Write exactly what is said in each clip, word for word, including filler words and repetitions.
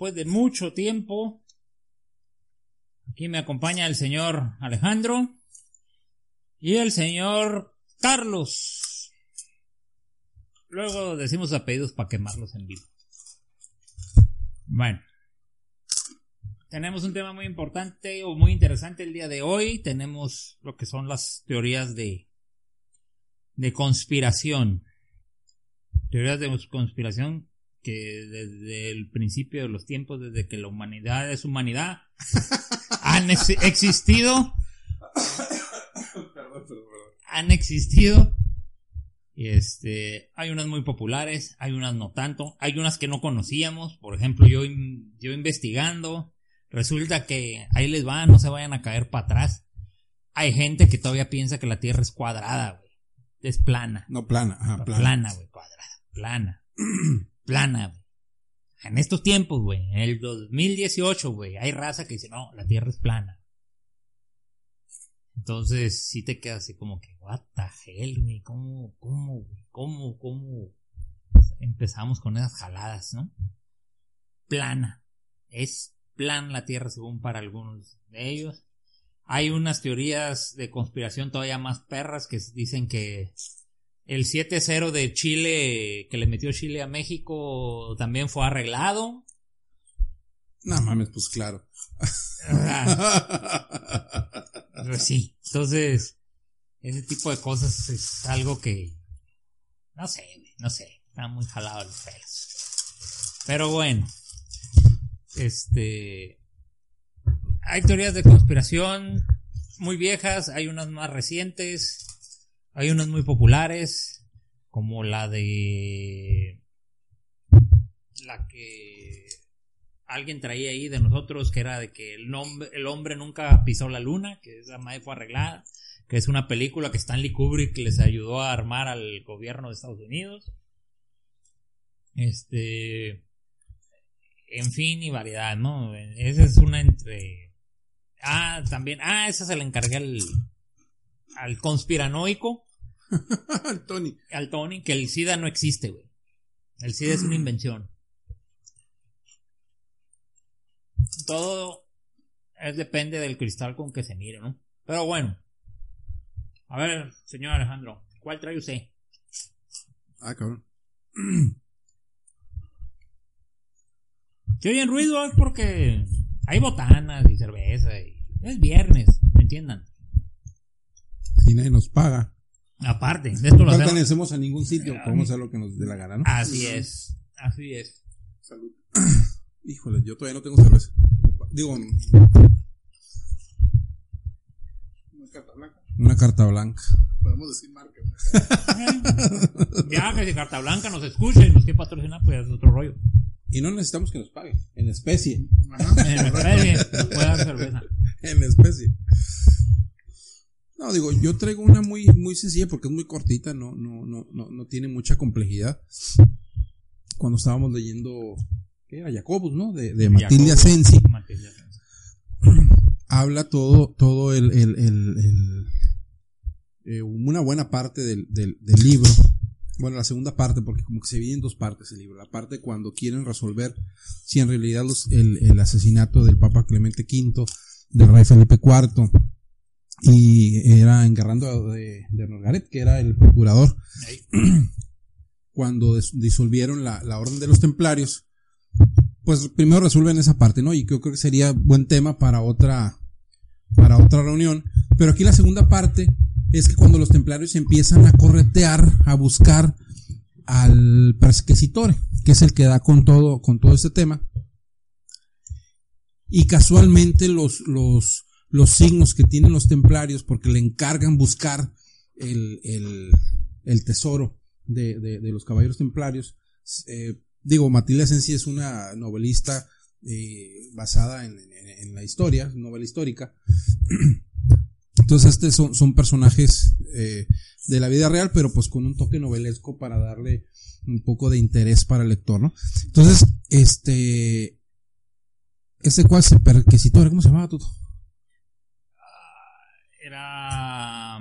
después de mucho tiempo. Aquí me acompaña el señor Alejandro y el señor Carlos. Luego decimos apellidos para quemarlos en vivo. Bueno, tenemos un tema muy importante o muy interesante el día de hoy. Tenemos lo que son las teorías de, de conspiración. Teorías de conspiración que desde el principio de los tiempos, desde que la humanidad es humanidad, han ex- existido. Perdón, perdón, perdón. Han existido. Y este, hay unas muy populares, hay unas no tanto, hay unas que no conocíamos. Por ejemplo, yo, yo investigando, resulta que ahí les va, no se vayan a caer para atrás. Hay gente que todavía piensa que la Tierra es cuadrada, güey. Es plana. No, plana, ajá, plana. Plana, güey, cuadrada, plana. Plana, güey. En estos tiempos, güey, en el dos mil dieciocho, güey, hay raza que dice, no, la Tierra es plana. Entonces, sí te quedas así como que, what the hell, güey, ¿cómo, cómo, cómo, cómo empezamos con esas jaladas, ¿no? Plana. Es plan la Tierra según para algunos de ellos. Hay unas teorías de conspiración todavía más perras que dicen que el siete cero de Chile, que le metió Chile a México, también fue arreglado. No mames, pues claro. Pues sí, entonces ese tipo de cosas es algo que no sé, no sé, está muy jalado los pelos. Pero bueno, este hay teorías de conspiración muy viejas, hay unas más recientes, hay unas muy populares, como la de la que alguien traía ahí de nosotros, que era de que el, nombre, el hombre nunca pisó la luna, que esa madre fue arreglada, que es una película que Stanley Kubrick les ayudó a armar al gobierno de Estados Unidos. Este, en fin, y variedad, ¿no? Esa es una entre... Ah, también, ah, esa se la encargué al, al conspiranoico. Al Tony. Al Tony, que el SIDA no existe, güey. El SIDA es una invención. Todo es, depende del cristal con que se mire, ¿no? Pero bueno. A ver, señor Alejandro, ¿cuál trae usted? Ah, cabrón. Si oyen ruido es porque hay botanas y cerveza y es viernes, ¿me entiendan? Si nadie nos paga. Aparte, de esto lo No hacemos. pertenecemos a ningún sitio, podemos hacer lo que nos dé la gana, ¿no? Así es, así es. Salud. Híjole, yo todavía no tengo cerveza. Digo, Una carta blanca. una carta blanca. Podemos decir marca. Ya que si Carta Blanca nos escucha y nos quiere patrocinar, pues es otro rollo. Y no necesitamos que nos pague. En especie. Ajá. En especie, nos puede dar cerveza. En especie. No, digo, yo traigo una muy, muy sencilla porque es muy cortita, no, no, no, no, no tiene mucha complejidad. Cuando estábamos leyendo, ¿qué era? Jacobus, ¿no? De, de Matilde Asensi. Matilde Asensi. Habla todo, todo el, el, el, el eh, una buena parte del, del, del libro. Bueno, la segunda parte, porque como que se divide en dos partes el libro. La parte cuando quieren resolver si en realidad los, el, el asesinato del Papa Clemente quinto, del rey Felipe cuarto, y era Engarrando de, de Nogaret, que era el procurador, cuando des, disolvieron la, la orden de los templarios, pues primero resuelven esa parte, ¿no? Y creo, creo que sería buen tema para otra, para otra reunión. Pero aquí la segunda parte es que cuando los templarios empiezan a corretear, a buscar al Pescesitore, que es el que da con todo, con todo este tema, y casualmente los, los, los signos que tienen los templarios, porque le encargan buscar el, el, el tesoro de, de, de los caballeros templarios. Eh, digo, Matilde Asensi es una novelista eh, basada en, en, en la historia, novela histórica. Entonces estos son, son personajes eh, de la vida real, pero pues con un toque novelesco para darle un poco de interés para el lector, ¿no? Entonces, este ese cual se Pescesitore, ¿cómo se llamaba, Tuto? Era...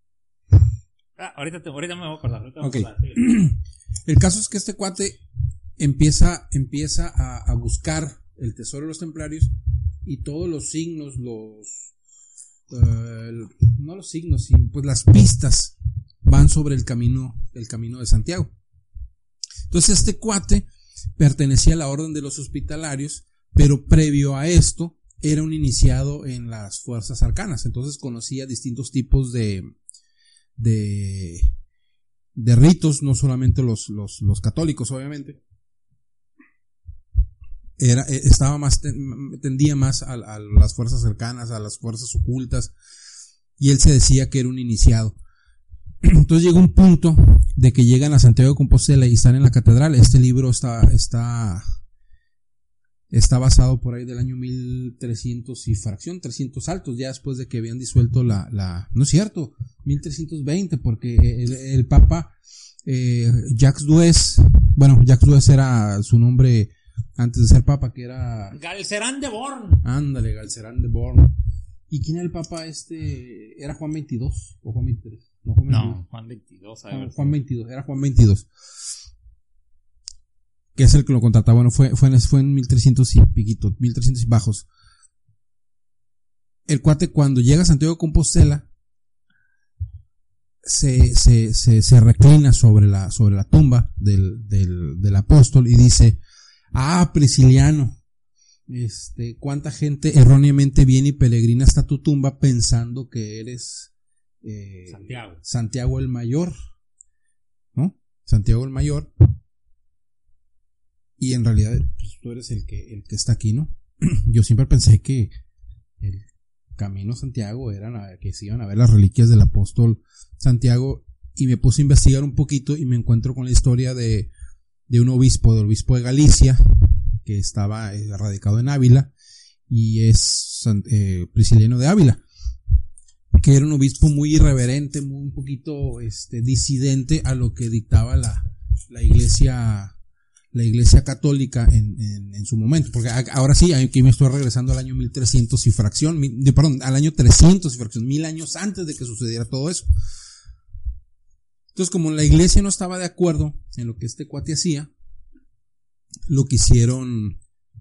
Ah, ahorita, te, ahorita me voy a acordar. Ahorita me Okay. voy a acordar, sí. El caso es que este cuate empieza, empieza a, a buscar el tesoro de los templarios y todos los signos, los uh, no los signos, sino pues las pistas van sobre el camino, el camino de Santiago. Entonces este cuate pertenecía a la orden de los hospitalarios, pero previo a esto era un iniciado en las fuerzas arcanas, entonces conocía distintos tipos de de, de ritos, no solamente los, los, los católicos, obviamente. Era, estaba más, tendía más a, a las fuerzas cercanas, a las fuerzas ocultas, y él se decía que era un iniciado. Entonces llega un punto de que llegan a Santiago de Compostela y están en la catedral. Este libro está, está, está basado por ahí del año mil trescientos y fracción, trescientos altos, ya después de que habían disuelto la, la no es cierto, mil trescientos veinte, porque el, el Papa, eh, Jacques Duez, bueno, Jacques Duez era su nombre antes de ser Papa, que era Galcerán de Born. Ándale, Galcerán de Born. ¿Y quién era el Papa este? ¿Era Juan veintidós o Juan veintitrés? No, Juan veintidós. No, Juan veintidós. A ver, Juan, Juan veintidós, era Juan veintidós. Que es el que lo contrataba. Bueno, fue, fue, en, fue en mil trescientos y piquito, mil trescientos y bajos. El cuate, cuando llega a Santiago de Compostela, se, se, se, se reclina sobre la, sobre la tumba del, del, del apóstol y dice: ah, Prisciliano, este, cuánta gente erróneamente viene y peregrina hasta tu tumba pensando que eres eh, Santiago. Santiago el Mayor, ¿no? Santiago el Mayor. Y en realidad, pues, tú eres el que, el que está aquí, ¿no? Yo siempre pensé que el camino a Santiago era que se iban a ver las reliquias del apóstol Santiago, y me puse a investigar un poquito y me encuentro con la historia de, de un obispo, del obispo de Galicia, que estaba eh, radicado en Ávila, y es eh, Prisciliano de Ávila, que era un obispo muy irreverente, muy un poquito este, disidente a lo que dictaba la, la iglesia la iglesia católica en, en, en su momento, porque ahora sí, aquí me estoy regresando al año mil trescientos y fracción, mil, perdón, al año trescientos y fracción, mil años antes de que sucediera todo eso. Entonces, como la iglesia no estaba de acuerdo en lo que este cuate hacía, lo quisieron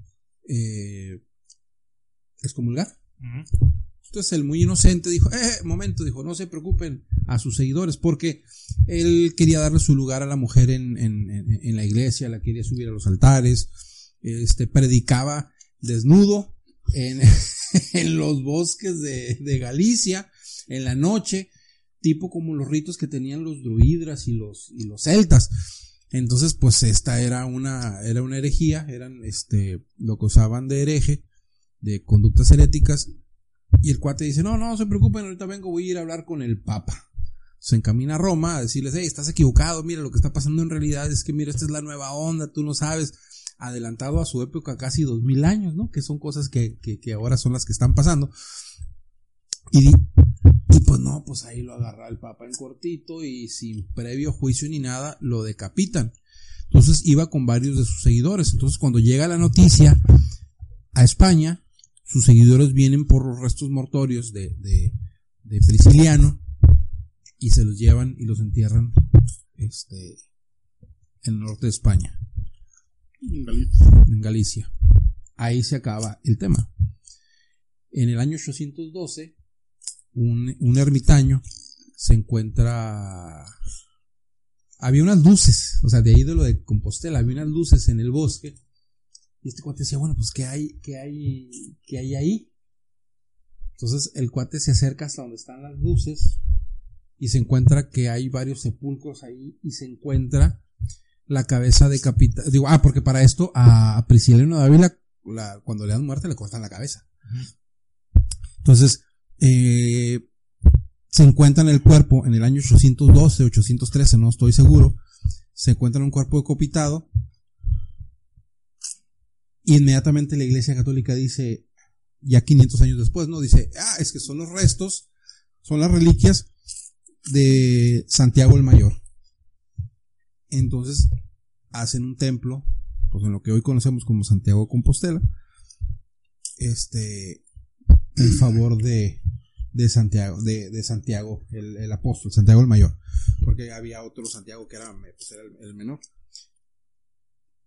eh, excomulgar. Uh-huh. Entonces el muy inocente dijo, eh, momento, dijo, no se preocupen a sus seguidores, porque él quería darle su lugar a la mujer en, en, en, en la iglesia, la quería subir a los altares, este, predicaba desnudo en, en los bosques de, de Galicia, en la noche, tipo como los ritos que tenían los druidas y los, y los celtas. Entonces, pues esta era una, era una herejía, eran este, lo que usaban de hereje, de conductas heréticas. Y el cuate dice, no, no, no se preocupen, ahorita vengo, voy a ir a hablar con el Papa. Se encamina a Roma a decirles, hey, estás equivocado, mira, lo que está pasando en realidad es que, mira, esta es la nueva onda, tú no sabes, adelantado a su época casi dos mil años, ¿no? Que son cosas que, que, que ahora son las que están pasando. Y, y pues no, pues ahí lo agarra el Papa en cortito y sin previo juicio ni nada, lo decapitan. Entonces iba con varios de sus seguidores. Entonces cuando llega la noticia a España, sus seguidores vienen por los restos mortorios de, de, de Prisciliano y se los llevan y los entierran este, en el norte de España, en Galicia. en Galicia. Ahí se acaba el tema. En el año ochocientos doce, un, un ermitaño se encuentra, había unas luces, o sea, de ahí de lo de Compostela, había unas luces en el bosque. Y este cuate decía, bueno, pues ¿qué hay, qué hay, qué hay ahí? Entonces el cuate se acerca hasta donde están las luces y se encuentra que hay varios sepulcros ahí y se encuentra la cabeza decapitada. Digo, ah, porque para esto a Prisciliano de Ávila, la, cuando le dan muerte le cortan la cabeza. Entonces, eh, se encuentra en el cuerpo en el año ochocientos doce, ochocientos trece, no estoy seguro, se encuentra en un cuerpo decapitado. Y inmediatamente la Iglesia Católica dice, ya quinientos años después, ¿no? Dice, ah, es que son los restos, son las reliquias de Santiago el Mayor. Entonces, hacen un templo, pues en lo que hoy conocemos como Santiago de Compostela, este, en favor de, de Santiago, de, de Santiago, el, el apóstol, Santiago el Mayor, porque había otro Santiago que era, pues era el, el menor.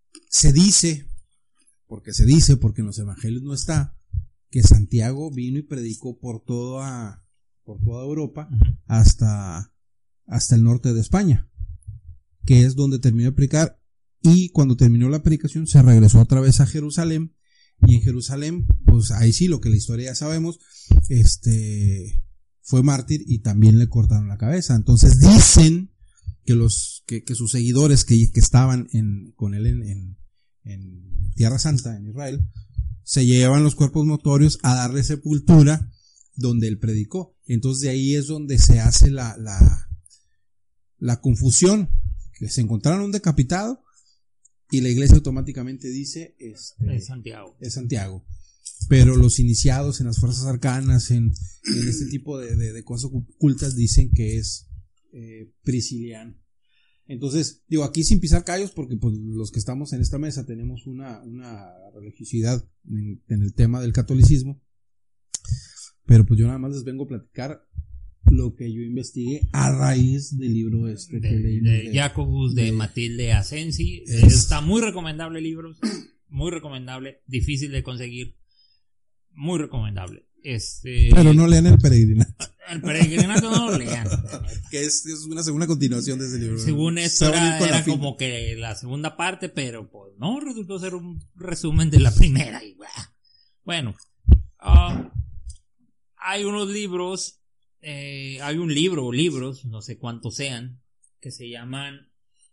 se dice, porque se dice, porque en los evangelios no está, que Santiago vino y predicó por toda, por toda Europa, uh-huh, hasta, hasta el norte de España, que es donde terminó de predicar, y cuando terminó la predicación se regresó otra vez a Jerusalén, y en Jerusalén, pues ahí sí, lo que la historia ya sabemos, este, fue mártir y también le cortaron la cabeza. Entonces dicen que los, que, que sus seguidores que, que estaban en, con él en, en, en Tierra Santa, en Israel, se llevan los cuerpos mortuorios a darle sepultura donde él predicó. Entonces de ahí es donde se hace la, la, la confusión, que se encontraron un decapitado, y la iglesia automáticamente dice este, es Santiago. Es Santiago. Pero los iniciados en las fuerzas arcanas, en, en este tipo de, de, de cosas ocultas, dicen que es eh, Prisciliano. Entonces, digo, aquí sin pisar callos, porque pues los que estamos en esta mesa tenemos una, una religiosidad en, en el tema del catolicismo, pero pues yo nada más les vengo a platicar lo que yo investigué a raíz del libro este de, que leí de, de Jacobus de, de Matilde Asensi. Es, está muy recomendable el libro, muy recomendable, difícil de conseguir, muy recomendable. Este, pero no lean el Peregrinato. El Peregrinato no lo lean. Que es, es una segunda continuación de ese libro. Según esto era, era como que la segunda parte, pero pues no, resultó ser un resumen de la primera. Y, bueno, uh, hay unos libros. Eh, hay un libro o libros, no sé cuántos sean, que se llaman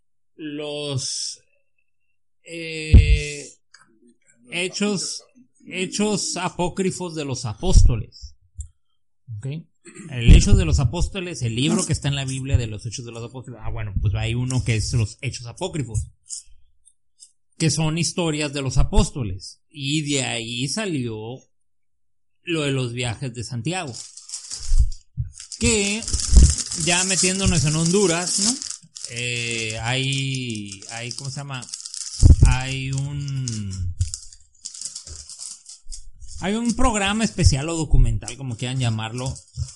los eh, hechos hechos apócrifos de los apóstoles. ¿Okay? El Hechos de los Apóstoles, el libro que está en la Biblia de los Hechos de los Apóstoles. Ah, bueno, pues hay uno que es los Hechos Apócrifos, que son historias de los apóstoles, y de ahí salió lo de los viajes de Santiago. Que ya metiéndonos en Honduras, ¿no? Eh, hay, hay, ¿cómo se llama? Hay un, hay un programa especial o documental, como quieran llamarlo,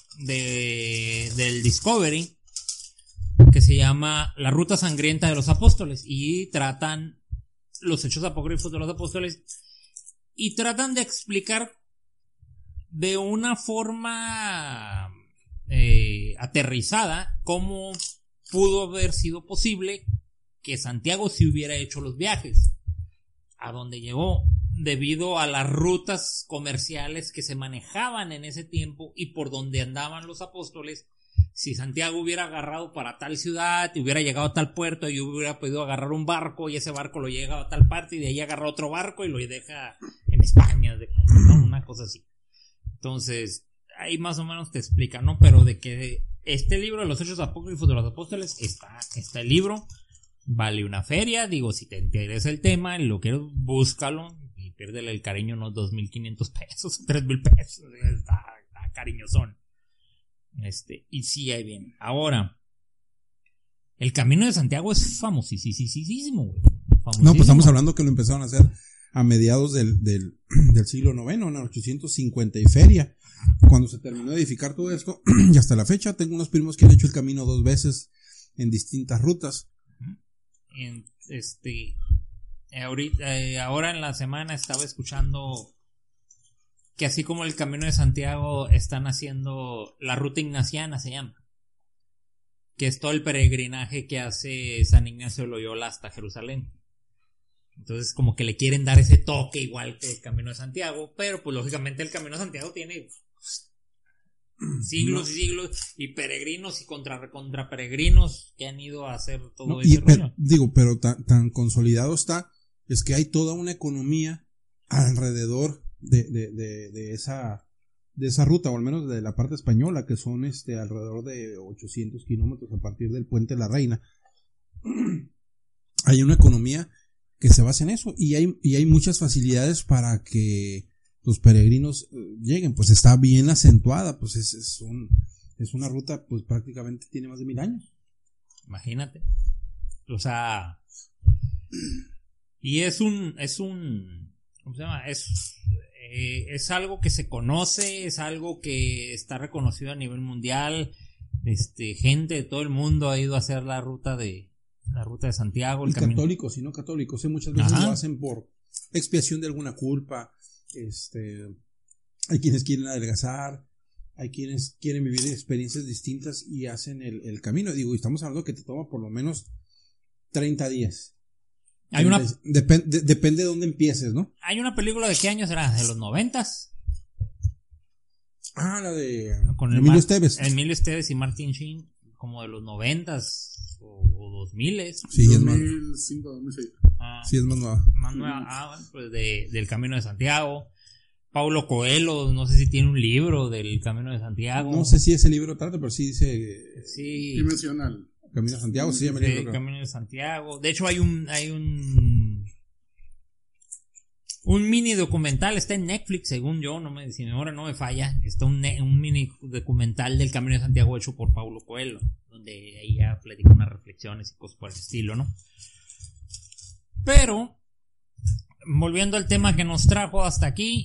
de, del Discovery, que se llama La Ruta Sangrienta de los Apóstoles, y tratan los hechos apócrifos de los apóstoles, y tratan de explicar de una forma Eh, aterrizada cómo pudo haber sido posible que Santiago se hubiera hecho los viajes a donde llegó, debido a las rutas comerciales que se manejaban en ese tiempo y por donde andaban los apóstoles. Si Santiago hubiera agarrado para tal ciudad y hubiera llegado a tal puerto, y hubiera podido agarrar un barco, y ese barco lo llega a tal parte, y de ahí agarra otro barco y lo deja en España, ¿no? Una cosa así. Entonces ahí más o menos te explica, ¿no? Pero de que este libro de los Hechos Apócrifos de los Apóstoles está, está el libro, vale una feria. Digo, si te interesa el tema, lo quieres, búscalo y piérdele el cariño, unos dos mil quinientos pesos, tres mil pesos, está, está cariñosón. Este, y sí, ahí viene. Ahora, el Camino de Santiago es famosísimo, güey. No, pues estamos hablando que lo empezaron a hacer a mediados del, del, del siglo noveno, en ochocientos cincuenta y feria, cuando se terminó de edificar todo esto, y hasta la fecha tengo unos primos que han hecho el camino dos veces en distintas rutas. En, este, ahorita, eh, ahora en la semana estaba escuchando que así como el Camino de Santiago están haciendo la ruta ignaciana, se llama, que es todo el peregrinaje que hace San Ignacio de Loyola hasta Jerusalén. Entonces como que le quieren dar ese toque igual que el Camino de Santiago, pero pues lógicamente el Camino de Santiago tiene siglos no. y siglos, y peregrinos y contra, contra peregrinos que han ido a hacer todo no, ese y, pero, rollo. Digo, pero tan, tan consolidado está, es que hay toda una economía alrededor de, de, de, de esa de esa ruta, o al menos de la parte española, que son este alrededor de ochocientos kilómetros a partir del Puente de la Reina. Hay una economía que se basa en eso, y hay, y hay muchas facilidades para que los peregrinos lleguen, pues está bien acentuada, pues es, es, un, es una ruta, pues prácticamente tiene más de mil años. Imagínate. O sea, y es un, es un, ¿cómo se llama? Es, eh, es algo que se conoce, es algo que está reconocido a nivel mundial. Este, gente de todo el mundo ha ido a hacer la ruta de, la ruta de Santiago. El y camino. católicos y no católicos, ¿eh? Muchas veces Ajá. lo hacen por expiación de alguna culpa. Este, hay quienes quieren adelgazar, hay quienes quieren vivir experiencias distintas y hacen el, el camino. Digo, y estamos hablando que te toma por lo menos treinta días. Hay una, Depende, de, depende de dónde empieces, ¿no? hay una película de qué año será, de los noventas. Ah, la de Con el Emilio Mar- Esteves. Emilio Esteves y Martin Sheen, como de los noventas o, o dos miles. Sí, es más, dos mil cinco, dos mil seis. Ah, sí, es más nueva. más nueva, ah, bueno, pues de, del Camino de Santiago. Paulo Coelho, no sé si tiene un libro del Camino de Santiago. No sé si ese libro trata, pero sí dice Sí, Dimensional. Camino a Santiago, sí, llama el del libro, creo. Camino de Santiago. De hecho hay un hay un un mini documental, está en Netflix, según yo, no me si mi memoria no me falla, está un, ne- un mini documental del Camino de Santiago hecho por Paulo Coelho, donde ahí ya platica unas reflexiones y cosas por el estilo, ¿no? Pero volviendo al tema que nos trajo hasta aquí,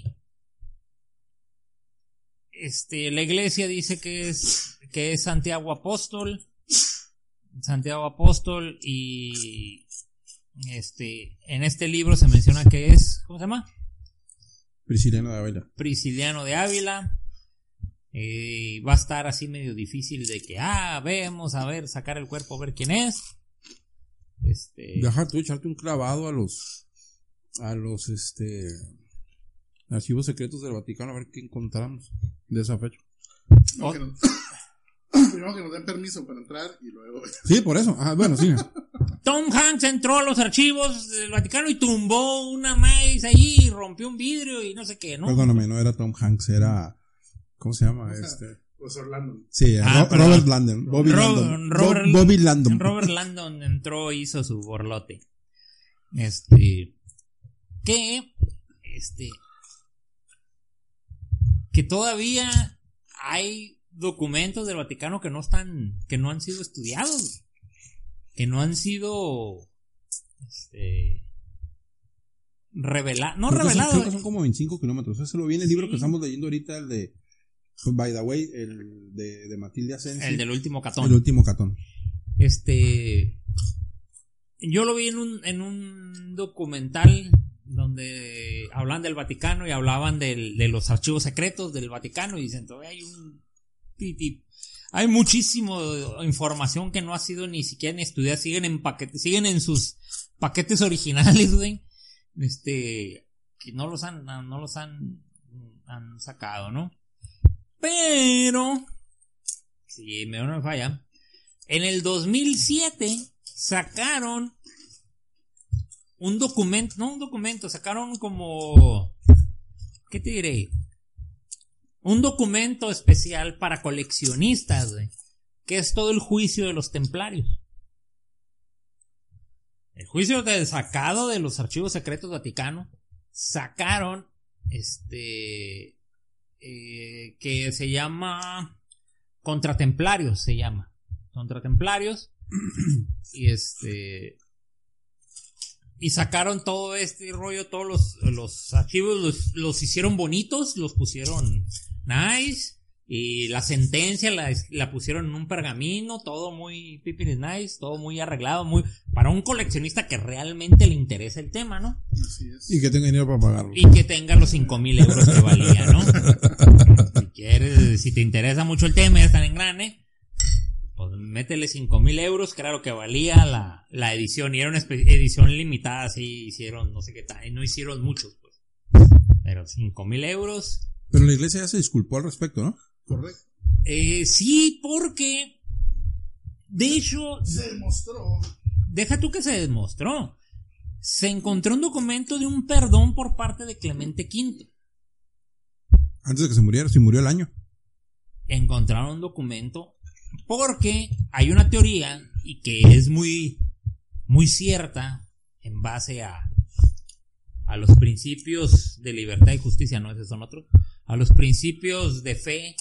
este, la iglesia dice que es que es Santiago Apóstol, Santiago Apóstol y este, en este libro se menciona que es, ¿cómo se llama? Prisciliano de Ávila. Prisciliano de Ávila. Eh, va a estar así medio difícil de que, ah, vemos, a ver, sacar el cuerpo, a ver quién es. Este, Deja tú echarte un clavado a los a los este archivos secretos del Vaticano a ver qué encontramos de esa fecha. No, Oh. que nos- Primero que nos den permiso para entrar y luego. Sí, por eso. Ah, bueno, sí. Tom Hanks entró a los archivos del Vaticano y tumbó una maíz ahí y rompió un vidrio y no sé qué, ¿no? Perdóname, no era Tom Hanks, era ¿cómo se llama O sea, este? Pues Orlando. Sí, Ah, Ro- perdón. Robert Landon, Bobby Ro- Landon. Robert- Bo- Bobby Landon. Robert Landon entró e hizo su borlote. Este. Que. Este. Que todavía hay documentos del Vaticano que no están. Que no han sido estudiados. Que no han sido. Este. Revelados. No Creo que son- revelados. creo que son como veinticinco kilómetros. Eso lo vi en el libro Sí. que estamos leyendo ahorita, el de By the Way, el de, de Matilde Asensi. El del último catón. El último catón. Este. Yo lo vi en un, en un documental donde hablan del Vaticano y hablaban del, de los archivos secretos del Vaticano y dicen, todavía hay un. Hay muchísima información que no ha sido ni siquiera ni estudiada, siguen en paquetes, siguen en sus paquetes originales, güey. Este. Que no los han, no los han, han sacado, ¿no? Pero. Si me no me falla. En el dos mil siete sacaron un documento, no un documento, sacaron como, ¿qué te diré? Un documento especial para coleccionistas, güey, que es todo el juicio de los templarios. El juicio del sacado de los archivos secretos Vaticano, sacaron, este, eh, que se llama Contratemplarios, se llama. Contratemplarios y este y sacaron todo este rollo, todos los, los archivos los, los hicieron bonitos, los pusieron nice y la sentencia la, la pusieron en un pergamino, todo muy pipi nice, todo muy arreglado, muy para un coleccionista que realmente le interesa el tema, ¿no? Así es. Y que tenga dinero para pagarlo. Y que tenga los cinco mil euros que valía, ¿no? Si quieres, si te interesa mucho el tema, ya están en grande, pues métele cinco mil euros, claro que valía la, la edición, y era una espe- edición limitada, así hicieron, no sé qué tal, y no hicieron muchos, pues. Pero cinco mil euros. Pero la iglesia ya se disculpó al respecto, ¿no? Correcto. Eh, sí, porque, de hecho, Se demostró. deja tú que se demostró. Se encontró un documento de un perdón por parte de Clemente quinto. Antes de que se muriera, si murió el año. Encontraron un documento porque hay una teoría y que es muy muy cierta en base a a los principios de libertad y justicia, no, esos son otros, a los principios de fe.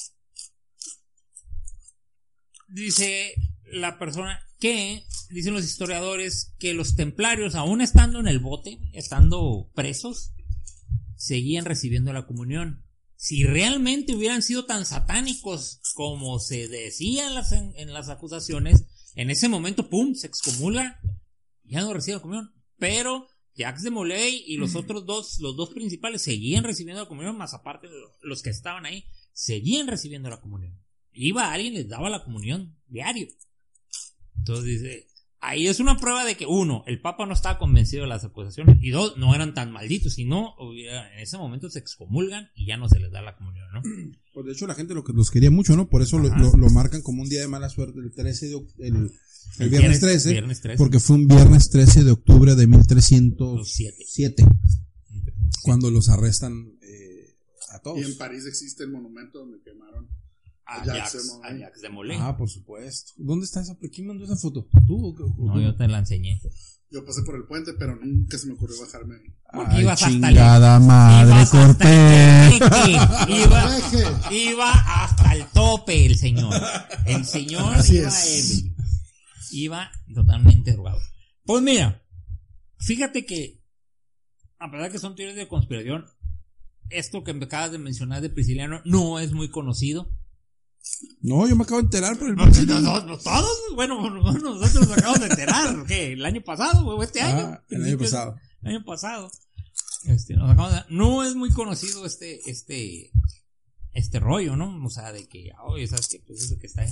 Dice la persona que, dicen los historiadores, que los templarios, aún estando en el bote, estando presos, seguían recibiendo la comunión. Si realmente hubieran sido tan satánicos como se decía en las, en, en las acusaciones, en ese momento, pum, se excomulga ya no reciben la comunión, pero Jacques de Molay y los otros dos, los dos principales seguían recibiendo la comunión, más aparte los que estaban ahí, seguían recibiendo la comunión. Iba alguien, les daba la comunión diario. Entonces dice, ahí es una prueba de que, uno, el Papa no estaba convencido de las acusaciones, y dos, no eran tan malditos, sino en ese momento se excomulgan y ya no se les da la comunión, ¿no? Pues de hecho la gente lo que los quería mucho, ¿no? Por eso lo, lo, lo marcan como un día de mala suerte, el trece de octubre, el, el, el viernes, trece, viernes trece, porque fue un viernes trece de octubre de mil trescientos siete, cuando los arrestan eh, a todos. Y en París existe el monumento donde quemaron a a Jacques, a Jacques de Molay. Ah, por supuesto. ¿Dónde está esa? ¿Quién mandó esa foto? ¿Tú o, o No, yo te la enseñé. Yo pasé por el puente, pero nunca se me ocurrió bajarme. Porque Ay, ibas hasta el, chingada madre, ibas hasta Cortés. el iba, iba hasta el tope el señor. El señor Así iba es. ebrio. Iba totalmente drogado. Pues mira, fíjate que a pesar que son teorías de conspiración, esto que me acabas de mencionar de Prisciliano no es muy conocido. No, yo me acabo de enterar por el No, no, no, no, todos, bueno, nosotros nos acabamos de enterar, ¿qué? El año pasado, o este año. Ah, el año pasado. El año pasado. Este, nos acabamos de, no es muy conocido este, este, este rollo, ¿no? O sea, de que, oye, ¿sabes qué? Pues eso que está ahí.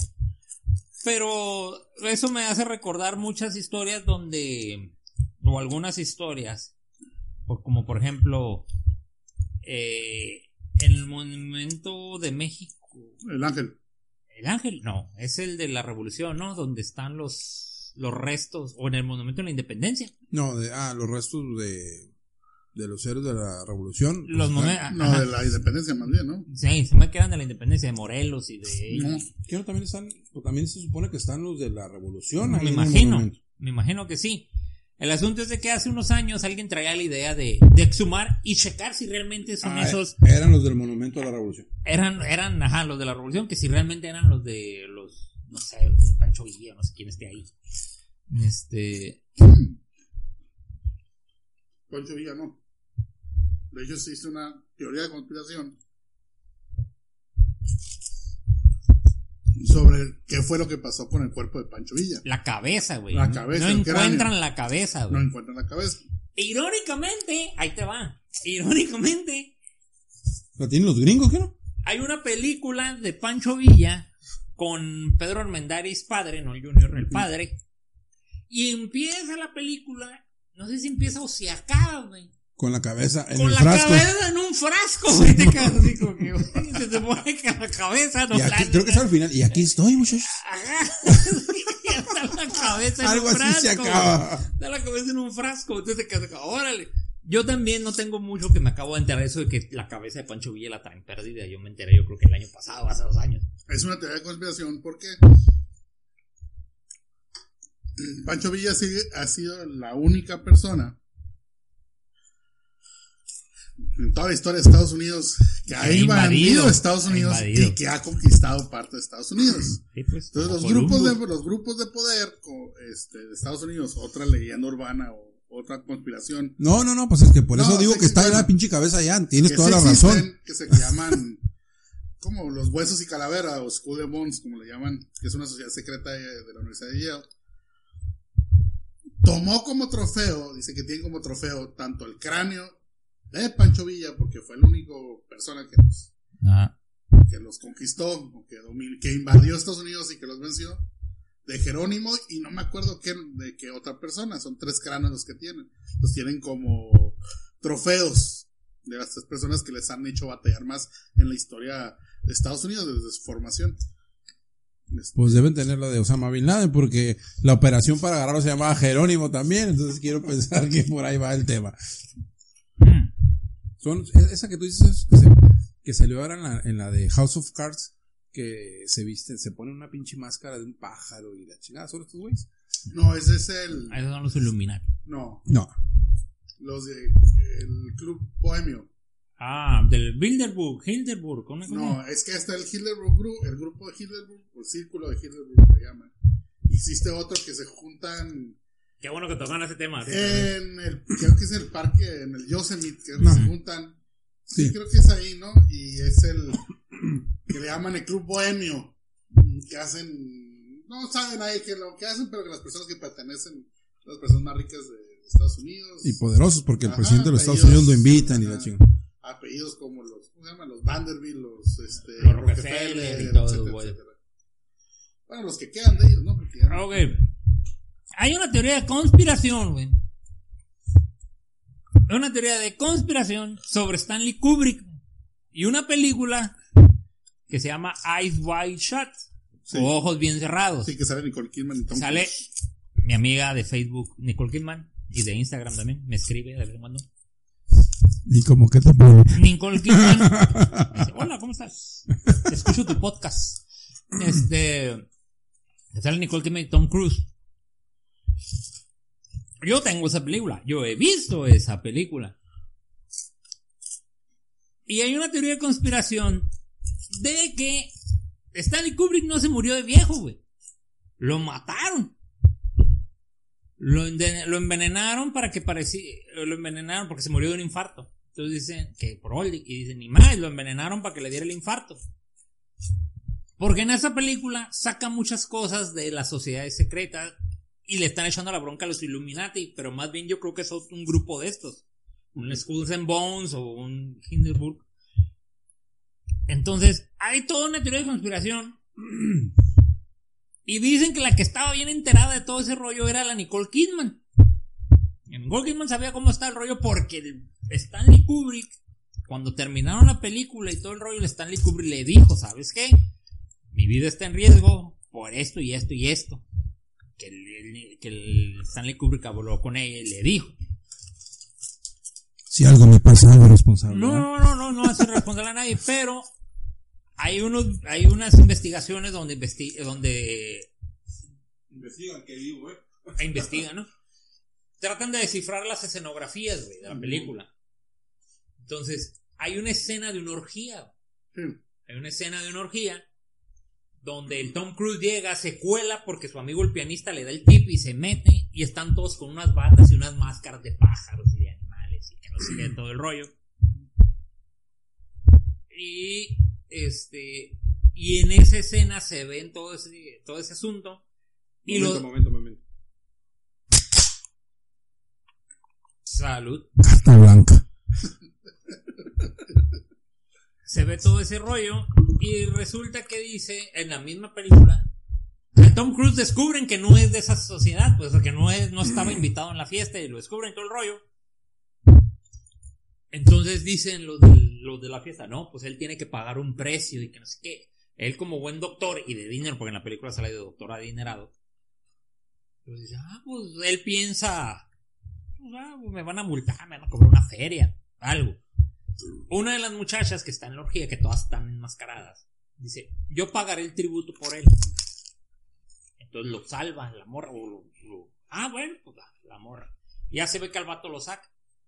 Pero eso me hace recordar muchas historias donde, o algunas historias, como por ejemplo, eh, en el Monumento de México. El ángel. El ángel, no, es el de la Revolución, ¿no? Donde están los, los restos, o en el Monumento de la Independencia. No, de, ah, los restos de, de los héroes de la Revolución. Los momen- No, ajá. de la independencia más bien, ¿no? Sí, se me quedan de la Independencia, de Morelos y de... No. ¿Qué no también están? Pues también se supone que están los de la Revolución. ahí Me en el imagino, monumento. me imagino que sí. El asunto es de que hace unos años alguien traía la idea de, de exhumar y checar si realmente son Ah, esos... Eran los del Monumento a la Revolución. Eran, eran, ajá, los de la Revolución, que si realmente eran los de los, no sé, Pancho Villa, no sé quién esté ahí. Este... Pancho Villa no. De hecho, existe una teoría de conspiración sobre qué fue lo que pasó con el cuerpo de Pancho Villa. La cabeza, güey. La cabeza, No el encuentran cráneo. la cabeza, No güey. encuentran la cabeza. Irónicamente, ahí te va. Irónicamente, ¿La tienen los gringos, qué no? hay una película de Pancho Villa con Pedro Armendáriz padre, no el Junior, el padre. Y empieza la película, no sé si empieza o si acaba, güey. Con la cabeza en Con el la frasco. cabeza en un frasco, güey. Te quedas así como que, güey, se te pone que la cabeza no Y aquí, la- creo que es al final. Y aquí estoy, muchachos. Ajá. Ya está la cabeza en Algo un así frasco. se acaba. Está la cabeza en un frasco. Entonces te quedas acá, órale. Yo también no tengo mucho que me acabo de enterar eso de que la cabeza de Pancho Villa la traen perdida. Yo me enteré, yo creo que el año pasado, hace dos años. Es una teoría de conspiración porque Pancho Villa sí ha sido la única persona en toda la historia de Estados Unidos que ha Ha invadido, invadido Estados ha Unidos invadido. y que ha conquistado parte de Estados Unidos. Sí, pues, Entonces los Columbus. grupos de los grupos de poder co- este, de Estados Unidos, otra leyenda urbana o otra conspiración No, no, no, pues es que por No, eso digo sí, que está bueno. en la pinche cabeza allá. Tienes que toda sí la razón. existen, que se llaman como los huesos y calavera o Skull and Bones, como le llaman, que es una sociedad secreta de, de la Universidad de Yale. Tomó como trofeo, dice que tiene como trofeo tanto el cráneo de Pancho Villa, porque fue la única persona que los, Ah, que los conquistó, o que, domin- que invadió Estados Unidos y que los venció, de Jerónimo, y no me acuerdo qué, de qué otra persona, son tres cráneos los que tienen, los tienen como trofeos de las tres personas que les han hecho batallar más en la historia de Estados Unidos desde su formación. Este, Pues deben tener la de Osama Bin Laden, porque la operación para agarrarlo se llamaba Jerónimo también. Entonces quiero pensar que por ahí va el tema. mm. Son, esa que tú dices que, se, que salió ahora en la, en la de House of Cards, que se visten, se ponen una pinche máscara de un pájaro y la chingada. ¿Son estos güeyes? no, ese es el... Esos son los Illuminati. No, No. los de el Club Bohemio. Ah, del Bilderberg, Hilderburg, ¿cómo se llama? No, es que está el Hilderburg Group, el grupo de Hilderburg, o el círculo de Hilderburg se llama. Existe otro que se juntan Qué bueno que tocan ese tema. ¿sí? en el, creo que es el parque, en el Yosemite, que No. se juntan. Sí, Sí. creo que es ahí, ¿no? Y es el que le llaman el Club Bohemio, que hacen, no sabe nadie qué es lo que hacen, pero que las personas que pertenecen las personas más ricas de Estados Unidos. Y poderosos, porque el Ajá, presidente de los Estados apellidos, Unidos lo invitan y ajá, la chingada. apellidos como los, ¿cómo se llaman? Los Vanderbilt, los, este, Los Rockefeller y todo, etcétera, güey. etcétera. Bueno, los que quedan de ellos, ¿no? Porque ya no- Ok. Hay una teoría de conspiración, güey. Una teoría de conspiración sobre Stanley Kubrick y una película que se llama Eyes Wide Shut, Sí. o Ojos Bien Cerrados. Sí, que sale Nicole Kidman y Tom Sale Cruise. mi amiga de Facebook, Nicole Kidman, y de Instagram también, me escribe de vez en cuando. Y como que te pone. Nicole Kidman me dice, hola, ¿cómo estás? Escucho tu podcast. Este, sale Nicole Kidman y Tom Cruise. Yo tengo esa película, yo he visto esa película. Y hay una teoría de conspiración de que Stanley Kubrick no se murió de viejo, güey. Lo mataron. Lo, ende- lo envenenaron para que pareciera, lo envenenaron porque se murió de un infarto. Entonces dicen que por Oldie, y dicen, ni más, lo envenenaron para que le diera el infarto. Porque en esa película saca muchas cosas de las sociedades secretas y le están echando la bronca a los Illuminati, pero más bien yo creo que es un grupo de estos. Un Skulls and Bones o un Hindenburg. Entonces, hay toda una teoría de conspiración. Y dicen que la que estaba bien enterada de todo ese rollo era la Nicole Kidman. Y Nicole Kidman sabía cómo está el rollo porque el Stanley Kubrick, cuando terminaron la película y todo el rollo, el Stanley Kubrick le dijo, ¿sabes qué? Mi vida está en riesgo por esto y esto y esto. Que el, el- que el Stanley Kubrick habló con ella y le dijo. Si algo me pasa, algo responsable. No, ¿verdad? no, no, no, no hace responsable a nadie, pero hay unos, hay unas investigaciones donde investi donde Investigan que vivo, eh. investigan, ¿no? Tratan de descifrar las escenografías, güey, de la película. Entonces, hay una escena de una orgía. Sí. Hay una escena de una orgía donde el Tom Cruise llega, se cuela porque su amigo el pianista le da el tip y se mete y están todos con unas batas y unas máscaras de pájaros y de animales y que no sé qué, todo el rollo. Y este y en esa escena se ven todo ese todo ese asunto y momento, lo momento, momento. salud. Carta blanca. Se ve todo ese rollo y resulta que dice en la misma película que Tom Cruise descubren que no es de esa sociedad, pues que no es, no estaba invitado en la fiesta y lo descubren todo el rollo. Entonces dicen los de, los de la fiesta, no, pues él tiene que pagar un precio y que no sé qué. Él como buen doctor y de dinero, porque en la película sale de doctor adinerado. Pues dice, ah, pues él piensa, pues, ah, pues me van a multar, me van a cobrar una feria, algo. Una de las muchachas que está en la orgía, que todas están enmascaradas, dice, yo pagaré el tributo por él. Entonces lo salva la morra. O lo, lo, ah, bueno, pues la, la morra. Ya se ve que al vato lo saca.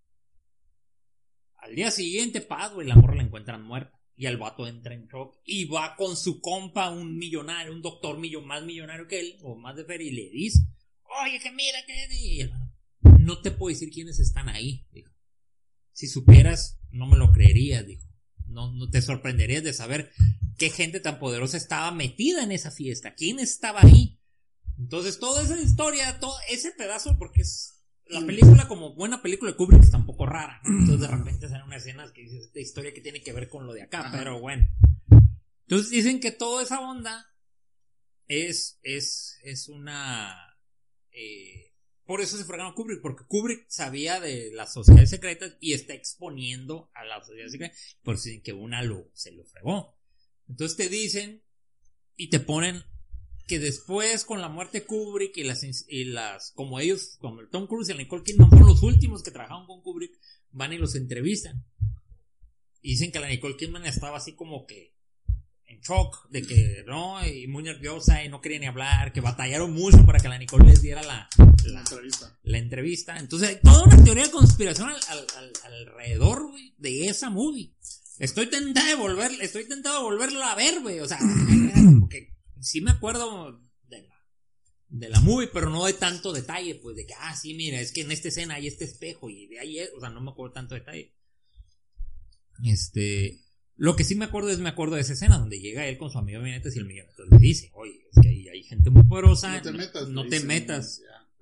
Al día siguiente, paz, güey, la morra la encuentran muerta. Y el vato entra en shock. Y va con su compa, un millonario, un doctor millo, más millonario que él, o más de feria, y le dice, oye, que mira, que... Y el vato, no te puedo decir quiénes están ahí, dijo. Si supieras, no me lo creerías, dijo. No, no te sorprenderías de saber qué gente tan poderosa estaba metida en esa fiesta. ¿Quién estaba ahí? Entonces, toda esa historia, todo ese pedazo, porque es la película, como buena película de Kubrick, está un poco rara, ¿no? Entonces, de repente salen unas escenas que dices, esta historia que tiene que ver con lo de acá, Ajá. pero bueno. Entonces, dicen que toda esa onda es, es, es una... Eh, por eso se fregaron a Kubrick, porque Kubrick sabía de las sociedades secretas y está exponiendo a las sociedades secretas, por si que una lo, se lo fregó. Entonces te dicen y te ponen que después con la muerte de Kubrick y las, y las como ellos, como el Tom Cruise y el Nicole Kidman fueron los últimos que trabajaron con Kubrick, van y los entrevistan. Y dicen que la Nicole Kidman estaba así como que en shock, de que no, y muy nerviosa y no quería ni hablar, que batallaron mucho para que la Nicole les diera la, la, La entrevista. la entrevista. Entonces hay toda una teoría de conspiración al, al, al, alrededor, güey, de esa movie. Estoy tentado de volver, estoy tentado de volverla a ver, güey, o sea, porque sí me acuerdo de la, de la movie, pero no de tanto detalle, pues de que, ah, sí, mira, es que en esta escena hay este espejo y de ahí es, o sea, no me acuerdo tanto detalle. Este... Lo que sí me acuerdo es, me acuerdo de esa escena donde llega él con su amigo Millonetas y el Millonetas le dice, oye, es que ahí hay gente muy poderosa, No te metas. no, no te dicen, metas, ya.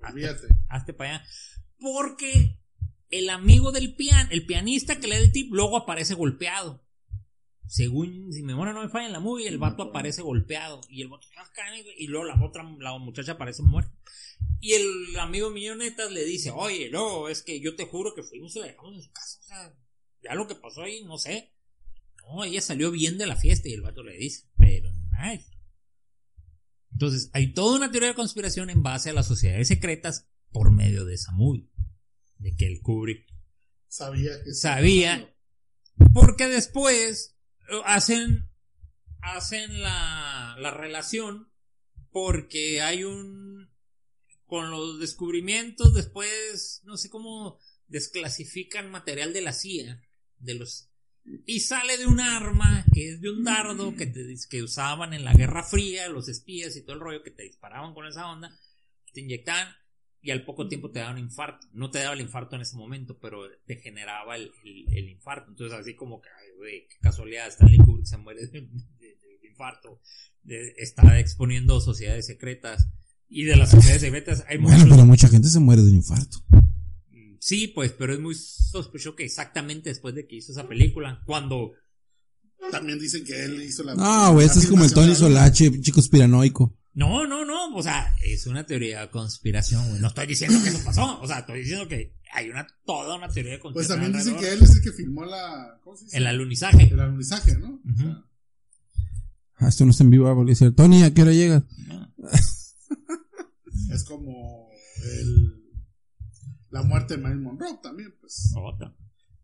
Olvídate. Hazte para allá. Porque el amigo del pian, el pianista que le da el tip, luego aparece golpeado. Según, si mi memoria no me falla en la movie, el vato aparece golpeado. Y el vato, y luego la otra, la muchacha aparece muerta. Y el amigo Millonetas le dice, oye, no, es que yo te juro que fuimos y la dejamos en su casa. O sea, ya lo que pasó ahí, no sé. No, ella salió bien de la fiesta. Y el vato le dice, pero, ay. Entonces, hay toda una teoría de conspiración en base a las sociedades secretas por medio de esa movie. De que el Kubrick sabía que sabía. Porque después hacen, hacen la, la relación porque hay un... Con los descubrimientos después, no sé cómo desclasifican material de la C I A, de los... Y sale de un arma que es de un dardo que, te, que usaban en la Guerra Fría, los espías y todo el rollo, que te disparaban con esa onda, te inyectaban y al poco tiempo te daban un infarto. No te daba el infarto en ese momento, pero te generaba el, el, el infarto. Entonces así como que, ay, güey, qué casualidad, Stanley Kubrick se muere de, de, de, de infarto. De, está exponiendo sociedades secretas. Y de las sociedades secretas hay bueno, muchos... pero mucha gente se muere de un infarto. Sí, pues, pero es muy sospechoso que exactamente después de que hizo esa película, cuando... También dicen que él hizo la... No, güey, este es como el Tony Solache, chico espiranoico. No, no, no, o sea, es una teoría de conspiración, güey. No estoy diciendo que eso pasó, o sea, estoy diciendo que hay una toda una teoría de Pues conspiración. también dicen alrededor. que él es el que filmó la... ¿Cómo se dice? El alunizaje. El alunizaje, ¿no? Uh-huh. O sea, Ah, esto no está en vivo, voy a decir, Tony, ¿a qué hora llegas? No. es como el... La muerte de Marilyn Monroe también, pues. Otra.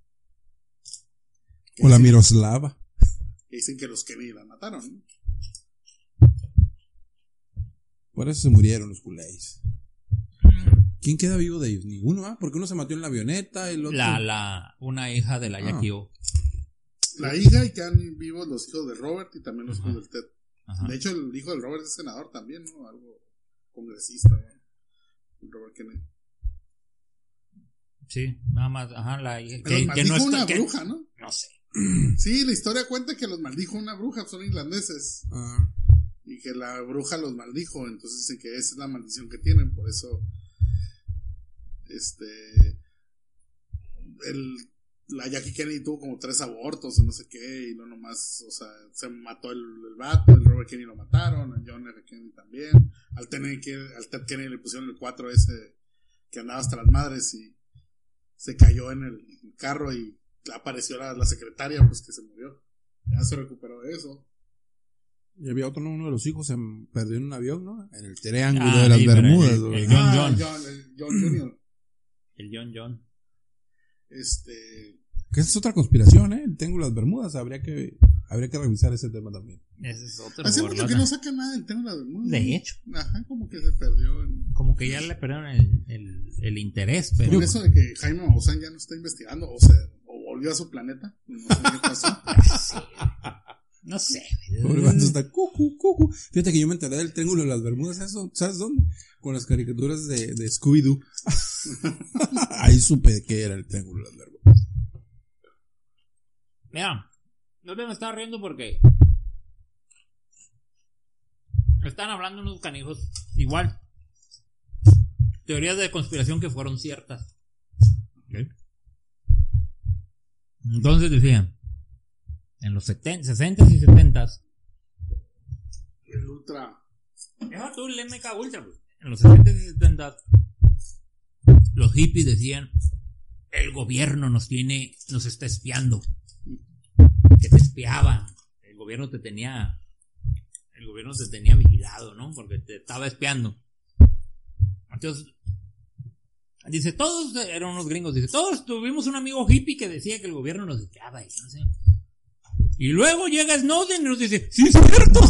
Que O la dicen- Miroslava. que dicen que los Kennedy la mataron, ¿no? Por eso se murieron los culés. ¿Quién queda vivo de ellos? Ninguno, ¿ah? Porque uno se mató en la avioneta, el otro... La, la, una hija de la Ah. Jackie O. La hija y quedan vivos los hijos de Robert y también los Ajá. hijos del Ted. Ajá. De hecho, el hijo del Robert es senador también, ¿no? Algo congresista, ¿no? El Robert Kennedy. Sí, nada más, ajá, la hija. Que, los Que, que maldijo no está, una que- bruja, ¿no? No sé. Sí, la historia cuenta que los maldijo una bruja, son irlandeses. Ah, Y que la bruja los maldijo, entonces dicen que esa es la maldición que tienen, por eso este el, la Jackie Kennedy tuvo como tres abortos o no sé qué, y no nomás, o sea, se mató el, el vato, el Robert Kennedy lo mataron, a John F. Kennedy también, al Ted, al Ted Kennedy le pusieron el cuatro ese que andaba hasta las madres y se cayó en el carro y apareció la, la secretaria, pues que se murió, ya se recuperó de eso. y había otro, ¿no? Uno de los hijos se perdió en un avión, ¿no? En el triángulo Ah, de las sí, pero Bermudas. el- güey. el John Ah, John. John, el John junior El John John. Este, Que esa es otra conspiración, ¿eh? Tengo las Bermudas, habría que habría que revisar ese tema también. Ese es otro. hace mucho que borlote. no saca nada del tema de las Bermudas. De hecho. Ajá, como que se perdió. En... Como que ya le perdieron el, el, el interés, pero. Con eso de que Jaime Maussan ya no está investigando, o sea, o volvió a su planeta, no sé qué pasó. No sé. Pobre vato está cucu, cucu. Fíjate que yo me enteré del triángulo de las Bermudas, ¿eso? ¿Sabes dónde? Con las caricaturas de, de Scooby-Doo. Ahí supe que era el triángulo de las Bermudas. Mira, yo me estaba riendo porque están hablando unos canijos igual. Teorías de conspiración que fueron ciertas. ¿Okay? Entonces decían, en los setenta, sesenta y setenta, El ultra. deja tú el M K Ultra, pues. En los setenta y setenta los hippies decían, el gobierno nos tiene, nos está espiando. Que te espiaban. El gobierno te tenía, el gobierno te tenía vigilado, ¿no? Porque te estaba espiando. Entonces, dice, todos, eran unos gringos, dice, todos tuvimos un amigo hippie que decía que el gobierno nos espiaba, y no sé. Y luego llega Snowden y nos dice, sí es cierto.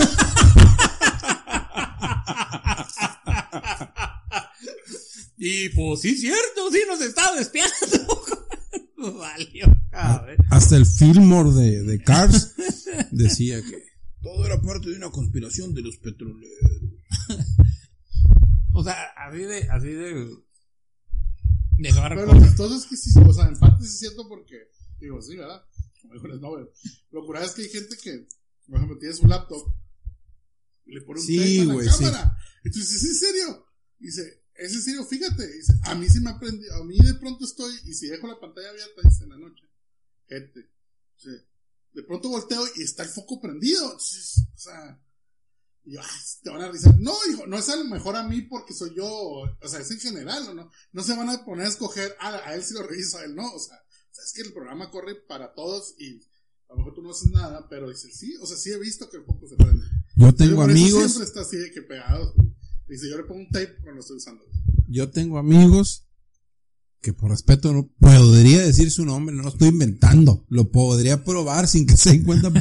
Y pues sí es cierto, sí nos estaba espiando. Valió, cabrón. Hasta el Fillmore de, de Cars decía que todo era parte de una conspiración de los petroleros. O sea, así de, así de, de agarrar Pero lo cosas. chistoso es que sí, o sea, en parte sí es cierto porque, digo, sí, ¿verdad? Como dijo el Snowden. Lo curado es que hay gente que, por ejemplo, tiene su laptop y le pone un Sí, tape a la güey, cámara. Y tú dices, ¿en serio? Y dice, Es en serio, fíjate, dice, a mí sí me aprendí, a mí de pronto estoy, y si dejo la pantalla abierta, dice, en la noche, gente, sí, de pronto volteo y está el foco prendido, o sea, y yo, ay, te van a revisar, no, hijo, no es a lo mejor a mí porque soy yo, o sea, es en general, ¿o no? No se van a poner a escoger, ah, a él sí lo reviso, a él no, o sea, o sea, es que el programa corre para todos y a lo mejor tú no haces nada, pero dice, sí, o sea, sí he visto que el foco se prende. Yo tengo Pero amigos. siempre está así de que pegados. Dice, yo le pongo un tape cuando lo estoy usando. Yo tengo amigos que por respeto no podría decir su nombre, no lo estoy inventando. Lo podría probar sin que se den cuenta.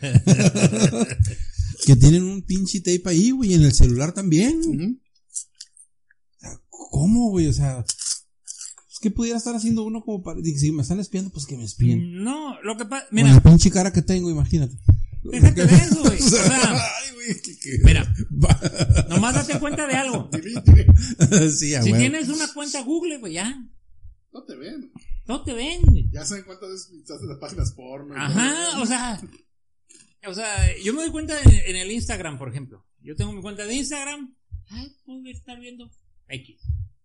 Que tienen un pinche tape ahí, güey, en el celular también. Uh-huh. O sea, ¿cómo, güey? O sea, ¿qué pudiera estar haciendo uno como para... Si me están espiando, pues que me espíen. No, lo que pasa... Mira. Con la pinche cara que tengo, imagínate. Déjate de eso, güey. O sea, ay, güey, ¿qué, qué? Mira, nomás date cuenta de algo. Sí, si bueno. Tienes una cuenta Google, güey, ya. No te ven. No te ven, güey. Ya saben cuántas veces pintaste las páginas porno. Ajá, o sea... O sea, yo me doy cuenta en, en el Instagram, por ejemplo. Yo tengo mi cuenta de Instagram. Ay, puedo estar viendo X.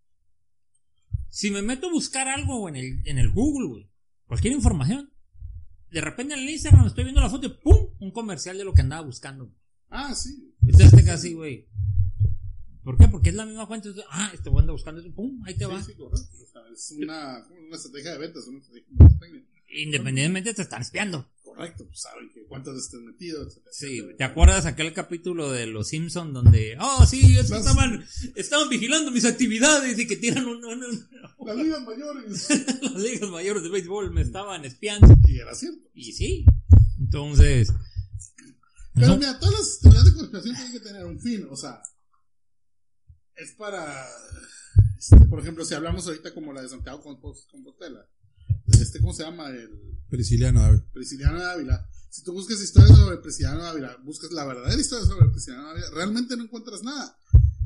Si me meto a buscar algo en el, en el Google, güey, cualquier información, de repente en el Instagram estoy viendo la foto y ¡pum! Un comercial de lo que andaba buscando. Ah, sí. Entonces te casi, güey. ¿Por qué? Porque es la misma cuenta. Ah, este güey anda buscando eso, ¡pum! Ahí te sí, va. Sí, correcto. O sea, es una, una estrategia de ventas, una estrategia técnica. Independientemente te están espiando. Correcto, pues saben que cuántas veces te has metido, etcétera. Sí, ¿te acuerdas aquel capítulo de Los Simpsons donde, oh sí, es que estaban, estaban vigilando mis actividades y que tiran un, un, un las ligas mayores, las ligas mayores de béisbol me estaban espiando? Y era cierto. Y sí, entonces. Pero no. Mira, todas las teorías de conspiración tienen que tener un fin, o sea, es para, este, por ejemplo, si hablamos ahorita como la de Santiago Compostela. Este, ¿cómo se llama? El Prisciliano Dávila. Prisciliano Dávila. Si tú buscas historias sobre Prisciliano Dávila, buscas la verdadera historia sobre Prisciliano Dávila, realmente no encuentras nada.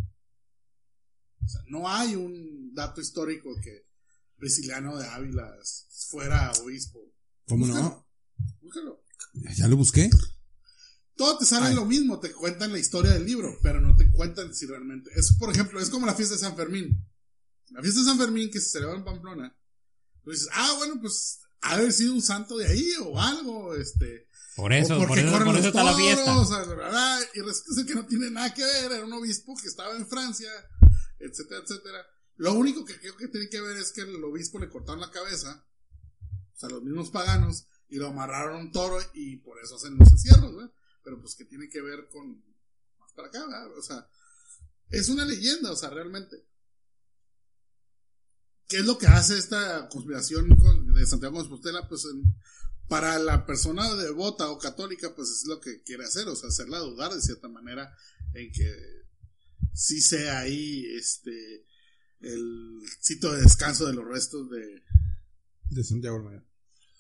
O sea, no hay un dato histórico que Prisciliano de Ávila fuera obispo. ¿Cómo Búscalo. no? Búscalo. Ya lo busqué. Todo te sale Ay. lo mismo, te cuentan la historia del libro, pero no te cuentan si realmente. Es, por ejemplo, es como la fiesta de San Fermín. La fiesta de San Fermín que se celebra en Pamplona. Tú dices, ah, bueno, pues ha de haber sido un santo de ahí o algo, este. Por eso, por eso, por eso está la fiesta. O sea, y resulta ser que no tiene nada que ver, era un obispo que estaba en Francia, etcétera, etcétera. Lo único que creo que tiene que ver es que el obispo le cortaron la cabeza, o sea, los mismos paganos, y lo amarraron a un toro y por eso hacen los encierros, ¿verdad? Pero pues que tiene que ver con, más para acá, ¿verdad? O sea, es una leyenda, o sea, realmente. ¿Qué es lo que hace esta conspiración de Santiago Compostela? Pues en, para la persona devota o católica, pues es lo que quiere hacer, o sea, hacerla dudar de cierta manera en que sí sea ahí este el sitio de descanso de los restos de de Santiago el Mayor.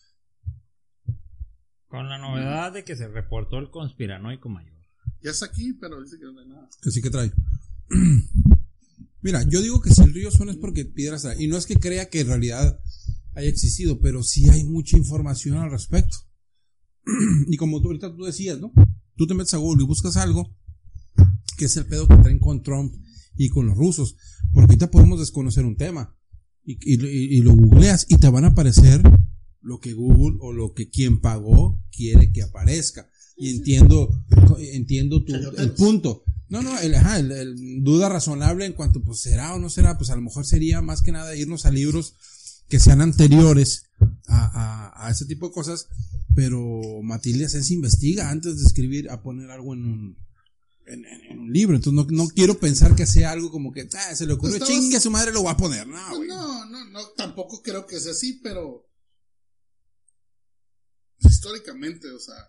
Con la novedad de que se reportó el conspiranoico mayor. Ya está aquí, pero dice que no hay nada. Que sí que trae. Mira, yo digo que si el río suena es porque piedras hay. Y no es que crea que en realidad haya existido, pero sí hay mucha información al respecto. Y como tú ahorita tú decías, ¿no? Tú te metes a Google y buscas algo, que es el pedo que traen con Trump y con los rusos. Porque ahorita podemos desconocer un tema. Y, y, y, y lo googleas y te van a aparecer lo que Google o lo que quien pagó quiere que aparezca. Y entiendo, entiendo tu, el punto. No, no, el, ajá, el, el duda razonable en cuanto, pues, será o no será, pues a lo mejor sería más que nada irnos a libros que sean anteriores a, a, a ese tipo de cosas, pero Matilde Asensi investiga antes de escribir, a poner algo en un, en, en, en un libro, entonces no, no quiero pensar que sea algo como que, ah, se le ocurrió, pues chingue a su madre, lo voy a poner, no, pues güey. No, no, no, tampoco creo que sea así, pero históricamente, o sea,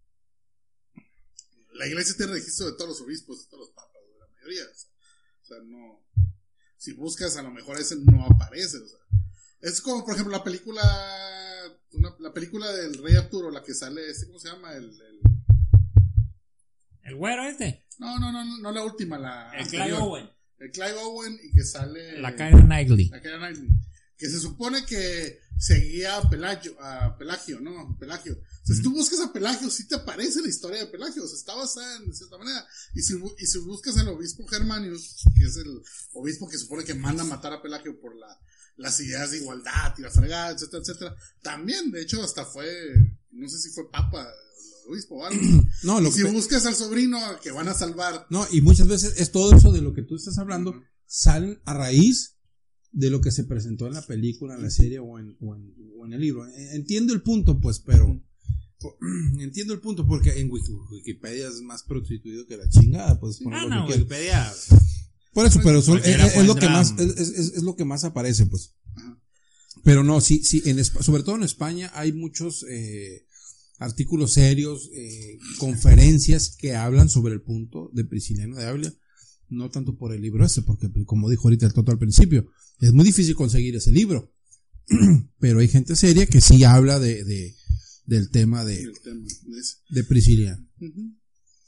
la iglesia tiene registro de todos los obispos, de todos los papas, de la mayoría. O sea, o sea, no. Si buscas, a lo mejor ese no aparece. O sea, es como, por ejemplo, la película. Una, la película del Rey Arturo, la que sale, este, ¿cómo se llama? El. El, ¿El güero este? No, no, no, no, no la última, la. El Clive Owen. El Clive Owen y que sale. La Keira Knightley. La Keira Knightley. Que se supone que seguía a Pelagio, a Pelagio, ¿no? Pelagio. O sea, si tú buscas a Pelagio, sí te aparece la historia de Pelagio, o sea, está basada en cierta manera. Y si, y si buscas al obispo Germanius, que es el obispo que supone que manda a matar a Pelagio por la, las ideas de igualdad y la fregada, etcétera, etcétera, también, de hecho, hasta fue, no sé si fue papa, el obispo o algo. No, lo y si que... buscas al sobrino que van a salvar. No, y muchas veces es todo eso de lo que tú estás hablando, uh-huh. salen a raíz de lo que se presentó en la película, en la serie o en, o en, o en el libro. Entiendo el punto, pues, pero entiendo el punto porque en Wikipedia es más prostituido que la chingada, pues. Ah, no, Wikipedia. Por eso, pero son, es, es lo que más es, es, es lo que más aparece, pues. Pero no, sí, sí, en, sobre todo en España hay muchos eh, artículos serios, eh, conferencias que hablan sobre el punto de Prisciliano de Ávila. No tanto por el libro ese, porque como dijo ahorita el Toto al principio, es muy difícil conseguir ese libro. Pero hay gente seria que sí habla de, de del tema de, tema de, de Prisciliano. Uh-huh.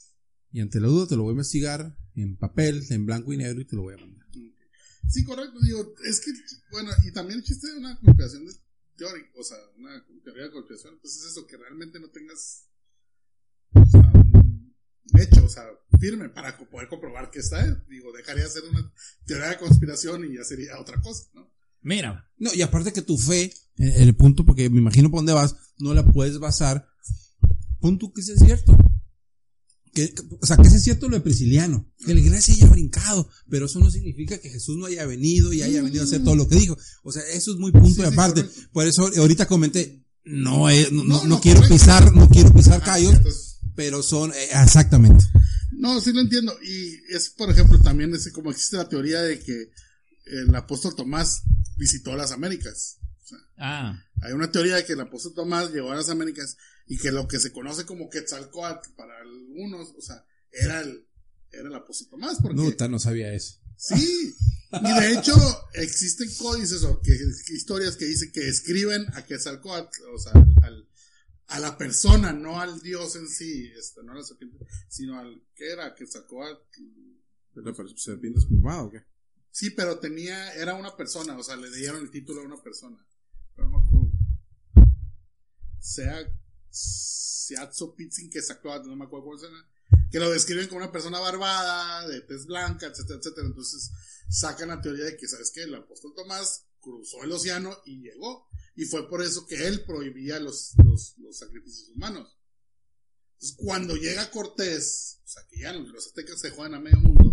Y ante la duda te lo voy a investigar en papel, en blanco y negro, y te lo voy a mandar. Sí, correcto, digo, es que, bueno, y también existe una conspiración de teórica, o sea, una teoría de conspiración, pues es eso, que realmente no tengas, o sea, un hecho, o sea, firme para poder comprobar que está él. Digo, dejaría de ser una teoría de conspiración y ya sería otra cosa, ¿no? Mira. No, y aparte que tu fe, en el punto, porque me imagino por dónde vas, no la puedes basar, pon tú que sea cierto. Que, o sea, que sea cierto lo de Prisciliano, que la iglesia haya brincado, pero eso no significa que Jesús no haya venido y haya venido a hacer todo lo que dijo. O sea, eso es muy punto sí, de aparte. Sí, por eso ahorita comenté, no, es, no, no, no, no quiero pisar, no quiero pisar callos, pero son, eh, exactamente. No, sí lo entiendo. Y es, por ejemplo, también es como existe la teoría de que el apóstol Tomás visitó las Américas. O sea, ah. Hay una teoría de que el apóstol Tomás llegó a las Américas y que lo que se conoce como Quetzalcóatl para algunos, o sea, era el, era el apóstol Tomás. Porque, no, no sabía eso. Sí. Y de hecho, existen códices o que, historias que dicen que escriben a Quetzalcóatl, o sea, al, a la persona, no al dios en sí, este, no a la serpiente, sino al que era Quetzalcóatl. ¿La serpiente es plumada o qué? Sí, pero tenía, era una persona, o sea, le dieron el título a una persona. Pero no me acuerdo. Sea, Seatzopitzin Quetzalcóatl, no me acuerdo cuál era. Que lo describen como una persona barbada, de tez blanca, etcétera, etcétera. Entonces sacan la teoría de que, ¿sabes qué? El apóstol Tomás cruzó el océano y llegó. Y fue por eso que él prohibía los, los, los sacrificios humanos. Entonces, cuando llega Cortés, o sea, que ya los aztecas se juegan a medio mundo.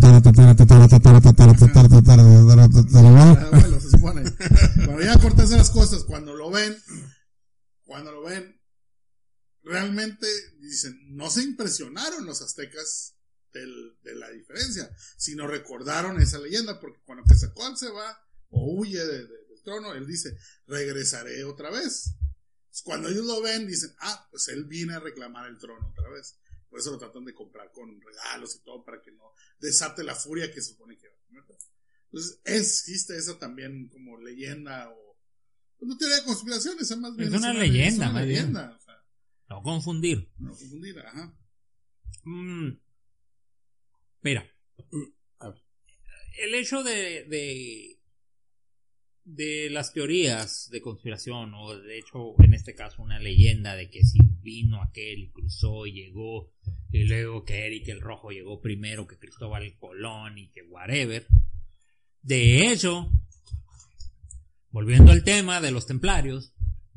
Bueno, se supone. Cuando llega Cortés de las costas, cuando lo ven, cuando lo ven, realmente dicen, no se impresionaron los aztecas del, de la diferencia, sino recordaron esa leyenda, porque cuando Quetzalcóatl se va o huye de, de, del trono, él dice, regresaré otra vez. Cuando ellos lo ven, dicen, ah, pues él viene a reclamar el trono otra vez. Por eso lo tratan de comprar con regalos y todo, para que no desate la furia que se supone que va a tener. Entonces, existe esa también como leyenda o pues no teoría de conspiración, esa más bien es una, es una leyenda, es una leyenda, o sea, no confundir. No confundir, ajá. Mm, mira, a ver. El hecho de, de de las teorías de conspiración, o de hecho en este caso una leyenda de que si vino aquel y cruzó y llegó, y luego que Eric el Rojo llegó primero que Cristóbal Colón y que whatever. De hecho, volviendo al tema de los templarios,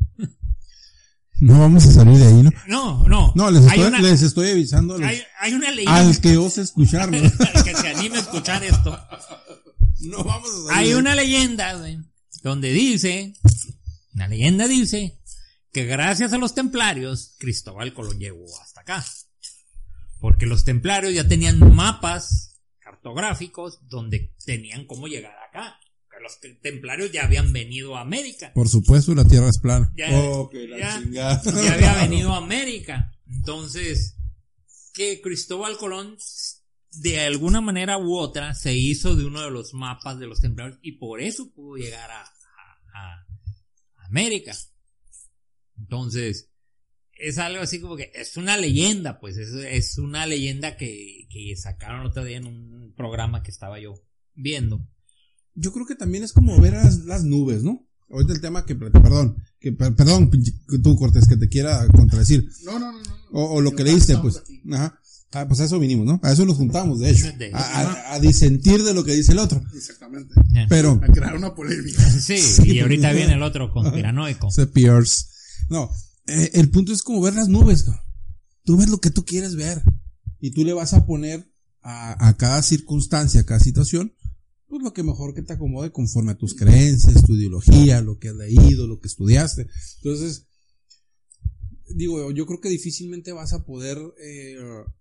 no vamos a salir de ahí, ¿no? No, no. No, les estoy, una, les estoy avisando a los, hay, hay una leyenda, al que ose escucharlo. que se anime a escuchar esto. No vamos a salir. Hay una leyenda, güey, donde dice, una leyenda dice que gracias a los templarios Cristóbal Colón llegó hasta acá. Porque los templarios ya tenían mapas cartográficos donde tenían cómo llegar acá. Que los templarios ya habían venido a América. Por supuesto, la tierra es plana. Ya, oh, que la ya, chingada. Ya había venido a América. Entonces, que Cristóbal Colón de alguna manera u otra se hizo de uno de los mapas de los templarios y por eso pudo llegar a, a, a América. Entonces, es algo así como que es una leyenda, pues es, es una leyenda que, que sacaron otro día en un programa que estaba yo viendo. Yo creo que también es como ver las, las nubes, ¿no? ahorita el tema que, perdón, que, perdón, tú Cortés, que te quiera contradecir. No, no, no, no. O, o lo que leíste, pues. Ajá. Ah, pues a eso vinimos, ¿no? A eso nos juntamos, de hecho. A, a, a disentir de lo que dice el otro. Exactamente. Pero. A crear una polémica. Sí, sí, y ahorita viene el otro conspiranoico. Se Pierce. No, eh, el punto es como ver las nubes, ¿no? Tú ves lo que tú quieres ver. Y tú le vas a poner a, a cada circunstancia, a cada situación, pues lo que mejor que te acomode conforme a tus creencias, tu ideología, lo que has leído, lo que estudiaste. Entonces, digo, yo creo que difícilmente vas a poder eh,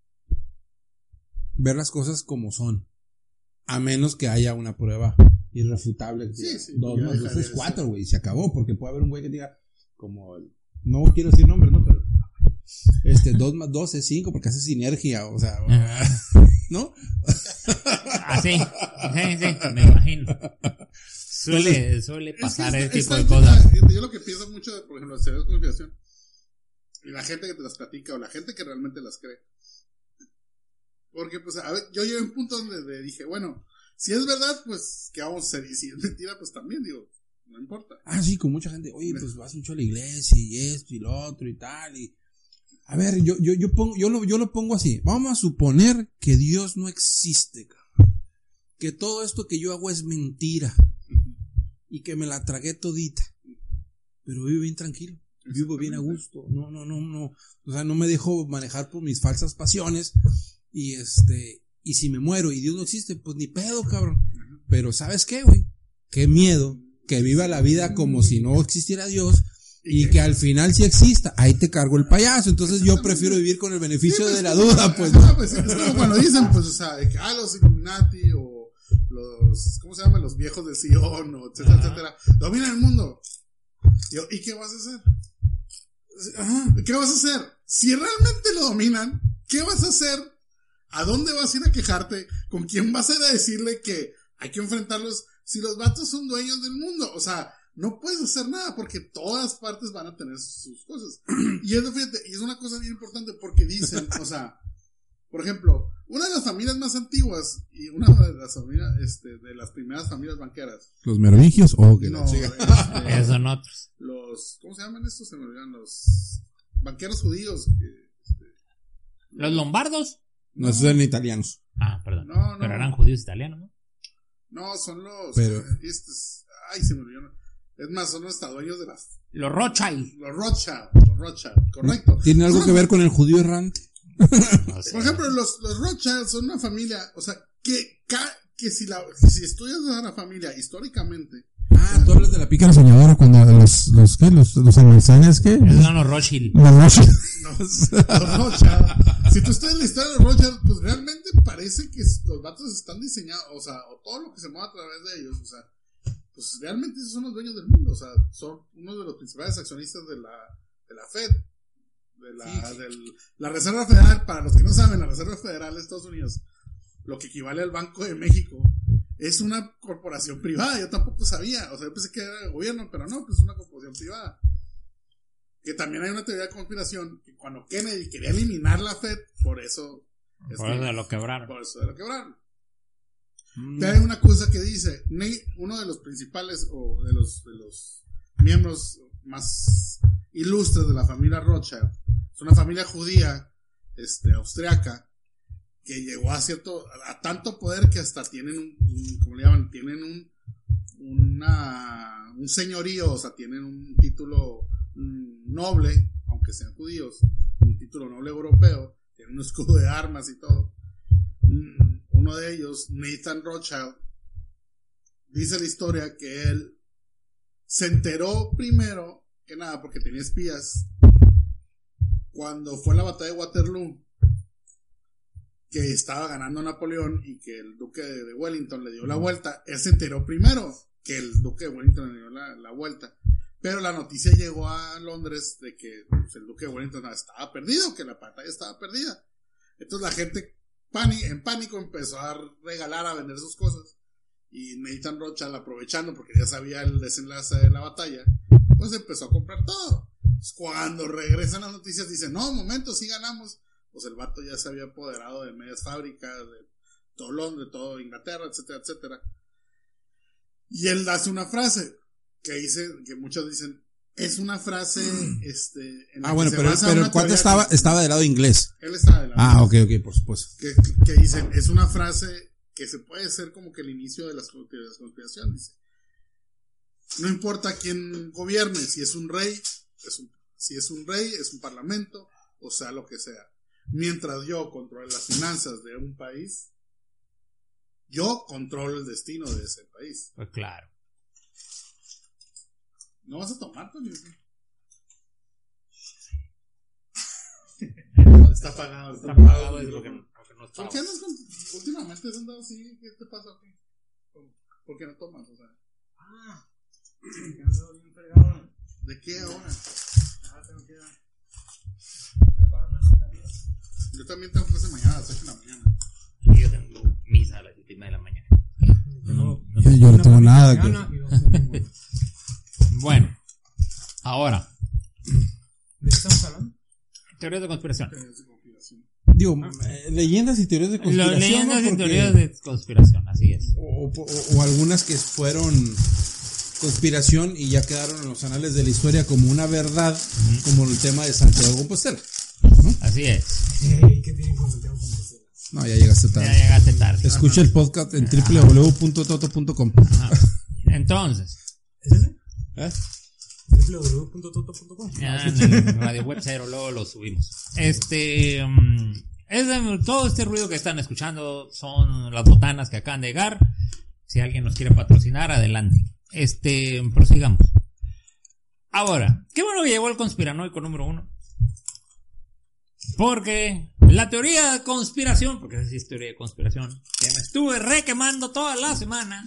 ver las cosas como son, a menos que haya una prueba irrefutable. Sí, sí, dos más dos es cuatro, güey, se acabó, porque puede haber un güey que diga, como, el, no quiero decir nombres, ¿no? Pero, este, dos más dos es cinco porque hace sinergia, o sea, ¿no? Ah, sí, sí, sí, me imagino. Suele, suele pasar es que, ese tipo de cosas. La, yo lo que pienso mucho, de, por ejemplo, las teorías de conspiración, y la gente que te las platica, o la gente que realmente las cree. Porque, pues, a ver, yo llegué a un punto donde le dije, bueno, si es verdad, pues, ¿qué vamos a hacer? Y si es mentira, pues también, digo, no importa. Ah, sí, con mucha gente, oye, pues vas mucho a la iglesia y esto y lo otro y tal, y... A ver, yo, yo, yo pongo, yo lo, yo lo pongo así. Vamos a suponer que Dios no existe, que todo esto que yo hago es mentira y que me la tragué todita, pero vivo bien tranquilo, vivo bien a gusto, no, no, no, no, o sea, no me dejo manejar por mis falsas pasiones y este, y si me muero y Dios no existe, pues ni pedo, cabrón. Pero ¿sabes qué, güey? Qué miedo que viva la vida como si no existiera Dios. Y que al final sí exista, ahí te cargo el payaso. Entonces yo prefiero vivir con el beneficio sí, pues, de la duda, pues. No, pues es como cuando dicen, pues, o sea, de que, ah, los Illuminati o los, ¿cómo se llaman? Los viejos de Sion, o etcétera, ajá, etcétera, dominan el mundo. Yo, ¿y qué vas a hacer? Ajá, ¿qué vas a hacer? Si realmente lo dominan, ¿qué vas a hacer? ¿A dónde vas a ir a quejarte? ¿Con quién vas a ir a decirle que hay que enfrentarlos si los vatos son dueños del mundo? O sea, no puedes hacer nada porque todas partes van a tener sus, sus cosas. Y es, fíjate, y es una cosa bien importante porque dicen, o sea, por ejemplo, una de las familias más antiguas y una de las familias, este, de las primeras familias banqueras. ¿Los merovingios? Oh, que no, la chica. Este, esos son otros. Los, ¿cómo se llaman estos? Se me olvidan, los banqueros judíos. Que, este, ¿Los lombardos? No, no, esos eran italianos. Ah, perdón. No, no. Pero eran judíos italianos, ¿no? No, son los, pero, estos, ay, se me olvidaron. Es más, son los estadueños de las... Los Rothschild. Los Rothschild, los Rothschild, correcto. ¿Tiene algo que ver con el judío errante? No sé. Por ejemplo, los, los Rothschild son una familia, o sea, que, que si, la, que si estudias a la familia históricamente... Ah, tú hablas de la pícara soñadora cuando los, los, ¿qué? Los, los almacenes, ¿qué? Esos son los Rothschild. Los Rothschild. No, los Rothschild. Si tú estudias la historia de los Rothschild, pues realmente parece que los vatos están diseñados, o sea, o todo lo que se mueve a través de ellos, o sea... Pues realmente esos son los dueños del mundo, o sea, son uno de los principales accionistas de la, de la Fed, de la, sí. del, la Reserva Federal. Para los que no saben, la Reserva Federal de Estados Unidos, lo que equivale al Banco de México, es una corporación privada. Yo tampoco sabía, o sea, yo pensé que era el gobierno, pero no, pues es una corporación privada. Que también hay una teoría de conspiración, que cuando Kennedy quería eliminar la Fed, por eso... Por eso lo quebraron. Por eso lo quebraron. Pero hay una cosa que dice, uno de los principales o de los, de los miembros más ilustres de la familia Rothschild, es una familia judía, este, austriaca, que llegó a cierto, a tanto poder que hasta tienen un, un ¿cómo le llaman? Tienen un, una, un señorío, o sea, tienen un título noble, aunque sean judíos, un título noble europeo, tienen un escudo de armas y todo. Uno de ellos, Nathan Rothschild, dice la historia que él se enteró primero que nada porque tenía espías cuando fue la batalla de Waterloo, que estaba ganando Napoleón y que el duque de Wellington le dio la vuelta. Él se enteró primero que el duque de Wellington le dio la, la vuelta, pero la noticia llegó a Londres de que pues, el duque de Wellington estaba perdido, que la batalla estaba perdida. Entonces la gente en pánico empezó a regalar, a vender sus cosas, y Nathan Rothschild, aprovechando porque ya sabía el desenlace de la batalla, pues empezó a comprar todo. Pues cuando regresan las noticias dicen, no, un momento, sí ganamos. Pues el vato ya se había apoderado de medias fábricas, de todo Londres, de todo Inglaterra, etcétera, etcétera. Y él hace una frase que dicen, que muchos dicen, es una frase, este... En la Ah, que bueno, se pero, basa pero una el cuate teoría estaba, que- estaba del lado inglés. Él estaba de la Ah, ok, ok, por supuesto. que, que dicen, es una frase que se puede ser como que el inicio de las, de las conspiraciones. Dice, no importa quién gobierne, si es un rey, es un, si es un rey, es un parlamento, o sea, lo que sea. Mientras yo controle las finanzas de un país, yo controlo el destino de ese país. Pues claro. ¿No vas a tomar, Tony? Está apagado. Está apagado, es lo que no, lo que no ¿Por estaba. qué no con- últimamente has andado así? ¿Qué te pasa? ¿O qué? ¿Por qué no tomas? O sea, Ah, me ando bien fregado. ¿de qué ahora? Ahora tengo que ir a preparar unas salidas. Yo también tengo clase mañana a las ocho de la mañana. Y yo tengo misa a las siete y media de la mañana. Tengo Yo, yo no tengo nada que... mañana y dos domingos. Bueno, ahora, ¿De qué estamos hablando? teorías de conspiración. Teorías de conspiración. Digo, eh, leyendas y teorías de Lo- conspiración. Leyendas ¿no? y Porque- teorías de conspiración, así es. o, o- o algunas que fueron conspiración y ya quedaron en los anales de la historia como una verdad, como el tema de Santiago de Compostela. Así es. Ey, ¿qué tienen con Santiago Compostela? No, ya llegaste Ya tarde. llegaste tarde. Escucha el podcast en w w w punto toto punto com. Ajá. Entonces, ¿Es ese? ¿Eh? w w w punto toto punto com. ya en el Radio Web Cero luego lo subimos. Este, mm, es de- todo este ruido que están escuchando son las botanas que acaban de llegar. Si alguien nos quiere patrocinar, adelante. Este, prosigamos. Ahora, qué bueno que llegó el conspiranoico número uno. Porque la teoría de conspiración, porque esa sí es teoría de conspiración, que me estuve requemando toda la semana,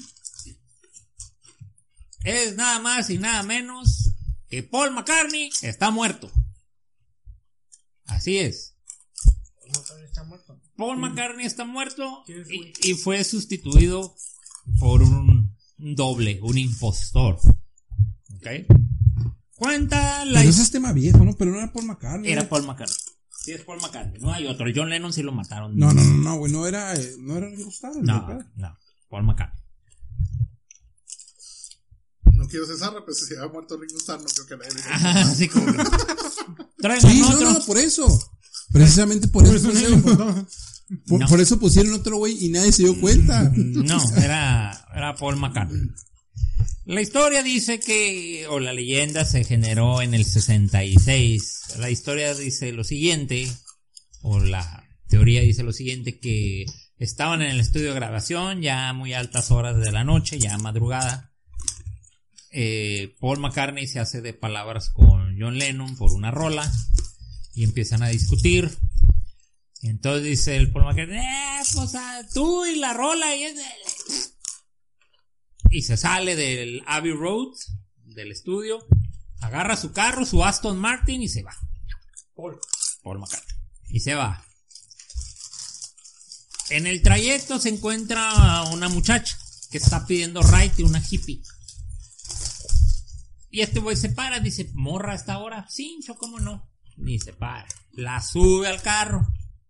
es nada más y nada menos que Paul McCartney está muerto. Así es. ¿Cómo está muerto? Paul McCartney está muerto ¿Quién es, y, güey? y fue sustituido por un, un doble, un impostor. ¿Ok? Cuenta la Pero ese es tema viejo, ¿no? Pero no era Paul McCartney. Era Paul McCartney. Sí, es Paul McCartney. No hay otro. John Lennon sí lo mataron. No, no, no, no, güey, no era, eh, no era Ringo Starr. No, güey. no. Paul McCartney. No quiero cesar, pero si se había muerto Ringo Starr, no creo que nadie diga. Ajá, así como que- Traigan Sí, no, otro. no, por eso. Precisamente por eso pusieron, por, No. por eso pusieron otro güey y nadie se dio cuenta. No, era, era Paul McCartney. La historia dice que, o la leyenda se generó en el sesenta y seis. La historia dice lo siguiente, o la teoría dice lo siguiente, que estaban en el estudio de grabación ya a muy altas horas de la noche, ya madrugada. Eh, Paul McCartney se hace de palabras con John Lennon por una rola y empiezan a discutir. Entonces dice el Paul McCartney, eh, pues ah, tú y la rola y, es de- y se sale del Abbey Road, del estudio, agarra su carro, su Aston Martin y se va. Paul. Paul McCartney. Y se va. En el trayecto se encuentra una muchacha que está pidiendo ride y una hippie. Y este güey se para, dice, morra a esta hora. Cincho, ¿cómo no? Ni se para. La sube al carro.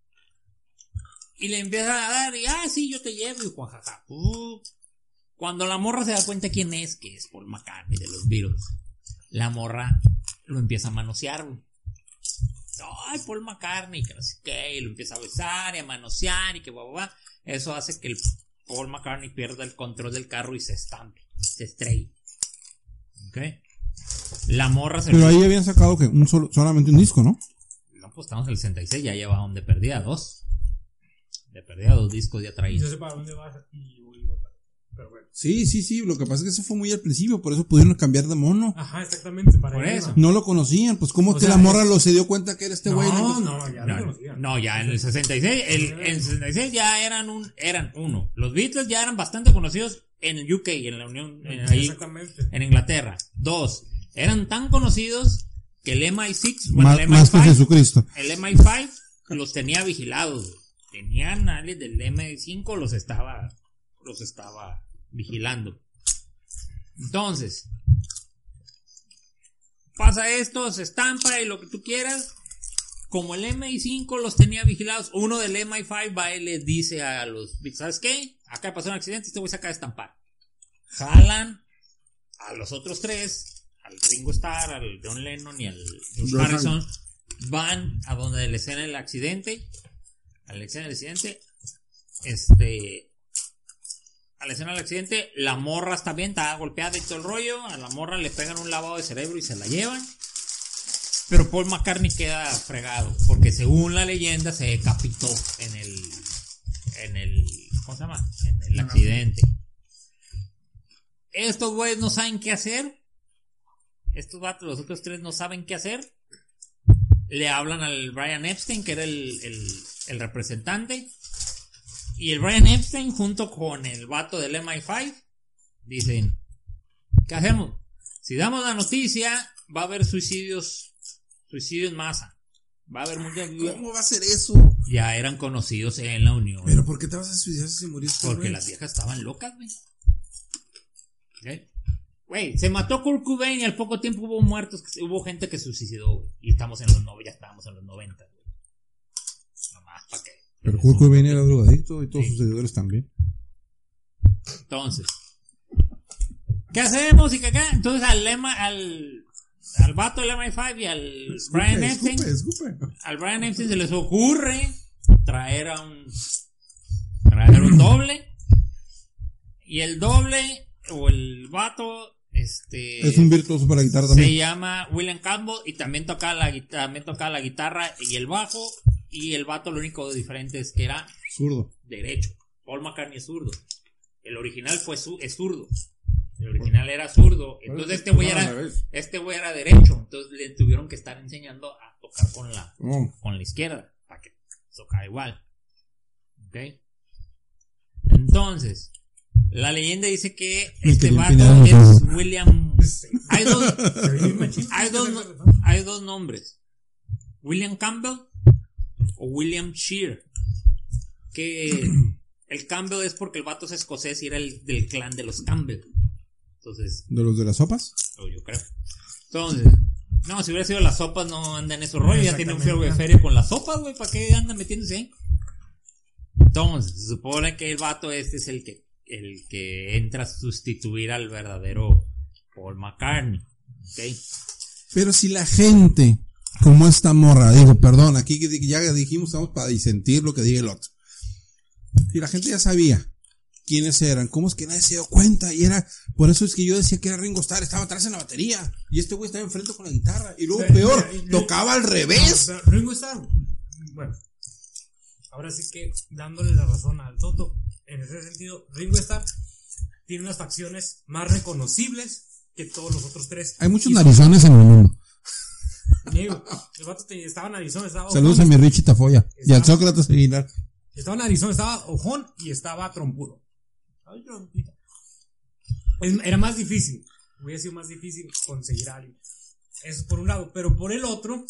Y le empieza a dar, y ah, sí, yo te llevo, y guajaja. Uh. Cuando la morra se da cuenta quién es, que es Paul McCartney de los Beatles, la morra lo empieza a manosear, güey. Ay, Paul McCartney, que no sé qué, y lo empieza a besar y a manosear y que guau, guau, guau. Eso hace que el Paul McCartney pierda el control del carro y se estampe, se estrelle. ¿Ok? La morra se... Pero ahí habían sacado que un solo, solamente un disco, ¿no? No, pues estamos en el sesenta y seis, ya lleva donde perdía dos. De perdía dos discos ya traía. Yo sé para dónde vas y voy a votar. Pero bueno. Sí, sí, sí. Lo que pasa es que eso fue muy al principio, por eso pudieron cambiar de mono. Ajá, exactamente. Para Por allá eso. iba. No lo conocían, pues cómo O que sea, la morra es- lo se dio cuenta que era este güey. No, pues, no, ya No, lo no, conocía. no, ya en el sesenta y seis, el, en el sesenta y seis ya eran un, eran uno. Los Beatles ya eran bastante conocidos en el U K, en la Unión, en, ahí, Exactamente. en Inglaterra. Dos, eran tan conocidos que el M I seis, bueno, más, el más que M I cinco, Jesucristo. el M I cinco los tenía vigilados. güey. Tenían a alguien del M I cinco, los estaba, los estaba vigilando. Entonces, pasa esto, se estampa y lo que tú quieras. Como el M I cinco los tenía vigilados, uno del M I cinco va y les dice a los, ¿sabes qué? Acá pasó un accidente, este güey se acaba de estampar. Jalan a los otros tres, al Ringo Starr, al John Lennon y al George George Harrison, van a donde la escena del accidente, a la escena del accidente, este, a la escena del accidente, la morra está bien, está golpeada y todo el rollo, a la morra le pegan un lavado de cerebro y se la llevan, pero Paul McCartney queda fregado, porque según la leyenda se decapitó en el, en el, ¿cómo se llama? En el accidente. Estos güeyes no saben qué hacer. Estos vatos, los otros tres no saben qué hacer. Le hablan al Brian Epstein, que era el, el, el representante. Y el Brian Epstein, junto con el vato del M I cinco, dicen: ¿qué hacemos? Si damos la noticia, va a haber suicidios, suicidios en masa. Va a haber mucha... ¿Cómo va a ser eso? Ya eran conocidos en la Unión. ¿Pero por qué te vas a suicidar si se murió este Porque güey? las viejas estaban locas, güey. ¿Okay? Güey, se mató Kurt Cobain y al poco tiempo hubo muertos, hubo gente que se suicidó, güey. Y estamos en los noventa, ya estábamos en los noventa, güey. Nomás para qué. Pero Kurt Cobain era drogadicto y todos Sí. sus seguidores también. Entonces, ¿qué hacemos? Y que acá, entonces al lema, al, al vato del M I cinco y al Escupe, Brian Epstein, escupe, escupe. al Brian Epstein se les ocurre traer a un, traer un doble. Y el doble, o el vato, este... Es un virtuoso para la guitarra se también. llama William Campbell y también tocaba la guitarra, también tocaba la guitarra y el bajo. Y el vato lo único diferente es que era Zurdo. derecho. Paul McCartney es zurdo. El original fue su, es zurdo. El original era zurdo. Entonces este güey era este güey era derecho. Entonces le tuvieron que estar enseñando a tocar con la Oh. con la izquierda para que tocara igual. ¿Ok? Entonces, la leyenda dice que Me este quería vato empinar los es ojos. William. Hay dos, hay dos, no- hay dos nombres. William Campbell o William Shear. Que el Campbell es porque el vato es escocés y era el del clan de los Campbell. Entonces, ¿De los de las sopas? o yo creo. Entonces, no, si hubiera sido las sopas, no anda en esos rollos. Ya tiene un feo de feria con las sopas, güey. ¿Para qué anda metiéndose ahí? Entonces, se supone que el vato este es el que el que entra a sustituir al verdadero Paul McCartney. ¿Ok? Pero si la gente, como esta morra, digo, perdón, aquí ya dijimos, estamos para disentir lo que diga el otro. Y la gente ya sabía quiénes eran, cómo es que nadie se dio cuenta. Y era, por eso es que yo decía que era Ringo Starr, estaba atrás en la batería. Y este güey estaba enfrente con la guitarra. Y luego, Pero, peor, mira, y- tocaba al No, o revés. sea, Ringo Starr, bueno, ahora sí que dándole la razón al Toto, en ese sentido, Ringo Starr tiene unas facciones más reconocibles que todos los otros tres. Hay muchos Y- narizones en el mundo. Diego, el vato te- estaba en Arizona, estaba Saludos ojón, a mi Richie Tafoya. Y al Está- Sócrates Aguilar. estaba en Arizona, estaba ojón y estaba trompudo. Ay, trompita. Es- Era más difícil, hubiera sido más difícil conseguir a alguien. Eso por un lado, pero por el otro,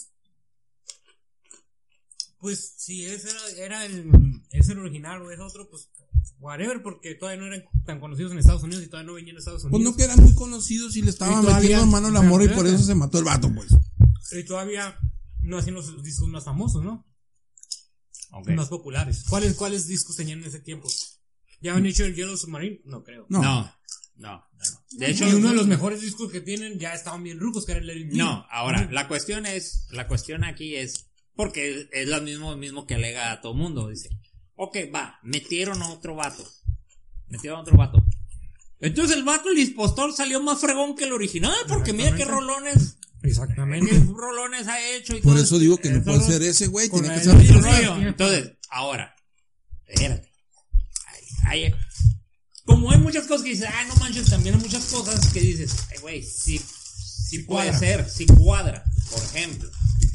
pues si ese era, era el, ese era el original o es otro, pues whatever, porque todavía no eran tan conocidos en Estados Unidos y todavía no venían a Estados Pues Unidos. no que eran muy conocidos y le estaban Y todavía- metiendo mano a la pero morra y por espérate. eso se mató el vato, pues. Y todavía no hacían los discos más famosos, ¿no? Ok. Más populares. ¿Cuáles, ¿Cuáles discos tenían en ese tiempo? ¿Ya han hecho el Yellow Submarine? No creo. No. No, no, no, no. De hecho, y uno de los mejores discos que tienen ya estaban bien rucos, que era el Let It Be. no, ahora, la cuestión es, la cuestión aquí es, porque es lo mismo, mismo que alega a todo mundo, dice, ok, va, metieron a otro vato, metieron a otro vato. Entonces el vato, el dispostor, salió más fregón que el original, porque mira qué rolones, Exactamente. qué rolones ha hecho y Por todo eso digo que no eso puede lo- ser ese güey, con tiene la que de ser ese otro. rollo. Entonces, ahora, espérate. Ay, ay, como hay muchas cosas que dices, ah, no manches, también hay muchas cosas que dices, ay, güey, sí, sí puede cuadra. ser, sí cuadra. Por ejemplo,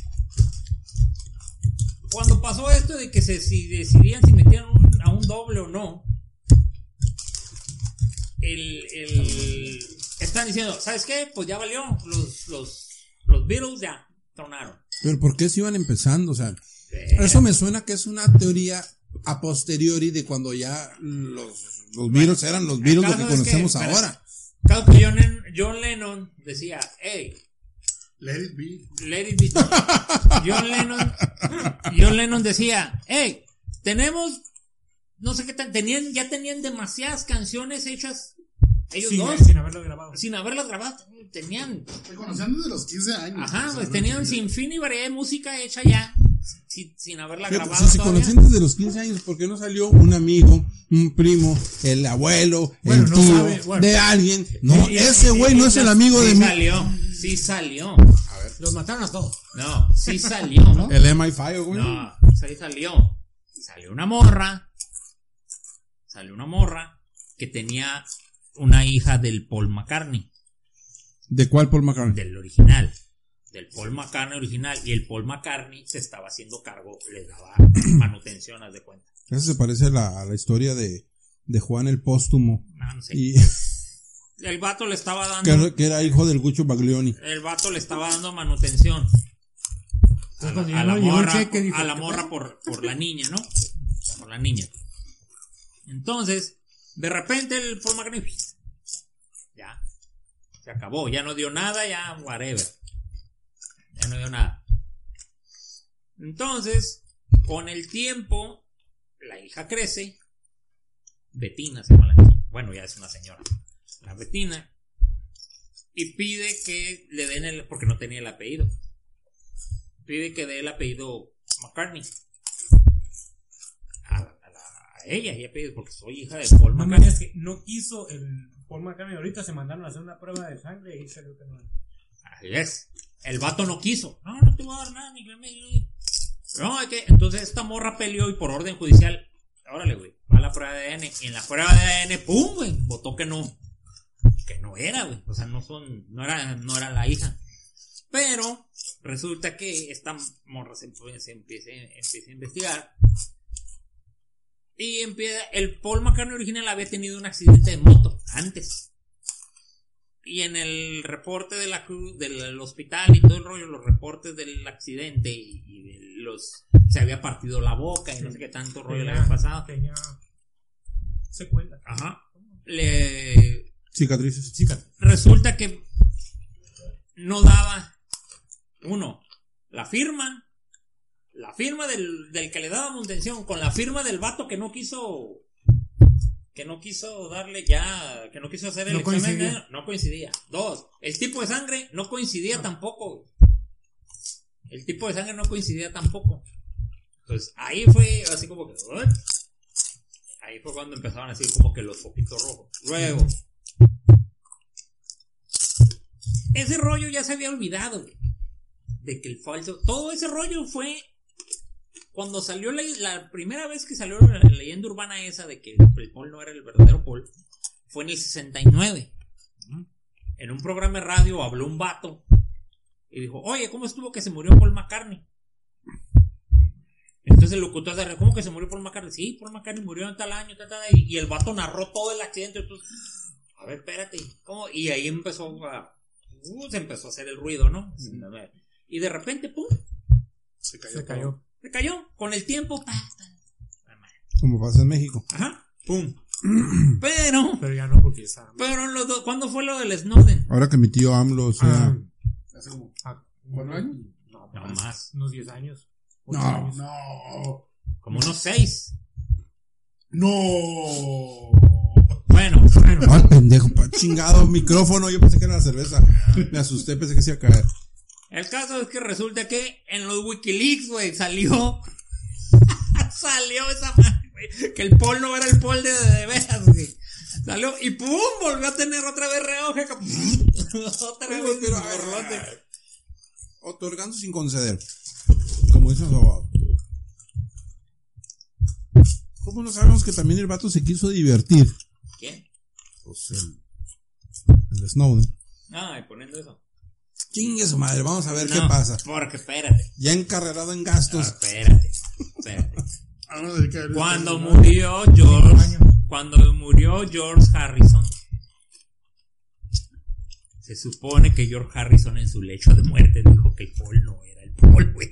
cuando pasó esto de que se si decidían si metían un- a un doble o no, el, el están diciendo, ¿sabes qué? Pues ya valió, los, los, los Beatles ya tronaron. Pero ¿por qué se iban empezando? O sea, Eh, eso me suena que es una teoría a posteriori de cuando ya los, los virus eran los virus lo caso que es conocemos que, espera, ahora. Claro que John, Len- John Lennon decía, hey, Let it be. let it be. John Lennon, John Lennon decía, hey, tenemos, no sé qué tan, tenían, ya tenían demasiadas canciones hechas Ellos sin, dos. sin haberlo grabado. Sin haberlas grabado. Tenían. Se conocían desde los quince años. Ajá, O sea, pues no tenían tenía- sin fin y variedad de música hecha ya. Sin, sin haberla Fíjate, grabado. si se todavía. conocían desde los quince años, ¿por qué no salió un amigo, un primo, el abuelo, Bueno, el no tío sabe, bueno. de alguien? No, Y- y- ese y- güey y- no es el amigo Sí de mí. salió. Sí salió. Los mataron a todos. No, sí salió. ¿No? El M I cinco, güey. No, sí salió. Salió una morra. Salió una morra que tenía una hija del Paul McCartney. ¿De cuál Paul McCartney? Del original. Del Paul McCartney original. Y el Paul McCartney se estaba haciendo cargo, le daba manutención, haz de cuenta. Eso se parece a la, a la historia de, de Juan el Póstumo. No, no sé. Y El vato le estaba dando. que, que era hijo del Gucho Baglioni. El vato le estaba dando manutención. A cuando la, a ya la no llegó el morra, cheque, dijo, a la ¿qué morra por, por la niña, ¿no? Por la niña. Entonces, de repente el Paul McCartney, ya, se acabó, ya no dio nada, ya, whatever. Ya no dio nada. Entonces, con el tiempo, la hija crece. Betina se llama la niña. Bueno, ya es una señora. La Betina. Y pide que le den el, porque no tenía el apellido. Pide que dé el apellido McCartney. A, a, la- a ella, ella pide, porque soy hija de Paul No me McCartney. digas que no quiso el Paul McCartney. Ahorita se mandaron a hacer una prueba de sangre y salió que no. Así es. El vato no quiso. No, no te voy a dar nada, ni que me. No, hay que. Entonces esta morra peleó y por orden judicial. Órale, güey. Va a la prueba de A D N. Y en la prueba de A D N, ¡pum, güey! Votó que no. Que no era, güey. O sea, no son. No era, no era la hija. Pero resulta que esta morra se, se empieza, empieza a investigar. Y empieza. El Paul McCartney original había tenido un accidente de moto antes. Y en el reporte de la cruz, del hospital y todo el rollo, los reportes del accidente y, y de los. Se había partido la boca y no sé qué tanto rollo le había pasado. Tenía secuelas. Ajá. Le. Cicatrices. Chica, Resulta que no daba. Uno, la firma. La firma del, del que le daba manutención con la firma del vato que no quiso. Que no quiso darle ya. Que no quiso hacer el No examen. coincidía. No coincidía. Dos, el tipo de sangre no coincidía tampoco. El tipo de sangre no coincidía tampoco. Entonces ahí fue así como que. ¿what? Ahí fue cuando empezaron así como que los foquitos rojos. Luego. Ese rollo ya se había olvidado, güey, de que el falso. Todo ese rollo fue cuando salió la, la primera vez que salió la leyenda urbana esa de que el Paul no era el verdadero Paul. Fue en el sesenta y nueve. En un programa de radio habló un vato y dijo: oye, ¿cómo estuvo que se murió Paul McCartney? Entonces el locutor se dijo: ¿cómo que se murió Paul McCartney? Sí, Paul McCartney murió en tal año, tal, tal, y, y el vato narró todo el accidente. Entonces, a ver, espérate, ¿cómo? Y ahí empezó a. Uh, se empezó a hacer el ruido, ¿no? Uh-huh. Y de repente, pum, Se cayó. se cayó. se cayó. Con el tiempo, pa, pa. Como pasa en México. Ajá, pum. Pero, Pero ya no, porque está. pero los dos, ¿cuándo fue lo del Snowden? Ahora que mi tío AMLO sea... Ah, Hace como ah, cuatro años. No, No, más. más. Unos diez años. ocho No, años. No. Como unos seis. No. Bueno, Bueno, Ay, pendejo, pa- chingado micrófono. Yo pensé que era la cerveza. Me asusté, pensé que se iba a caer. el caso es que resulta que en los Wikileaks, güey, salió. salió esa madre, güey. Que el Paul no era el Paul de de veras, güey. Salió y pum, volvió a tener otra vez reauge. otra vez Pero, borlote. Otorgando sin conceder. Como dicen los abogados. ¿Cómo no sabemos que también el vato se quiso divertir? ¿Quién? Pues el, el de Snowden. Ay, poniendo eso. Chingue su madre, vamos a ver qué No, pasa. Porque espérate. Ya encarrerado en No, gastos. espérate. Espérate. Ahora de que- Cuando murió George, cuando murió George Harrison, se supone que George Harrison en su lecho de muerte dijo que el Paul no era el Paul, güey.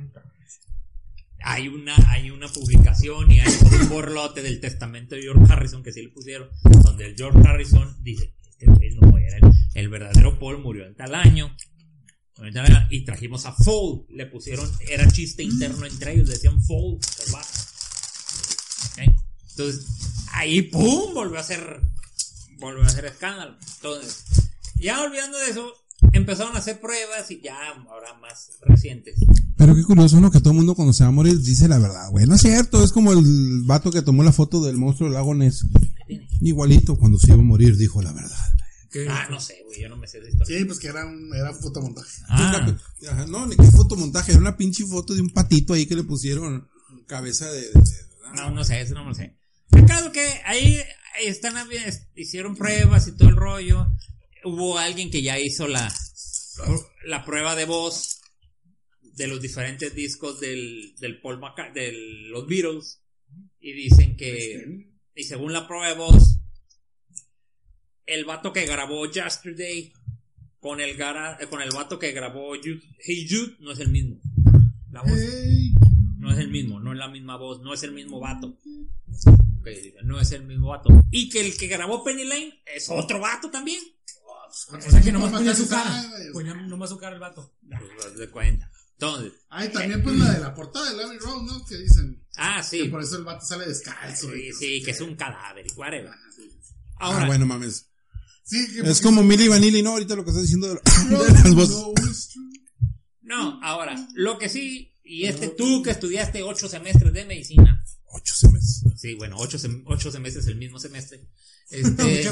Hay una, hay una publicación y hay un borlote del testamento de George Harrison que sí le pusieron, donde el George Harrison dice: este güey no era el, el verdadero Paul, murió en tal año. Y trajimos a Paul, le pusieron, era chiste interno entre ellos, decían Paul, ¿okay? Entonces, ahí pum, volvió a ser, Paul va a hacer escándalo. Entonces, ya olvidando de eso, empezaron a hacer pruebas y ya ahora más recientes. Pero qué curioso, ¿no? Que todo el mundo cuando se va a morir dice la verdad, güey. No es cierto, es como el vato que tomó la foto del monstruo del lago Ness. Igualito, cuando se iba a morir dijo la verdad. Ah, no sé, güey, yo no me sé de historia. Sí, pues que era un, era un fotomontaje. Ah, Ajá, no, ni qué fotomontaje, era una pinche foto de un patito ahí que le pusieron cabeza de... de, de no, no sé, eso no me lo sé. El caso que ahí están, hicieron pruebas y todo el rollo. Hubo alguien que ya hizo la, la prueba de voz de los diferentes discos del, del Paul McCartney, de los Beatles. Y dicen que, y según la prueba de voz, el vato que grabó Yesterday con el, gara, con el vato que grabó Hey Jude no es el mismo. La voz no es el mismo, no es la misma voz, no es el mismo vato. Okay, no es el mismo vato. Y que el que grabó Penny Lane es otro vato también. O sea que nomás ponía su cara. Ponía nomás su cara el vato. Pues de cuenta. Entonces. Ah, y también pues la de la portada de Abbey Road, ¿no? Que dicen. Ah, sí. Que por eso el vato sale descalzo. Sí, y, sí, que es un cadáver. Whatever. Ah, sí. Ahora. Ah, bueno, mames. Sí, que es como Milli Vanilli, ¿no? Ahorita lo que estás diciendo de, la, de las voces. No, ahora, lo que sí, y este tú que estudiaste ocho semestres de medicina. Ocho semestres. Sí, bueno, ocho, sem ocho semestres el mismo semestre. Este.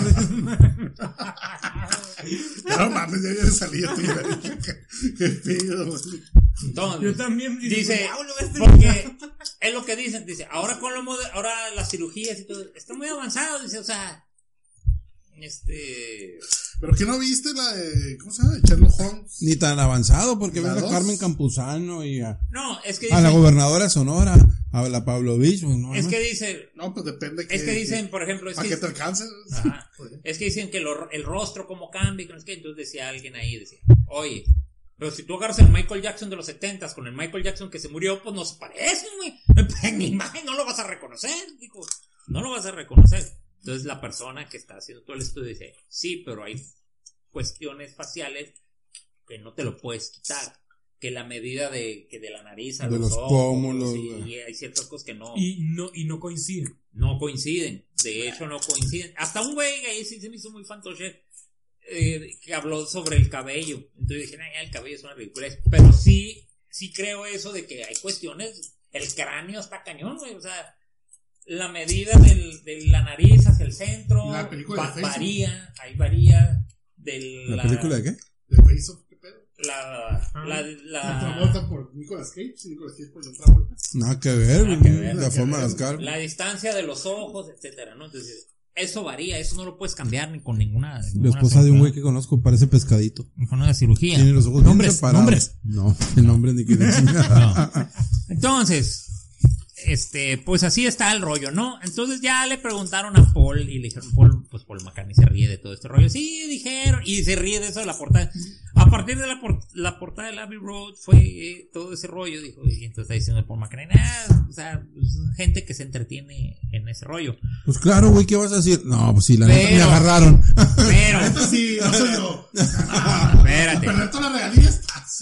No mames, ya había salido. Qué pedo. Entonces, yo también dice, porque es lo que dicen, dice, ahora con lo moder ahora las cirugías y todo, está muy avanzado, dice, o sea, este. Pero que no viste la de, ¿cómo se llama? Sherlock Holmes. Ni tan avanzado, porque ¿La ves a dos? Carmen Campuzano y a, No, es que a la dicen, gobernadora de Sonora, a la Pavlovich. Pues, no, es no. que dice, No, pues depende. es que dicen, por ejemplo, es para que, que te alcance. ajá, es que dicen que lo, el rostro como cambia, que no es que, entonces decía alguien ahí, decía, oye, pero si tú agarras el Michael Jackson de los setentas con el Michael Jackson que se murió, pues no se parecen, güey, en imagen no lo vas a reconocer, dijo, no lo vas a reconocer. Entonces la persona que está haciendo todo el estudio dice, sí, pero hay cuestiones faciales que no te lo puedes quitar, que la medida de que de la nariz a de los, los ojos, pómulos, y hay ciertas cosas que no y no y no coinciden. no coinciden, de hecho no coinciden. Hasta un güey ahí sí se me hizo muy fantoche eh, que habló sobre el cabello. Entonces dije, nah, el cabello es una ridiculez, pero sí sí creo eso de que hay cuestiones, el cráneo está cañón, güey, o sea, la medida del, de la nariz hacia el centro La película va, de Facebook. varía, ahí varía del ¿La película de qué? De Face Off, ¿qué pedo? la la La la, Travolta por Nicolas Cage, Nicolas Cage por John Travolta. Nada que ver, Nada que ver, la nada que forma de ver. las caras. la distancia de los ojos, etcétera, ¿no? Entonces, eso varía, eso no lo puedes cambiar ni con ninguna, La ninguna esposa de un güey cirugía, que conozco parece pescadito. ni con una cirugía. Tiene los ojos bien nombres, separados. nombres. No, el nombre ni que No. Entonces, este, pues así está el rollo, ¿no? Entonces ya le preguntaron a Paul y le dijeron, Paul, pues Paul McCartney se ríe de todo este rollo. Sí, dijeron, y se ríe de eso de la portada. A partir de la, por, la portada de Abbey Road fue eh, todo ese rollo, dijo, y entonces está diciendo Paul McCartney, nah, o sea, pues, gente que se entretiene en ese rollo. Pues claro, güey, ¿qué vas a decir? No, pues sí, la Pero- neta me agarraron. Pero, Esto sí, no soy yo. espérate, Perder todas las regalías.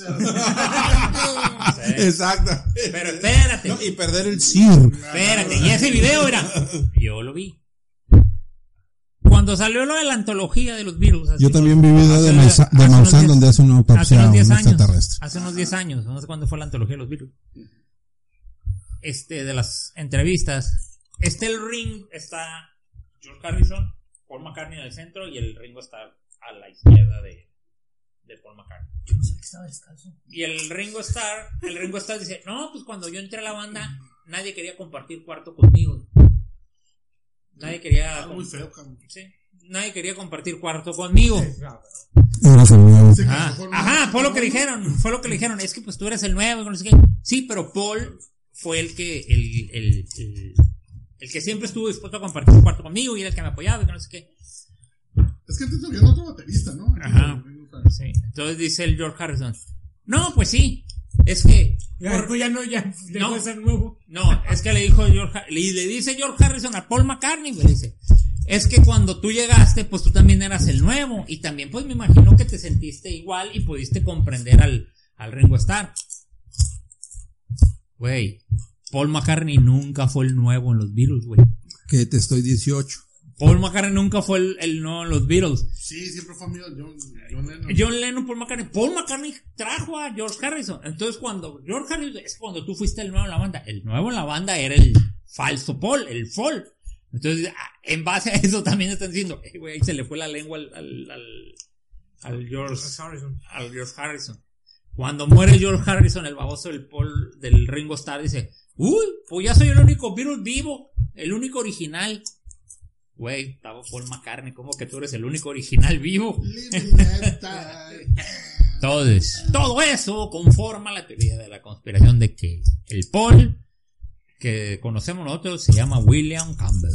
Exacto. pero espérate, No, y perder el C I R. espérate, y ese video era, yo lo vi. Cuando salió lo de la antología de los Beatles. así, Yo también vi video de, hace- Mausa- de hace unos Maussan diez- donde hace una hace autopsia a unos un diez años, extraterrestre. hace unos diez años, no sé cuándo fue la antología de los Beatles. Este, de las entrevistas, este el ring está George Harrison, Paul McCartney en el centro y el Ringo está a la izquierda de, de Paul McCartney. Yo no sé que estaba descalzo. Y el Ringo Starr, el Ringo Starr dice, no, pues cuando yo entré a la banda, nadie quería compartir cuarto conmigo. Nadie quería... Muy feo, cabrón. Sí, nadie quería compartir cuarto conmigo. Eres el nuevo. Se Ajá, casó con ajá, una- fue lo que le dijeron, fue lo que le dijeron, es que pues tú eres el nuevo, y no sé qué. Sí, pero Paul fue el que, el, el, el, el que siempre estuvo dispuesto a compartir un cuarto conmigo y era el que me apoyaba y que no sé qué. Es que antes había otro baterista, ¿no? Ajá. Sí. Entonces dice el George Harrison, no, pues sí, es que, Ya, por- tú ya no, ya dejó No. de ser nuevo. no, es que le dijo George, Har- le, le dice George Harrison a Paul McCartney, le dice, es que cuando tú llegaste, pues tú también eras el nuevo y también pues me imagino que te sentiste igual y pudiste comprender al, al Ringo Starr. Güey, Paul McCartney nunca fue el nuevo en los Beatles, güey. Que te estoy dieciocho. Paul McCartney nunca fue el, el no los Beatles. Sí, siempre fue amigo de John, John Lennon. John Lennon, Paul McCartney. Paul McCartney trajo a George Harrison. Entonces cuando George Harrison, es cuando tú fuiste el nuevo en la banda. El nuevo en la banda era el falso Paul, el Paul. Entonces, en base a eso también están diciendo, eh, güey, ahí se le fue la lengua al, al, al, al George Harrison. Al George Harrison. Cuando muere George Harrison, el baboso del Paul, del Ringo Starr, dice, uy, pues ya soy el único Beatle vivo, el único original. Güey, estaba Paul McCartney, ¿cómo que tú eres el único original vivo? Entonces, todo eso conforma la teoría de la conspiración de que el Paul que conocemos nosotros se llama William Campbell.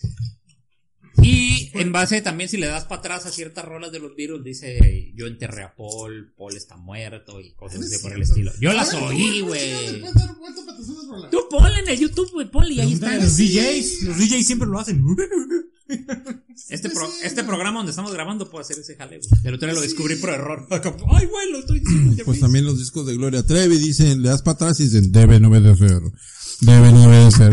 Y en base también, si le das para atrás a ciertas rolas de los Beatles, dice, yo enterré a Paul, Paul está muerto y cosas así por el estilo. Yo las oí, güey. Tú ponle en el YouTube, güey, ponle y ahí están. Los D Js, los D Js siempre lo hacen. Este, pro, este programa donde estamos grabando puede hacer ese jale, güey. El otro día lo descubrí por error. Ay, güey, lo estoy diciendo. Pues también los discos de Gloria Trevi dicen, le das para atrás y dicen, deben obedecer. Deben obedecer.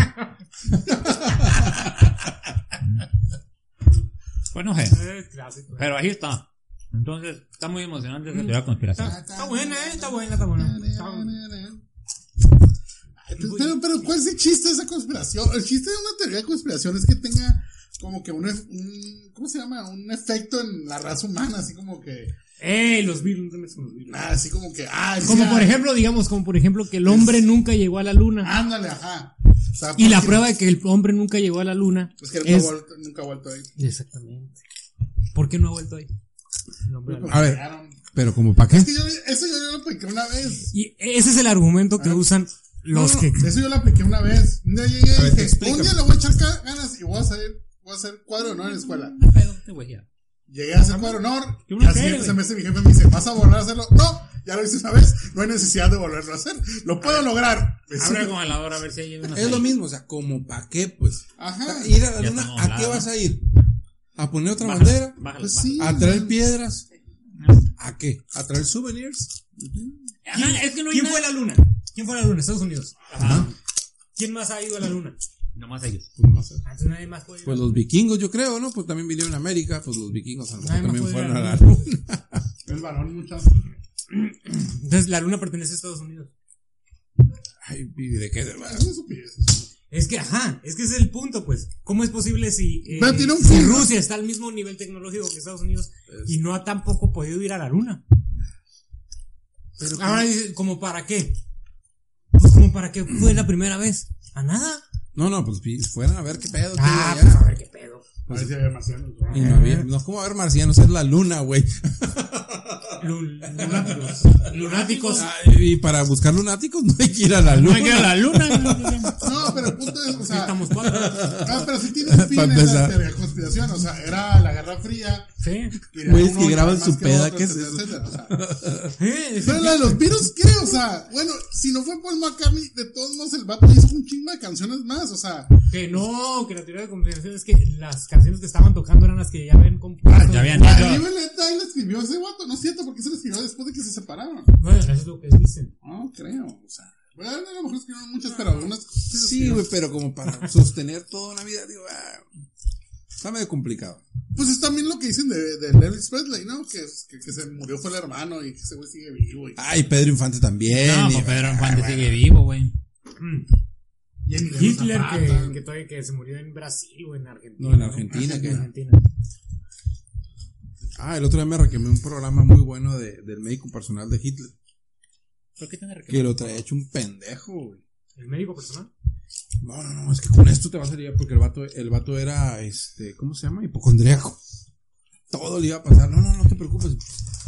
Bueno, je. Eh, clásico. Pero ahí está. Entonces, está muy emocionante esa teoría de conspiración. Está, está buena, eh, está buena, está buena. Está buena. Pero, pero, ¿cuál es el chiste de esa conspiración? El chiste de una teoría de conspiración es que tenga como que un, un ¿cómo se llama? Un efecto en la raza humana, así como que... ¡Ey! Los Beatles, ¿dónde son los Beatles? Ah, así como que... Ah, como sí, por ah, ejemplo, digamos, como por ejemplo que el hombre es, nunca llegó a la luna. Ándale, ajá. O sea, Y la porque- prueba de que el hombre nunca llegó a la luna Es que nunca, es... ha vuelto, nunca ha vuelto ahí. Exactamente. ¿Por qué no ha vuelto ahí? El hombre a la luna. A ver, Llegaron. pero como para qué. Es que yo, eso yo, yo lo apliqué una vez. Y ese es el argumento que Ah. usan los No, que... no, eso yo lo apliqué una vez. Un día llegué A ver, y dije, explícame. un día le voy a echar ca- ganas y voy a salir, voy a hacer cuadro de honor en la escuela. No pedo, este güey ya. Llegué a hacer cuadro de honor. ¿Qué Y uno al quiere, siguiente güey? semestre mi jefe me dice, ¿vas a volver a hacerlo? No, ya lo hice una vez. No hay necesidad de volverlo a hacer. Lo puedo lograr. Me Abre el siento- congelador a ver si hay una. Es lo mismo, o sea, como para qué, pues. Ajá. O sea, ir a la Ya luna, estamos ¿a qué hablando. vas a ir? ¿A poner otra Bájala, bandera? bájala, Pues bájala. sí. ¿A traer piedras? ¿A qué? ¿A traer souvenirs? Ajá, es que no hay ¿Quién nada. fue a la luna? ¿Quién fue a la luna? Estados Unidos. Ajá. ¿Quién más ha ido a la luna? Nomás ellos. Pues, no sé. Antes nadie más puede ir. Pues los vikingos, yo creo, ¿no? Pues también vinieron a América, pues los vikingos a lo mejor Nadie más también puede fueron ir a a la la luna. El varón muchas. Entonces la luna pertenece a Estados Unidos. Ay, ¿y de qué? Es una estupidez. Es que, ajá, es que ese es el punto, pues. ¿Cómo es posible si, eh, Pero tiene un si fin, ¿no? Rusia está al mismo nivel tecnológico que Estados Unidos y no ha tampoco podido ir a la luna? Pero Ahora dice, ¿como para qué? Pues como para qué fue la primera vez. ¿A nada? No, no, pues pi- fueran a ver qué pedo. qué Ah, hay pues allá. a ver qué pedo. A ver si hay marcianos. Y no había, no es como ver marcianos, es la luna, güey. Lu- lunáticos. Lunáticos. Ay, y para buscar lunáticos no hay que ir a la No luna. hay que ir a la luna. No, pero el punto es, o sea, Estamos cuatro. ah, pero sí tiene un fin Para esa empezar. teoría de conspiración, o sea, era la Guerra Fría. Sí. quería Güeyes uno que graban más su que peda, otro, ¿qué es etcétera, eso? etcétera, o sea. Sí, Pero la de los virus, ¿qué? O sea, bueno, si no fue Paul McCartney, de todos modos el vato hizo un chingo de canciones más, o sea. Que no, que la teoría de conspiración es que las canciones que estaban tocando eran las que ya habían compuesto. Ah, ya habían A hecho. Live and Let Die le escribió ese vato, no es cierto, porque se le escribió después de que se separaron. Bueno, eso es lo que dicen. No creo, o sea. Bueno, a lo mejor escribieron muchas, pero algunas sí se Sí, escribió. güey, pero como para sostener toda una vida, digo, ah, está medio complicado. Pues es también lo que dicen de, de Elvis Presley, ¿no? Que, que, que se murió fue el hermano y que ese güey sigue vivo. Y, Ay, Pedro Infante también. No, y- pues Pedro Infante sigue vivo, güey. y Emiliano Hitler Zapata. que, que todavía que se murió en Brasil o en Argentina. No, en Argentina, Ah, sí, que- en Argentina. Ah, el otro día me requemé un programa muy bueno de, del médico personal de Hitler. ¿Por qué te Que lo traía hecho un pendejo, güey. ¿El médico personal? No, no, no, es que con esto te vas a liar porque el vato, el vato era, este, ¿cómo se llama? Hipocondríaco. Todo le iba a pasar. No, no, no te preocupes.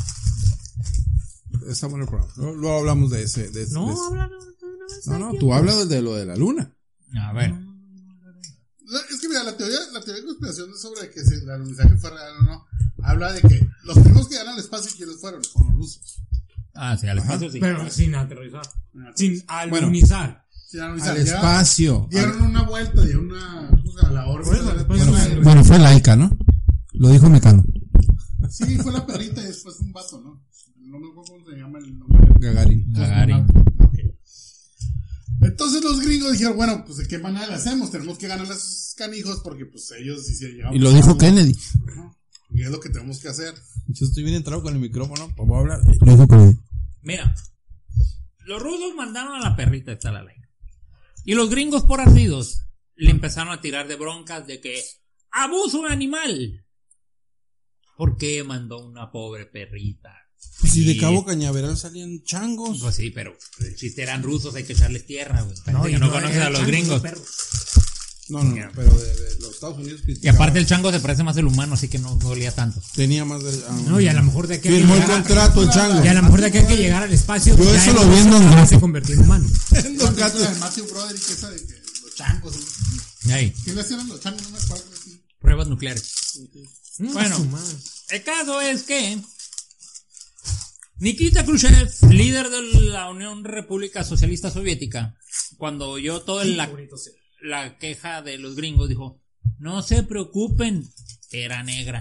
Está bueno el programa. Luego, luego hablamos de ese. De, No, de ese. habla de una vez. No, no, tú hablas de lo de la luna. A ver. La- Es que mira, la teoría, la teoría de conspiración es sobre que si el alunizaje fue real o no. Habla de que los primeros que llegaron al espacio, ¿quiénes fueron? Fueron los rusos. Ah, sí, al espacio sí. Pero sin aterrizar. Bueno, Sin alunizar. sin alunizar, Al llegaron- espacio. Dieron una vuelta, dieron una. O sea, a la órbita. Por eso, de la después Tierra. una- Bueno, fue laica, ¿no? Lo dijo Mecano. Sí, fue la perrita y después un vato, ¿no? No me acuerdo cómo se llama el nombre. Gagarin. Gagarin. Ok. Entonces, Entonces los gringos dijeron, bueno, pues de qué manera le hacemos, tenemos que ganarle a esos canijos porque pues ellos sí se llegaban. Y lo dijo Kennedy. ¿No? Y es lo que tenemos que hacer. Yo estoy bien entrado con el micrófono, pues voy a hablar. Lo dijo Kennedy. Mira, los rusos mandaron a la perrita esta la ley. Y los gringos por ardidos le empezaron a tirar de broncas de que abuso de animal. ¿Por qué mandó una pobre perrita? Pues si de Y- Cabo Cañaveral salían changos. Pues sí, pero el chiste eran rusos, hay que echarles tierra, güey. Parece No, que y no no conoces era a los chango, gringos. perro. No, no, no, pero de, de los Estados Unidos. Y aparte el chango se parece más al humano, así que no dolía tanto. tenía más de. ah, No, y a lo mejor de aquí a que firmó el llegara- contrato el chango. Y a lo mejor de aquí a que llegara al espacio. Yo ya eso el lo vi en ruso Don ya Gato. se convirtió en humano. Los La gatos. película de Matthew Broderick, esa de que los changos, ¿no? Ahí, ¿Qué le hacían a los changos? No me acuerdo. Sí. pruebas nucleares. Mm, Bueno. su madre. El caso es que Nikita Khrushchev, líder de la Unión República Socialista Soviética, cuando oyó toda Qué la, bonito sea. la queja de los gringos, dijo, no se preocupen, era negra.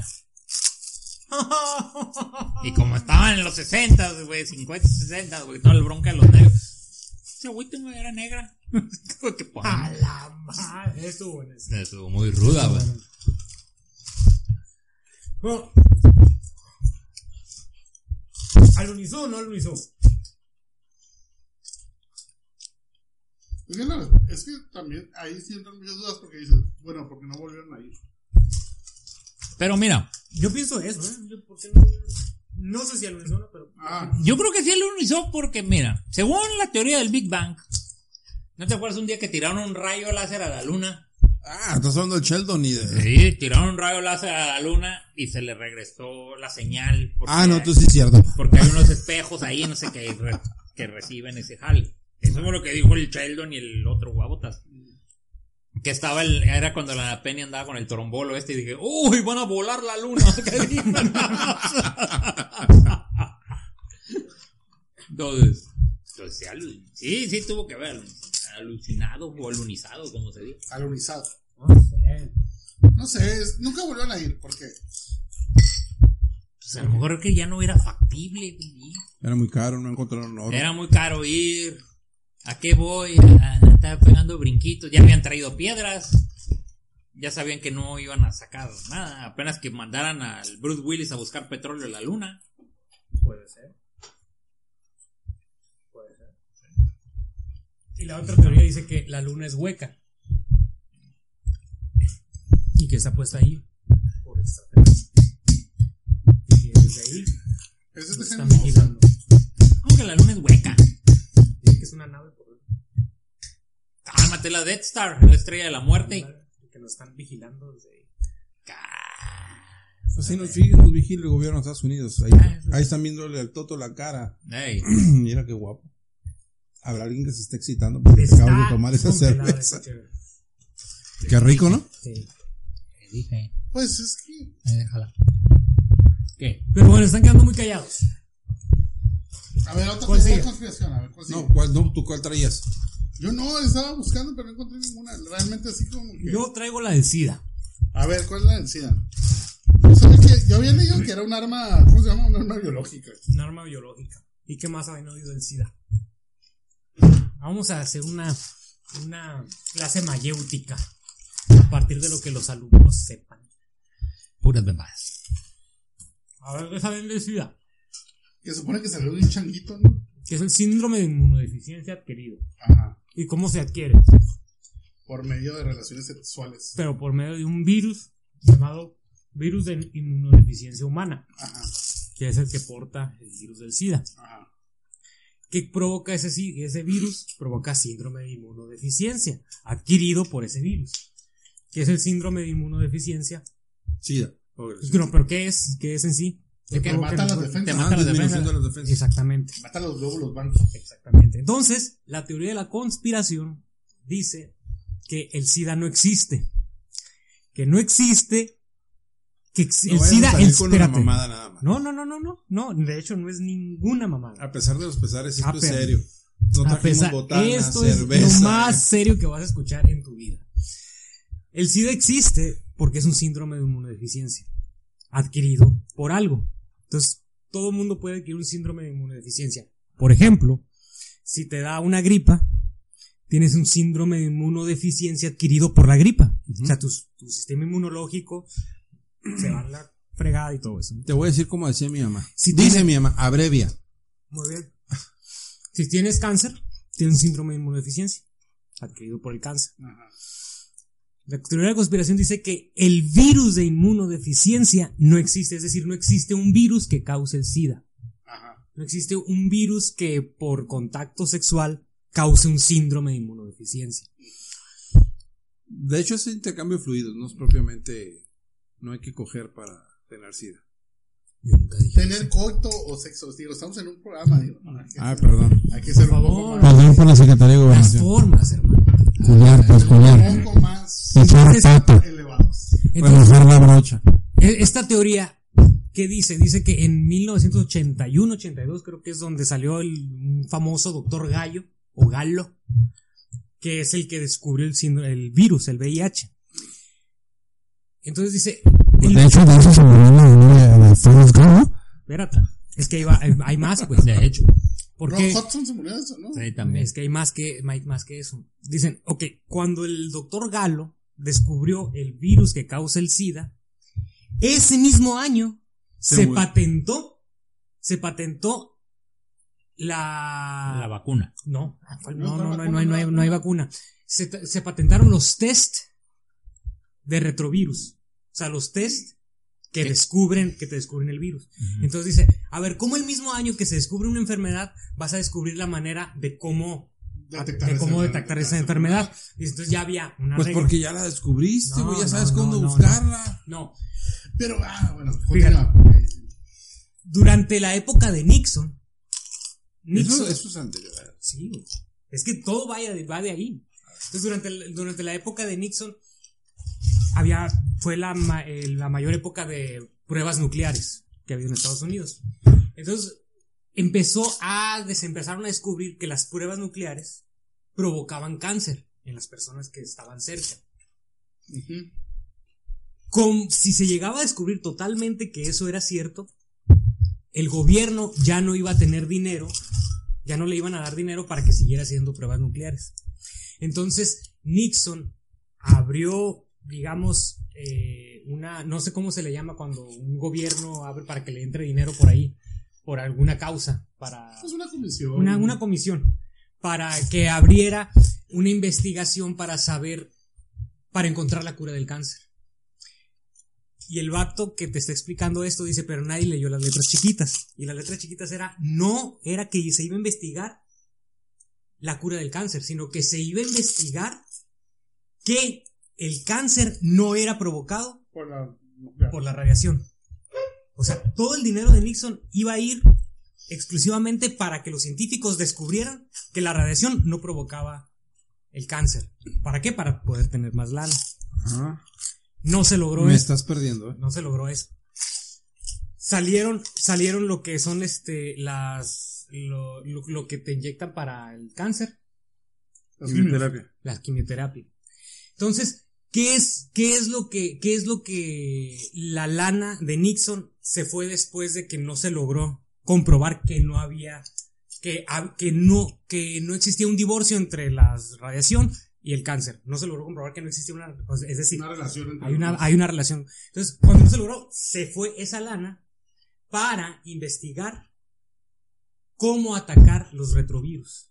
Y como estaban en los sesenta, güey, cincuenta, sesenta, güey, toda la bronca de los negros, ese agüita güey, era negra. ¿Qué ponen? A la madre. Estuvo bueno eso. Estuvo muy ruda, güey. Bueno. ¿Alunizó o no alunizó? Es que, la- es que también ahí sí entran muchas dudas porque dices, bueno, porque no volvieron a ir. Pero mira, Yo pienso eso, ¿eh? Yo, ¿por qué no? No sé si alunizó o no, pero. Ah, yo creo que sí lo hizo porque, mira, según la teoría del Big Bang, ¿no te acuerdas un día que tiraron un rayo láser a la luna? Ah, estás hablando del Sheldon y de. Sí, tiraron un rayo láser a la luna y se le regresó la señal. Porque, Ah, no, tú sí es cierto. porque hay unos espejos ahí, no sé, que, re- que reciben ese jale. Eso fue lo que dijo el Sheldon y el otro guabotas. Que estaba el, era cuando la Penny andaba con el trombolo este y dije, uy, van a volar la luna. ¿Qué dijo? Entonces, entonces, sí, alu- sí, sí tuvo que ver, alucinado o alunizado, como se dice. alunizado. No sé. No sé, es- nunca volvieron a ir. ¿Por qué? Pues a lo mejor que ya no era factible, güey. Era muy caro, no encontraron oro. Era muy caro ir. ¿A qué voy? Ah, estaba pegando brinquitos. Ya habían traído piedras. Ya sabían que no iban a sacar nada. Apenas que mandaran al Bruce Willis a buscar petróleo en la luna. Puede ser. Puede ser. Y la otra teoría dice que la luna es hueca. Y que está puesta ahí por extraterrestres. Y que desde ahí Ese es lo de están Henry vigilando. ¿Cómo que la luna es hueca? Dice que es una nave por Cálmate, la Death Star, la estrella de la muerte. y que nos están vigilando desde ahí. Así nos, fija- nos vigila el gobierno de Estados Unidos. Ahí, Ah, eso ahí están viéndole al Toto la cara. Ey, Mira qué guapo. Habrá alguien que se esté excitando porque acabo de tomar esa congelada cerveza. esa chévere. Qué rico, ¿no? Sí. te dije. Pues es que. Ahí, déjala. ¿Qué? Pero bueno, están quedando muy callados. A ver, otra ¿Cuál teoría de sigue? conspiración. A ver, ¿cuál sigue? No, ¿cuál, no, ¿tú cuál traías? Yo no, estaba buscando, pero no encontré ninguna. Realmente así como que. Yo traigo la del SIDA. A ver, ¿cuál es la densidad? Yo, sabía que- yo había leído que era un arma. ¿Cómo se llama? Un arma biológica. Un arma biológica. ¿Y qué más habían oído del SIDA? Vamos a hacer una, una clase mayéutica a partir de lo que los alumnos sepan. Puras bebas. A ver, ¿qué saben del SIDA? Que supone que salió de un changuito, ¿no? Que es el síndrome de inmunodeficiencia adquirido. Ajá. ¿Y cómo se adquiere? Por medio de relaciones sexuales. Pero por medio de un virus llamado virus de inmunodeficiencia humana, Ajá. que es el que porta el virus del SIDA. Ajá. ¿Qué provoca ese, si- ese virus? Provoca síndrome de inmunodeficiencia, adquirido por ese virus. ¿Qué es el síndrome de inmunodeficiencia? Sí, da. No, pero ¿qué es? ¿Qué es en sí? Que ¿Qué provoca mata el- las Te defensas. mata las disminución defensas. de las defensas. Exactamente, Mata los glóbulos blancos. exactamente. Entonces, la teoría de la conspiración dice que el SIDA no existe. Que no existe. Que ex- No el vayan a SIDA, salir el- con una espérate. mamada nada más. No, no, no, no, no. No, de hecho no es ninguna mamada. A pesar de los pesares, esto A es pesar- serio. No A trajimos pesar- botana, esto cerveza. es lo más serio que vas a escuchar en tu vida. El SIDA existe porque es un síndrome de inmunodeficiencia adquirido por algo. Entonces, todo el mundo puede adquirir un síndrome de inmunodeficiencia. Por ejemplo, si te da una gripa, tienes un síndrome de inmunodeficiencia adquirido por la gripa. Uh-huh. O sea, tu, tu sistema inmunológico se va a la fregada y todo eso. Te voy a decir como decía mi mamá. Si Dice tiene- mi mamá, abrevia. Muy bien. Si tienes cáncer, tienes un síndrome de inmunodeficiencia adquirido por el cáncer. Ajá. La teoría de la conspiración dice que el virus de inmunodeficiencia no existe, es decir, no existe un virus que cause el SIDA. Ajá. No existe un virus que por contacto sexual cause un síndrome de inmunodeficiencia. De hecho, ese intercambio de fluidos no es propiamente. No hay que coger para tener SIDA. Yo nunca dije Tener eso. coito o sexo, digo, estamos en un programa, digo, no, hay que Ah, ser- perdón. Hay que ser Por un poco favor. más, Perdón por la Secretaría de Las Gobernación. formas, hermano. Julián, pues un poco más Entonces, elevados. entonces, la brocha. e- esta teoría, ¿qué dice? Dice que en mil novecientos ochenta y uno ochenta y dos creo que es donde salió el un famoso doctor Gallo, o Gallo, que es el que descubrió el, síndrome- el virus, el V I H. Entonces dice... el- De hecho, de eso se murió la niña de Forrest Gump, ¿no? Espérate, es que hay, va- hay más, pues. De hecho. Porque Ron Hudson se murió de eso, ¿no? Sí, también. es que hay más que, hay más que eso. Dicen, ok, cuando el doctor Galo descubrió el virus que causa el SIDA, ese mismo año Se se, murió. patentó, se patentó la... La vacuna. No, fue- No, no, no, no, no, no, hay, no, hay, vacuna. no hay vacuna. Se, ta- se patentaron los test de retrovirus. O sea, los test que ¿Qué? descubren, que te descubren el virus. Ujú. Entonces dice, a ver, ¿cómo el mismo año que se descubre una enfermedad vas a descubrir la manera de cómo Detectar de cómo esa- detectar esa enfermedad? Y entonces ya había una Pues regla. porque ya la descubriste, No, güey. Ya no, sabes no, cuándo no, buscarla. No, Pero, ah, bueno, Fíjate. continúa. durante la época de Nixon, Nixon Eso, eso es anterior. sí, güey. Es que todo vaya de- va de ahí. Entonces, durante, el- durante la época de Nixon, había, fue la, ma- eh, la mayor época de pruebas nucleares que había en Estados Unidos. Entonces, empezó a, se empezaron a descubrir que las pruebas nucleares provocaban cáncer en las personas que estaban cerca. Ujú. Con, si se llegaba a descubrir totalmente que eso era cierto, el gobierno ya no iba a tener dinero, ya no le iban a dar dinero para que siguiera haciendo pruebas nucleares. Entonces Nixon abrió, digamos, eh, una, no sé cómo se le llama cuando un gobierno abre para que le entre dinero por ahí, por alguna causa, para Es una comisión. una, una comisión, para que abriera una investigación para saber, para encontrar la cura del cáncer. Y el vato que te está explicando esto dice, pero nadie leyó las letras chiquitas. Y las letras chiquitas era, no era que se iba a investigar la cura del cáncer, sino que se iba a investigar que el cáncer no era provocado Por la, por la radiación. O sea, todo el dinero de Nixon iba a ir exclusivamente para que los científicos descubrieran que la radiación no provocaba el cáncer. ¿Para qué? Para poder tener más lana. Ajá. No se logró Me eso. estás perdiendo, ¿eh? No se logró eso. Salieron, salieron lo que son este las lo, lo, lo que te inyectan para el cáncer, Las quimios. Quimioterapia. la quimioterapia. Entonces, ¿qué es, qué es lo que, qué es lo que la lana de Nixon se fue después de que no se logró comprobar que no había, que, que no, que no existía un divorcio entre la radiación y el cáncer? No se logró comprobar que no existía una, es decir, Una relación entre hay una, los dos. hay una relación. Entonces, cuando no se logró, se fue esa lana para investigar cómo atacar los retrovirus.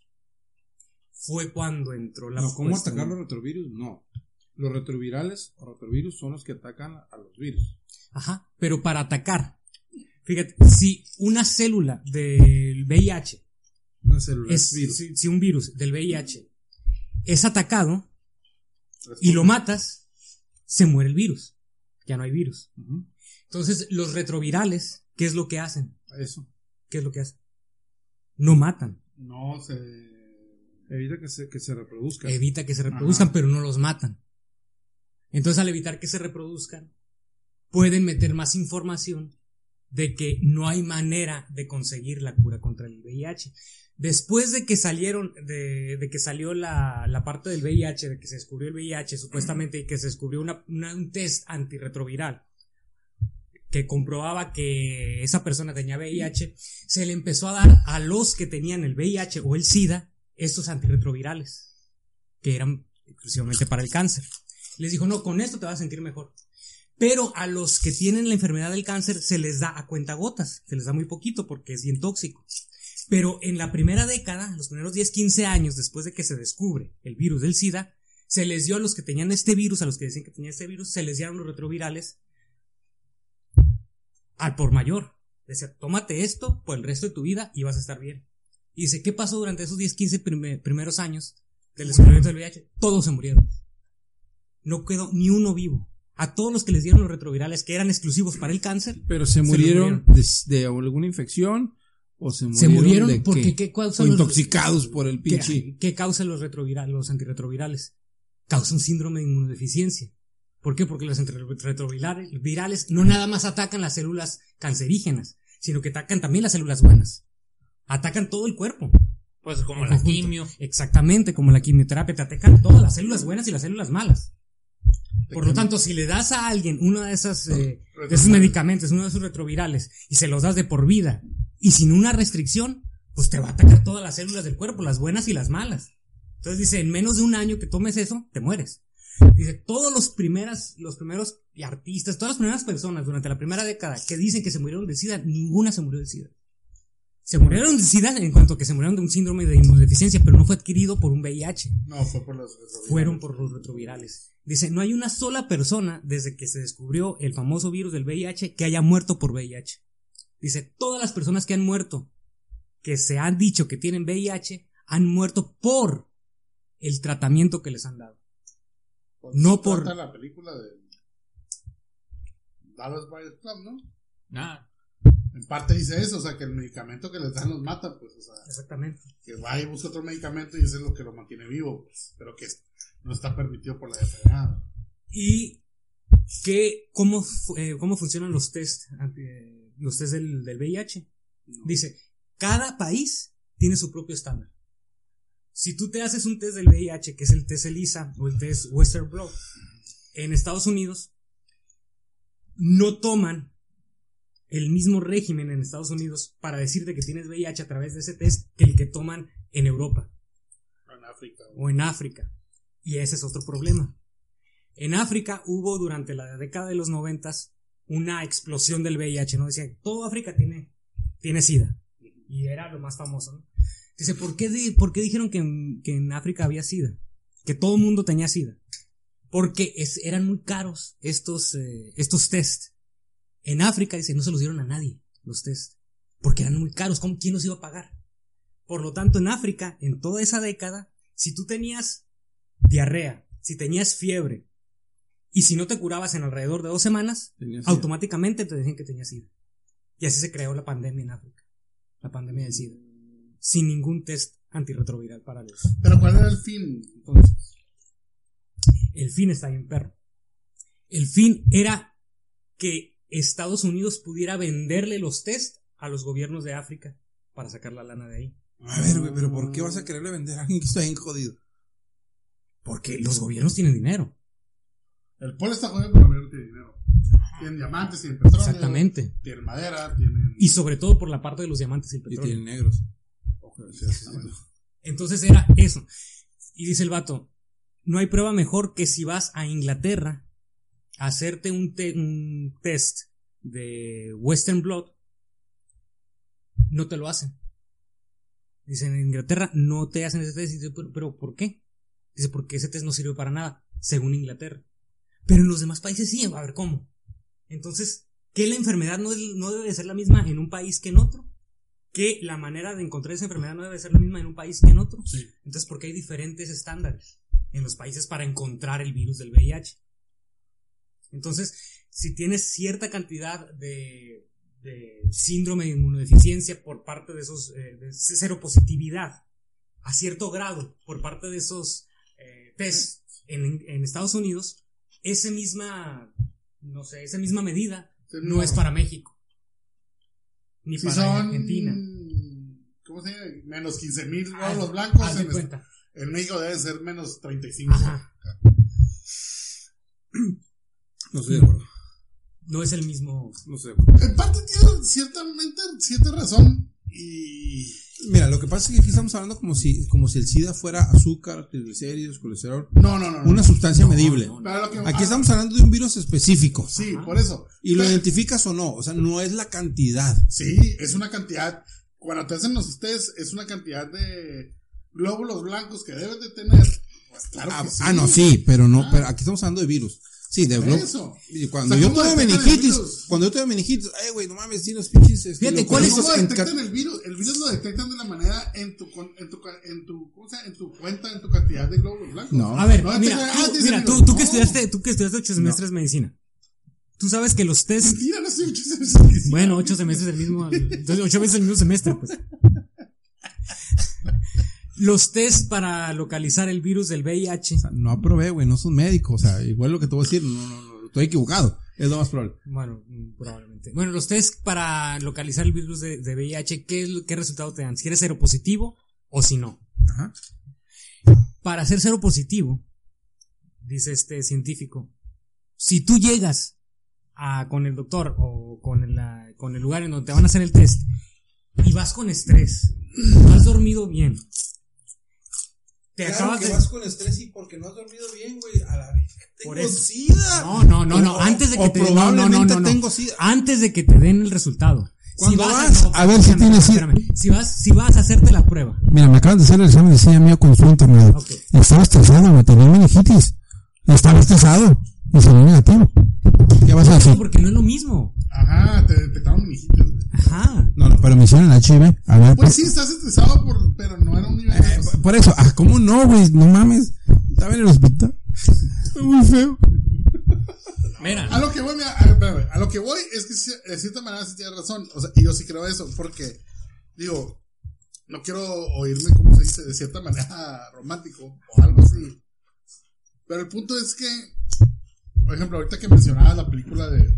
Fue cuando entró la No, ¿cómo cuestión- atacar los retrovirus? No. Los retrovirales o retrovirus son los que atacan a los virus. Ajá, pero para atacar. Fíjate, si una célula del V I H Una célula es, es virus. si, si un virus del V I H es atacado y lo matas, se muere el virus. Ya no hay virus. Ujú. Entonces, los retrovirales, ¿qué es lo que hacen? Eso. ¿Qué es lo que hacen? No matan. No se. Evita que se, que se reproduzca. Evita que se reproduzcan, Ajá. pero no los matan. Entonces, al evitar que se reproduzcan, pueden meter más información de que no hay manera de conseguir la cura contra el V I H. Después de que salieron, de, de que salió la, la parte del V I H, de que se descubrió el V I H supuestamente y que se descubrió una, una- un test antirretroviral que comprobaba que esa persona tenía V I H, se le empezó a dar a los que tenían el V I H o el SIDA estos antirretrovirales. que eran exclusivamente para el cáncer. Les dijo, no, con esto te vas a sentir mejor. Pero a los que tienen la enfermedad del cáncer se les da a cuentagotas, se les da muy poquito porque es bien tóxico. Pero en la primera década, los primeros diez, quince años después de que se descubre el virus del SIDA, se les dio a los que tenían este virus, a los que decían que tenían este virus, se les dieron los retrovirales al por mayor. Decía, tómate esto por el resto de tu vida y vas a estar bien. Y dice, ¿qué pasó durante esos diez, quince primer, primeros años del descubrimiento del V I H? Todos se murieron. No quedó ni uno vivo. A todos los que les dieron los retrovirales que eran exclusivos para el cáncer. Pero se murieron, se murieron. De, de alguna infección o se murieron, se murieron de porque qué, ¿qué causa o los, intoxicados por el pinche. ¿Qué, qué causa los retrovirales, los antirretrovirales? Causa un síndrome de inmunodeficiencia. ¿Por qué? Porque los antirretrovirales virales no nada más atacan las células cancerígenas, sino que atacan también las células buenas. Atacan todo el cuerpo. Pues como la quimio. Exactamente, como la quimioterapia. Te atacan todas las células buenas y las células malas. Por lo tanto, si le das a alguien uno de esas, eh, de esos medicamentos, uno de esos retrovirales, y se los das de por vida, y sin una restricción, pues te va a atacar todas las células del cuerpo, las buenas y las malas. Entonces dice, en menos de un año que tomes eso, te mueres. Dice, todos los primeras, los primeros artistas, todas las primeras personas durante la primera década que dicen que se murieron de SIDA, ninguna se murió de SIDA. Se murieron de SIDA en cuanto a que se murieron de un síndrome de inmunodeficiencia, pero no fue adquirido por un V I H. No, fue por los retrovirales. Fueron por los retrovirales. Dice, no hay una sola persona desde que se descubrió el famoso virus del V I H que haya muerto por V I H. Dice, todas las personas que han muerto, que se han dicho que tienen V I H, han muerto por el tratamiento que les han dado. Pues no por la película de Dallas Buyers Club, ¿no? Nada. En parte dice eso, o sea, que el medicamento que les dan los mata, pues, o sea. Exactamente. Que va y busca otro medicamento y eso es lo que lo mantiene vivo, pues, pero que no está permitido por la F D A. Y que, ¿cómo, eh, cómo funcionan los test, eh, los test del, del V I H? No. Dice, cada país tiene su propio estándar. Si tú te haces un test del V I H, que es el test ELISA o el test Western Blot, en Estados Unidos, no toman el mismo régimen en Estados Unidos para decirte que tienes V I H a través de ese test que el que toman en Europa. En África. O en África. Y ese es otro problema. En África hubo durante la década de los noventas una explosión del V I H, ¿no? Decían, todo África tiene, tiene SIDA. Y era lo más famoso, ¿no? Dice, ¿por qué, de, ¿por qué dijeron que en, que en África había SIDA? Que todo el mundo tenía SIDA. Porque es, eran muy caros estos, eh, estos test. En África, dice, no se los dieron a nadie, los test. Porque eran muy caros, ¿cómo, ¿quién los iba a pagar? Por lo tanto, en África, en toda esa década, si tú tenías diarrea, si tenías fiebre, y si no te curabas en alrededor de dos semanas, automáticamente te decían que tenías SIDA. Y así se creó la pandemia en África. La pandemia del SIDA. Sin ningún test antirretroviral para los... ¿Pero cuál era el fin, entonces? El fin está bien, perro. El fin era que Estados Unidos pudiera venderle los test a los gobiernos de África para sacar la lana de ahí. A ver, güey, pero ¿por qué vas a quererle vender a alguien que está bien jodido? Porque los gobiernos tienen dinero. El pueblo está jodido, pero el gobierno tiene dinero. Tienen diamantes, tienen petróleo. Exactamente. Tienen madera, tienen... Y sobre todo por la parte de los diamantes y el petróleo. Y tienen negros. Entonces era eso. Y dice el vato, no hay prueba mejor que si vas a Inglaterra a hacerte un, te- un test de Western Blot, no te lo hacen. Dice, en Inglaterra no te hacen ese test. Dice, pero, pero ¿por qué? Dice, porque ese test no sirve para nada, según Inglaterra. Pero en los demás países sí, a ver cómo. Entonces, ¿qué la enfermedad no, es, no debe de ser la misma en un país que en otro? ¿Que la manera de encontrar esa enfermedad no debe ser la misma en un país que en otro? Sí. Entonces, ¿por qué hay diferentes estándares en los países para encontrar el virus del V I H? Entonces, si tienes cierta cantidad de, de síndrome de inmunodeficiencia por parte de esos, eh, de seropositividad, a cierto grado por parte de esos eh, test en, en Estados Unidos, esa misma, no sé, esa misma medida Sí, no no. es para México. Ni Si para son, Argentina. ¿cómo se llama? Menos quince mil Haz- glóbulos blancos. haz de En, cuenta. en México deben ser menos treinta y cinco. Ajá. No estoy de acuerdo. No es el mismo. No estoy de acuerdo. En parte tiene ciertamente cierta razón. Y Mira, lo que que pasa es que aquí estamos hablando como si, como si el SIDA fuera azúcar, triglicéridos, colesterol. No, no, no. no Una no. sustancia No, medible. no, no. Pero lo que- Aquí ah, estamos hablando de un virus específico. Sí, Ajá. por eso. Y lo Pero- identificas o no. O sea, no es la cantidad. Sí, es una cantidad. Cuando te hacen los test, es una cantidad de glóbulos blancos que debes de tener. Pues claro Ah, que sí. ah, no, sí, pero no, Ah. pero aquí estamos hablando de virus. Sí, de Por glo- eso. y cuando O sea, yo ¿cómo tuve detectan el meningitis, virus? cuando yo tuve meningitis, eh, güey, no mames, tienes pinches. este, Fíjate, lo ¿cuál es- conozco ¿Cómo en detectan ca- el virus? El virus lo detectan de la manera en tu, con- en tu, ca- en tu, ¿cómo se llama? En tu cuenta, en tu cantidad de glóbulos blancos. No. A ver, No, mira, detectan- tú, ah, tienes mira, el tú, virus. tú que No. estudiaste, tú que estudiaste ocho semestres de medicina. Tú sabes que los test, Mentira, no sé, muchas veces. bueno, ocho semestres del mismo, entonces ocho veces el mismo semestre, pues. Los test para localizar el virus del V I H. O sea, no aprobé, güey, no son médicos. O sea, igual lo que te voy a decir, no, no, no, estoy equivocado. Es lo más probable. Bueno, mm, probablemente. Bueno, los test para localizar el virus de, de V I H, ¿qué, es lo- ¿qué resultado te dan? Si eres seropositivo o si no. Ajá. Para ser seropositivo, dice este científico, si tú llegas a, con el doctor o con el, la- con el lugar en donde te van a hacer el test y vas con estrés, no has dormido bien, te acabas de... con estrés y porque no has dormido bien, güey. A la vez. Por eso. SIDA. No, no, no, no, O- antes de que o te... No, no, probablemente no, no, no. tengo SIDA. Antes de que te den el resultado. Cuando a- vas no, a ver si espérame, tienes SIDA. espérame. Si vas, si vas a hacerte la prueba. Mira, me acaban de hacer el examen de sida mío con su internet. Ok. Estaba estresado, me tenía meningitis. Estaba estresado y salió negativo. ¿Qué vas a No, decir? porque no es lo mismo. Ajá, te detectaron meningitis, güey. Ajá. No, no, pero me hicieron el H I V. A ver, Pues por, sí, estás estresado, por, pero no era un nivel. eh, por- por eso. Ah, ¿cómo no, güey? No mames. Estaba en el hospital. Fue muy feo. Mira, A lo que voy, mira, a, espérame, a lo que voy es que sí, de cierta manera sí tienes razón. O sea, y yo sí creo eso, porque, digo, no quiero oírme, como se dice, de cierta manera romántico o algo así. Pero el punto es que, por ejemplo, ahorita que mencionabas la película de.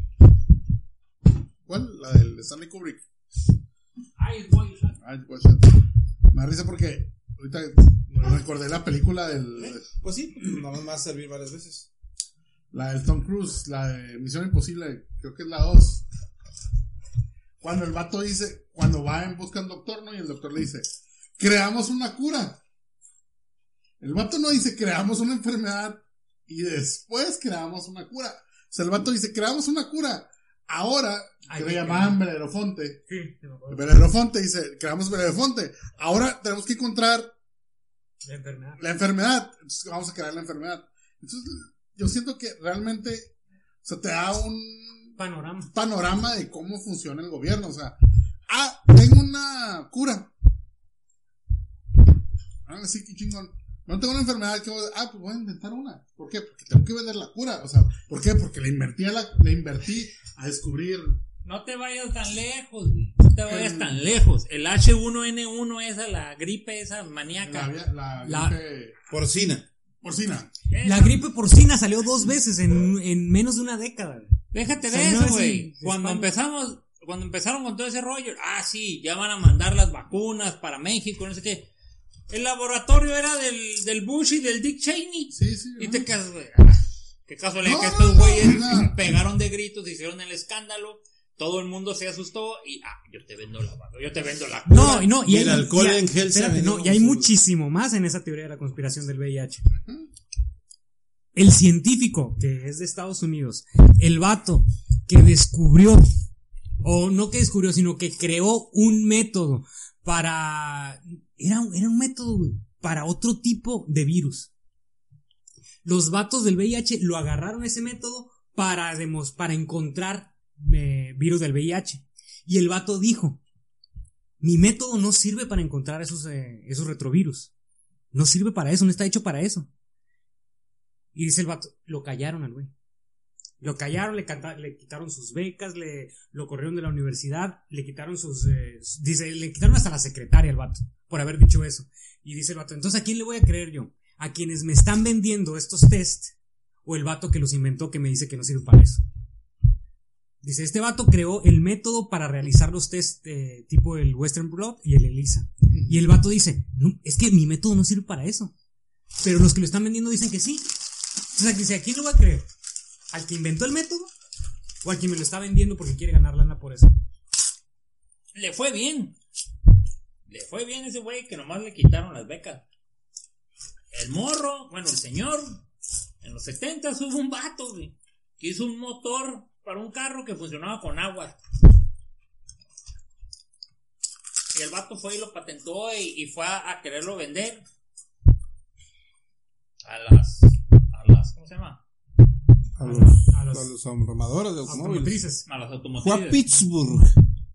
¿Cuál? La del Stanley Kubrick. Ay, voy. Ay, pues, me da risa porque ahorita recordé la película del. Pues sí, nada más va a servir varias veces. La del Tom Cruise, la de Misión Imposible, creo que es la dos. Cuando el vato dice, cuando va en busca del doctor, ¿no? Y el doctor le dice, creamos una cura. El vato no dice, creamos una enfermedad y después creamos una cura. O sea, el vato dice, creamos una cura. Ahora, Ay, que le qué llamaban Belerofonte. Sí, sí me acuerdo. Belerofonte dice, creamos Belerofonte. Ahora tenemos que encontrar La enfermedad. la enfermedad. Entonces vamos a crear la enfermedad. Entonces, yo siento que realmente, o sea, te da un Panorama. panorama de cómo funciona el gobierno. O sea, ah, tengo una cura. Ah, sí, qué chingón. No tengo una enfermedad que voy a, ah, pues voy a inventar una. ¿Por qué? Porque tengo que vender la cura. O sea, ¿por qué? Porque le invertí a, la, le invertí a descubrir. no te vayas tan lejos, güey. No te vayas tan lejos. El H uno N uno esa, la gripe esa maníaca. La, la, La- gripe Porcina. porcina. La gripe porcina salió dos veces en, en menos de una década. Déjate O de sea, no eso, es güey. en Cuando España. empezamos, cuando empezaron con todo ese rollo, ah, sí, ya van a mandar las vacunas para México, no sé qué. El laboratorio era del, del Bush y del Dick Cheney. Sí, sí. Y ajá. te quedas, güey. ah, Qué casualidad No, que no, estos no, güeyes no. pegaron de gritos, hicieron el escándalo. Todo el mundo se asustó y, ah, yo te vendo la vacuna, yo te vendo la cura. No, y no, y, Y el hay- alcohol y hay- en gel se espérate, vendió no, y hay como su- muchísimo más en esa teoría de la conspiración del V I H. El científico que es de Estados Unidos, el vato que descubrió, o no que descubrió, sino que creó un método para, era, era un método, güey, para otro tipo de virus. Los vatos del V I H lo agarraron ese método para, demos- para encontrar eh, virus del V I H. Y el vato dijo, mi método no sirve para encontrar esos, eh, esos retrovirus. No sirve para eso, no está hecho para eso. Y dice el vato, lo callaron al güey. Lo callaron, le, canta- le quitaron sus becas, le lo corrieron de la universidad, le quitaron sus... eh, dice, le quitaron hasta la secretaria al vato, por haber dicho eso. Y dice el vato, entonces ¿a quién le voy a creer yo? ¿A quienes me están vendiendo estos test? ¿O el vato que los inventó que me dice que no sirve para eso? Dice, este vato creó el método para realizar los test eh, tipo el Western Blot y el ELISA. Y el vato dice, no, es que mi método no sirve para eso. Pero los que lo están vendiendo dicen que sí. Entonces dice, ¿a quién le voy a creer? ¿Al que inventó el método? ¿O al que me lo está vendiendo porque quiere ganar lana por eso? Le fue bien. Le fue bien ese güey que nomás le quitaron las becas. El morro, bueno, el señor, en los setentas hubo un vato, güey, que hizo un motor para un carro que funcionaba con agua. Y el vato fue y lo patentó y, y fue a, a quererlo vender a las, a las, ¿cómo se llama? A los, a los- a los armadores de automóviles. Automotrices. A las Fue a automotrices. Pittsburgh.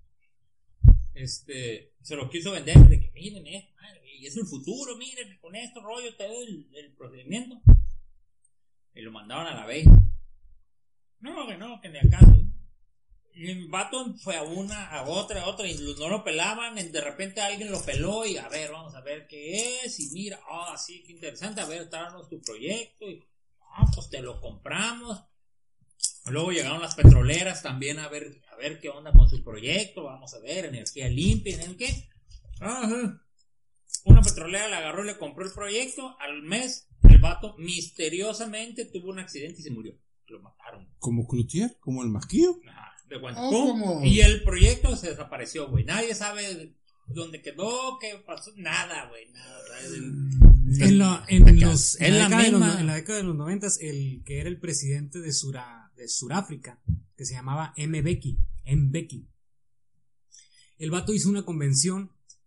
Este, se lo quiso vender de que miren, eh, madre, y es el futuro, miren, con esto rollo te doy el, el procedimiento. Y lo mandaron a la vez. No, que no, que ni acaso. Y el vato fue a una, a otra, a otra, y no lo pelaban, y de repente alguien lo peló y a ver, vamos a ver qué es, y mira, ah, sí, qué interesante, a ver, tráenos tu proyecto, y ah, pues te lo compramos. Luego llegaron las petroleras también a ver, a ver qué onda con su proyecto, vamos a ver, energía limpia, ¿en qué? Ajá. Una petrolera le agarró y le compró el proyecto, al mes el vato misteriosamente tuvo un accidente y se murió, lo mataron. Como Cloutier, como el Masquillo. Ajá, de cuenta. Oh, ¡Pum! como- Y el proyecto se desapareció, güey. Nadie sabe dónde quedó, qué pasó, nada, güey, nada. En, la, en, Es los, en, la la década de los misma- no- en la década de los noventas, el que era el presidente de, Sura, de Suráfrica, que se llamaba Mbeki, Mbeki, el vato hizo una convención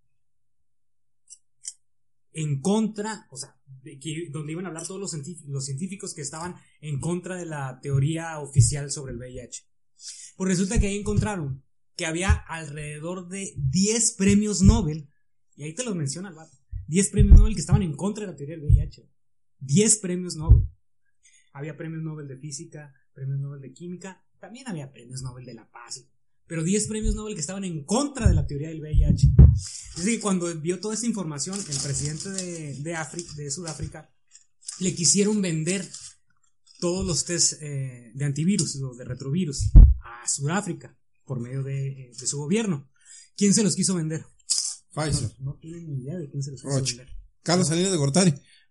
en contra, o sea, de que, donde iban a hablar todos los científicos, los científicos que estaban en contra de la teoría oficial sobre el V I H. Pues resulta que ahí encontraron que había alrededor de diez premios Nobel, y ahí te los menciona el vato, diez premios Nobel que estaban en contra de la teoría del V I H. diez premios Nobel. Había premios Nobel de física, premios Nobel de química, también había premios Nobel de la paz, pero diez premios Nobel que estaban en contra de la teoría del V I H. Es decir, cuando vio toda esta información, el presidente de, de, Afri- de Sudáfrica le quisieron vender todos los test eh, de antivirus o de retrovirus a Sudáfrica por medio de, de su gobierno. ¿Quién se los quiso vender? Pfizer. No, no tienen ni idea de quién se los quiso Roche. vender. Carlos Salinas de Gortari.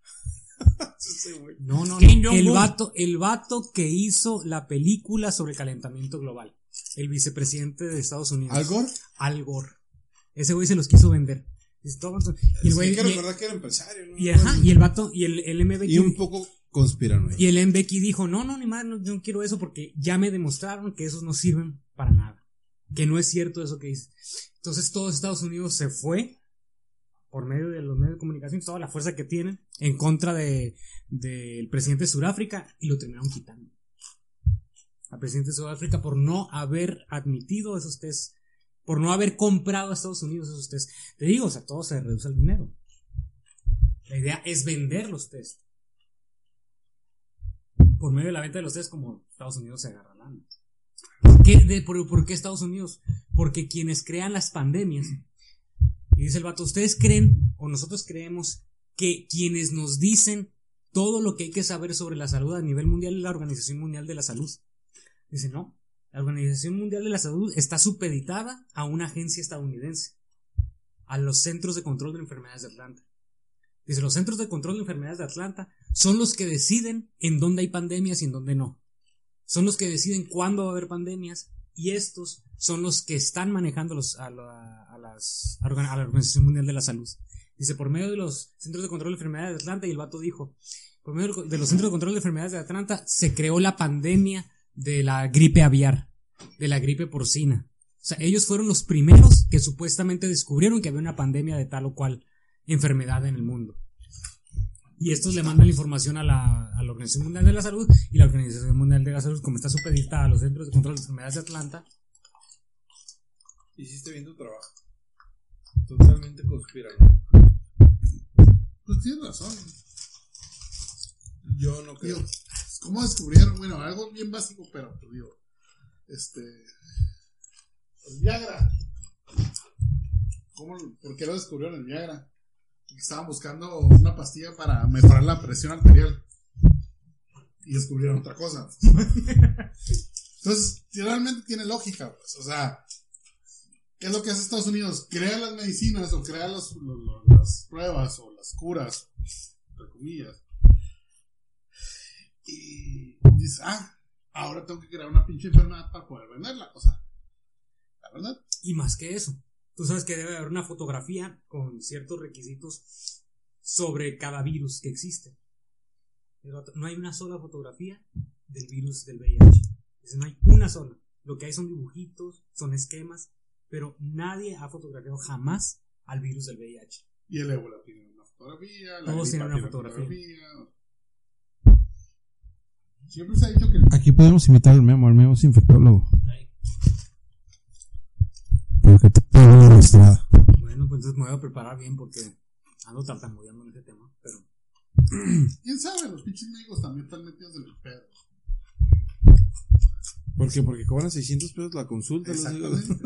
No, no, no. Kim Jong-un. El vato, el vato que hizo la película sobre el calentamiento global. El vicepresidente de Estados Unidos. ¿Al Gore? Al Gore. Ese güey se los quiso vender. Y, todo- y el Es que güey- hay que y- recordar que era empresario, ¿no? y, ajá, y el vato, y el, el M B K. Y un poco conspiranoico. Y el M B K dijo, no, no, ni más, no, yo no quiero eso porque ya me demostraron que esos no sirven para nada. Que no es cierto eso que dice. Entonces todo Estados Unidos se fue por medio de los medios de comunicación, toda la fuerza que tienen, en contra de del presidente de Sudáfrica y lo terminaron quitando. Al presidente de Sudáfrica por no haber admitido esos test, por no haber comprado a Estados Unidos esos test. Te digo, o sea, todo se reduce al dinero. La idea es vender los test. Por medio de la venta de los test, como Estados Unidos se agarra lana. ¿Por qué, de, por, ¿Por qué Estados Unidos? Porque quienes crean las pandemias, y dice el vato, ¿ustedes creen o nosotros creemos que quienes nos dicen todo lo que hay que saber sobre la salud a nivel mundial es la Organización Mundial de la Salud? Dice, no, la Organización Mundial de la Salud está supeditada a una agencia estadounidense, a los Centros de Control de Enfermedades de Atlanta. Dice, los Centros de Control de Enfermedades de Atlanta son los que deciden en dónde hay pandemias y en dónde no. Son los que deciden cuándo va a haber pandemias y estos son los que están manejando los, a, la, a, las, a la Organización Mundial de la Salud. Dice, por medio de los Centros de Control de Enfermedades de Atlanta, y el vato dijo, por medio de los Centros de Control de Enfermedades de Atlanta se creó la pandemia de la gripe aviar, de la gripe porcina. O sea, ellos fueron los primeros que supuestamente descubrieron que había una pandemia de tal o cual enfermedad en el mundo. Y estos le mandan la información a la, a la Organización Mundial de la Salud, y la Organización Mundial de la Salud, como está supeditada a los Centros de Control de Enfermedades de Atlanta. Hiciste bien tu trabajo. Totalmente conspiranoico. Pues tienes razón. Yo no creo. Digo, ¿cómo descubrieron? Bueno, algo bien básico, pero pues, digo, este, el Viagra. ¿Cómo, ¿Por qué lo descubrieron el Viagra? Estaban buscando una pastilla para mejorar la presión arterial y descubrieron otra cosa. Entonces, realmente tiene lógica, pues, o sea, ¿qué es lo que hace Estados Unidos? Crea las medicinas o crea los, los, los, las pruebas o las curas, entre comillas, y dice, ah, ahora tengo que crear una pinche enfermedad para poder venderla, o sea, la verdad. Y más que eso, tú sabes que debe haber una fotografía con ciertos requisitos sobre cada virus que existe. No hay una sola fotografía del virus del V I H. Entonces, no hay una sola. Lo que hay son dibujitos, son esquemas, pero nadie ha fotografiado jamás al virus del V I H. Y el ébola tiene una fotografía, la Todos gripa tienen una tiene fotografía. fotografía. Siempre se ha dicho que Aquí podemos invitar al Memo, al Memo es infectólogo. Porque te pego la registrada. Bueno, pues entonces me voy a preparar bien porque ando tartamudeando en ese tema, pero... quién sabe, los pinches médicos también están metidos en el pedo. ¿Por qué? Porque cobran seiscientos pesos la consulta. Exactamente.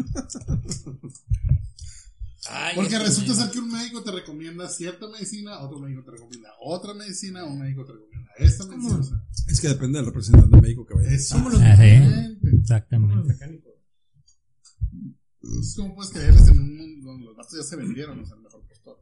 Ay, Porque esto resulta me- ser que un médico te recomienda cierta medicina, otro médico te recomienda otra medicina, un médico te recomienda esta medicina. O sea, Es que depende del representante médico que vaya. es Somos los Ah, sí. exactamente. Como los Exactamente. mecánicos. Entonces, ¿cómo puedes creerles en un mundo donde los vatos ya se vendieron? O sea, el mejor postor.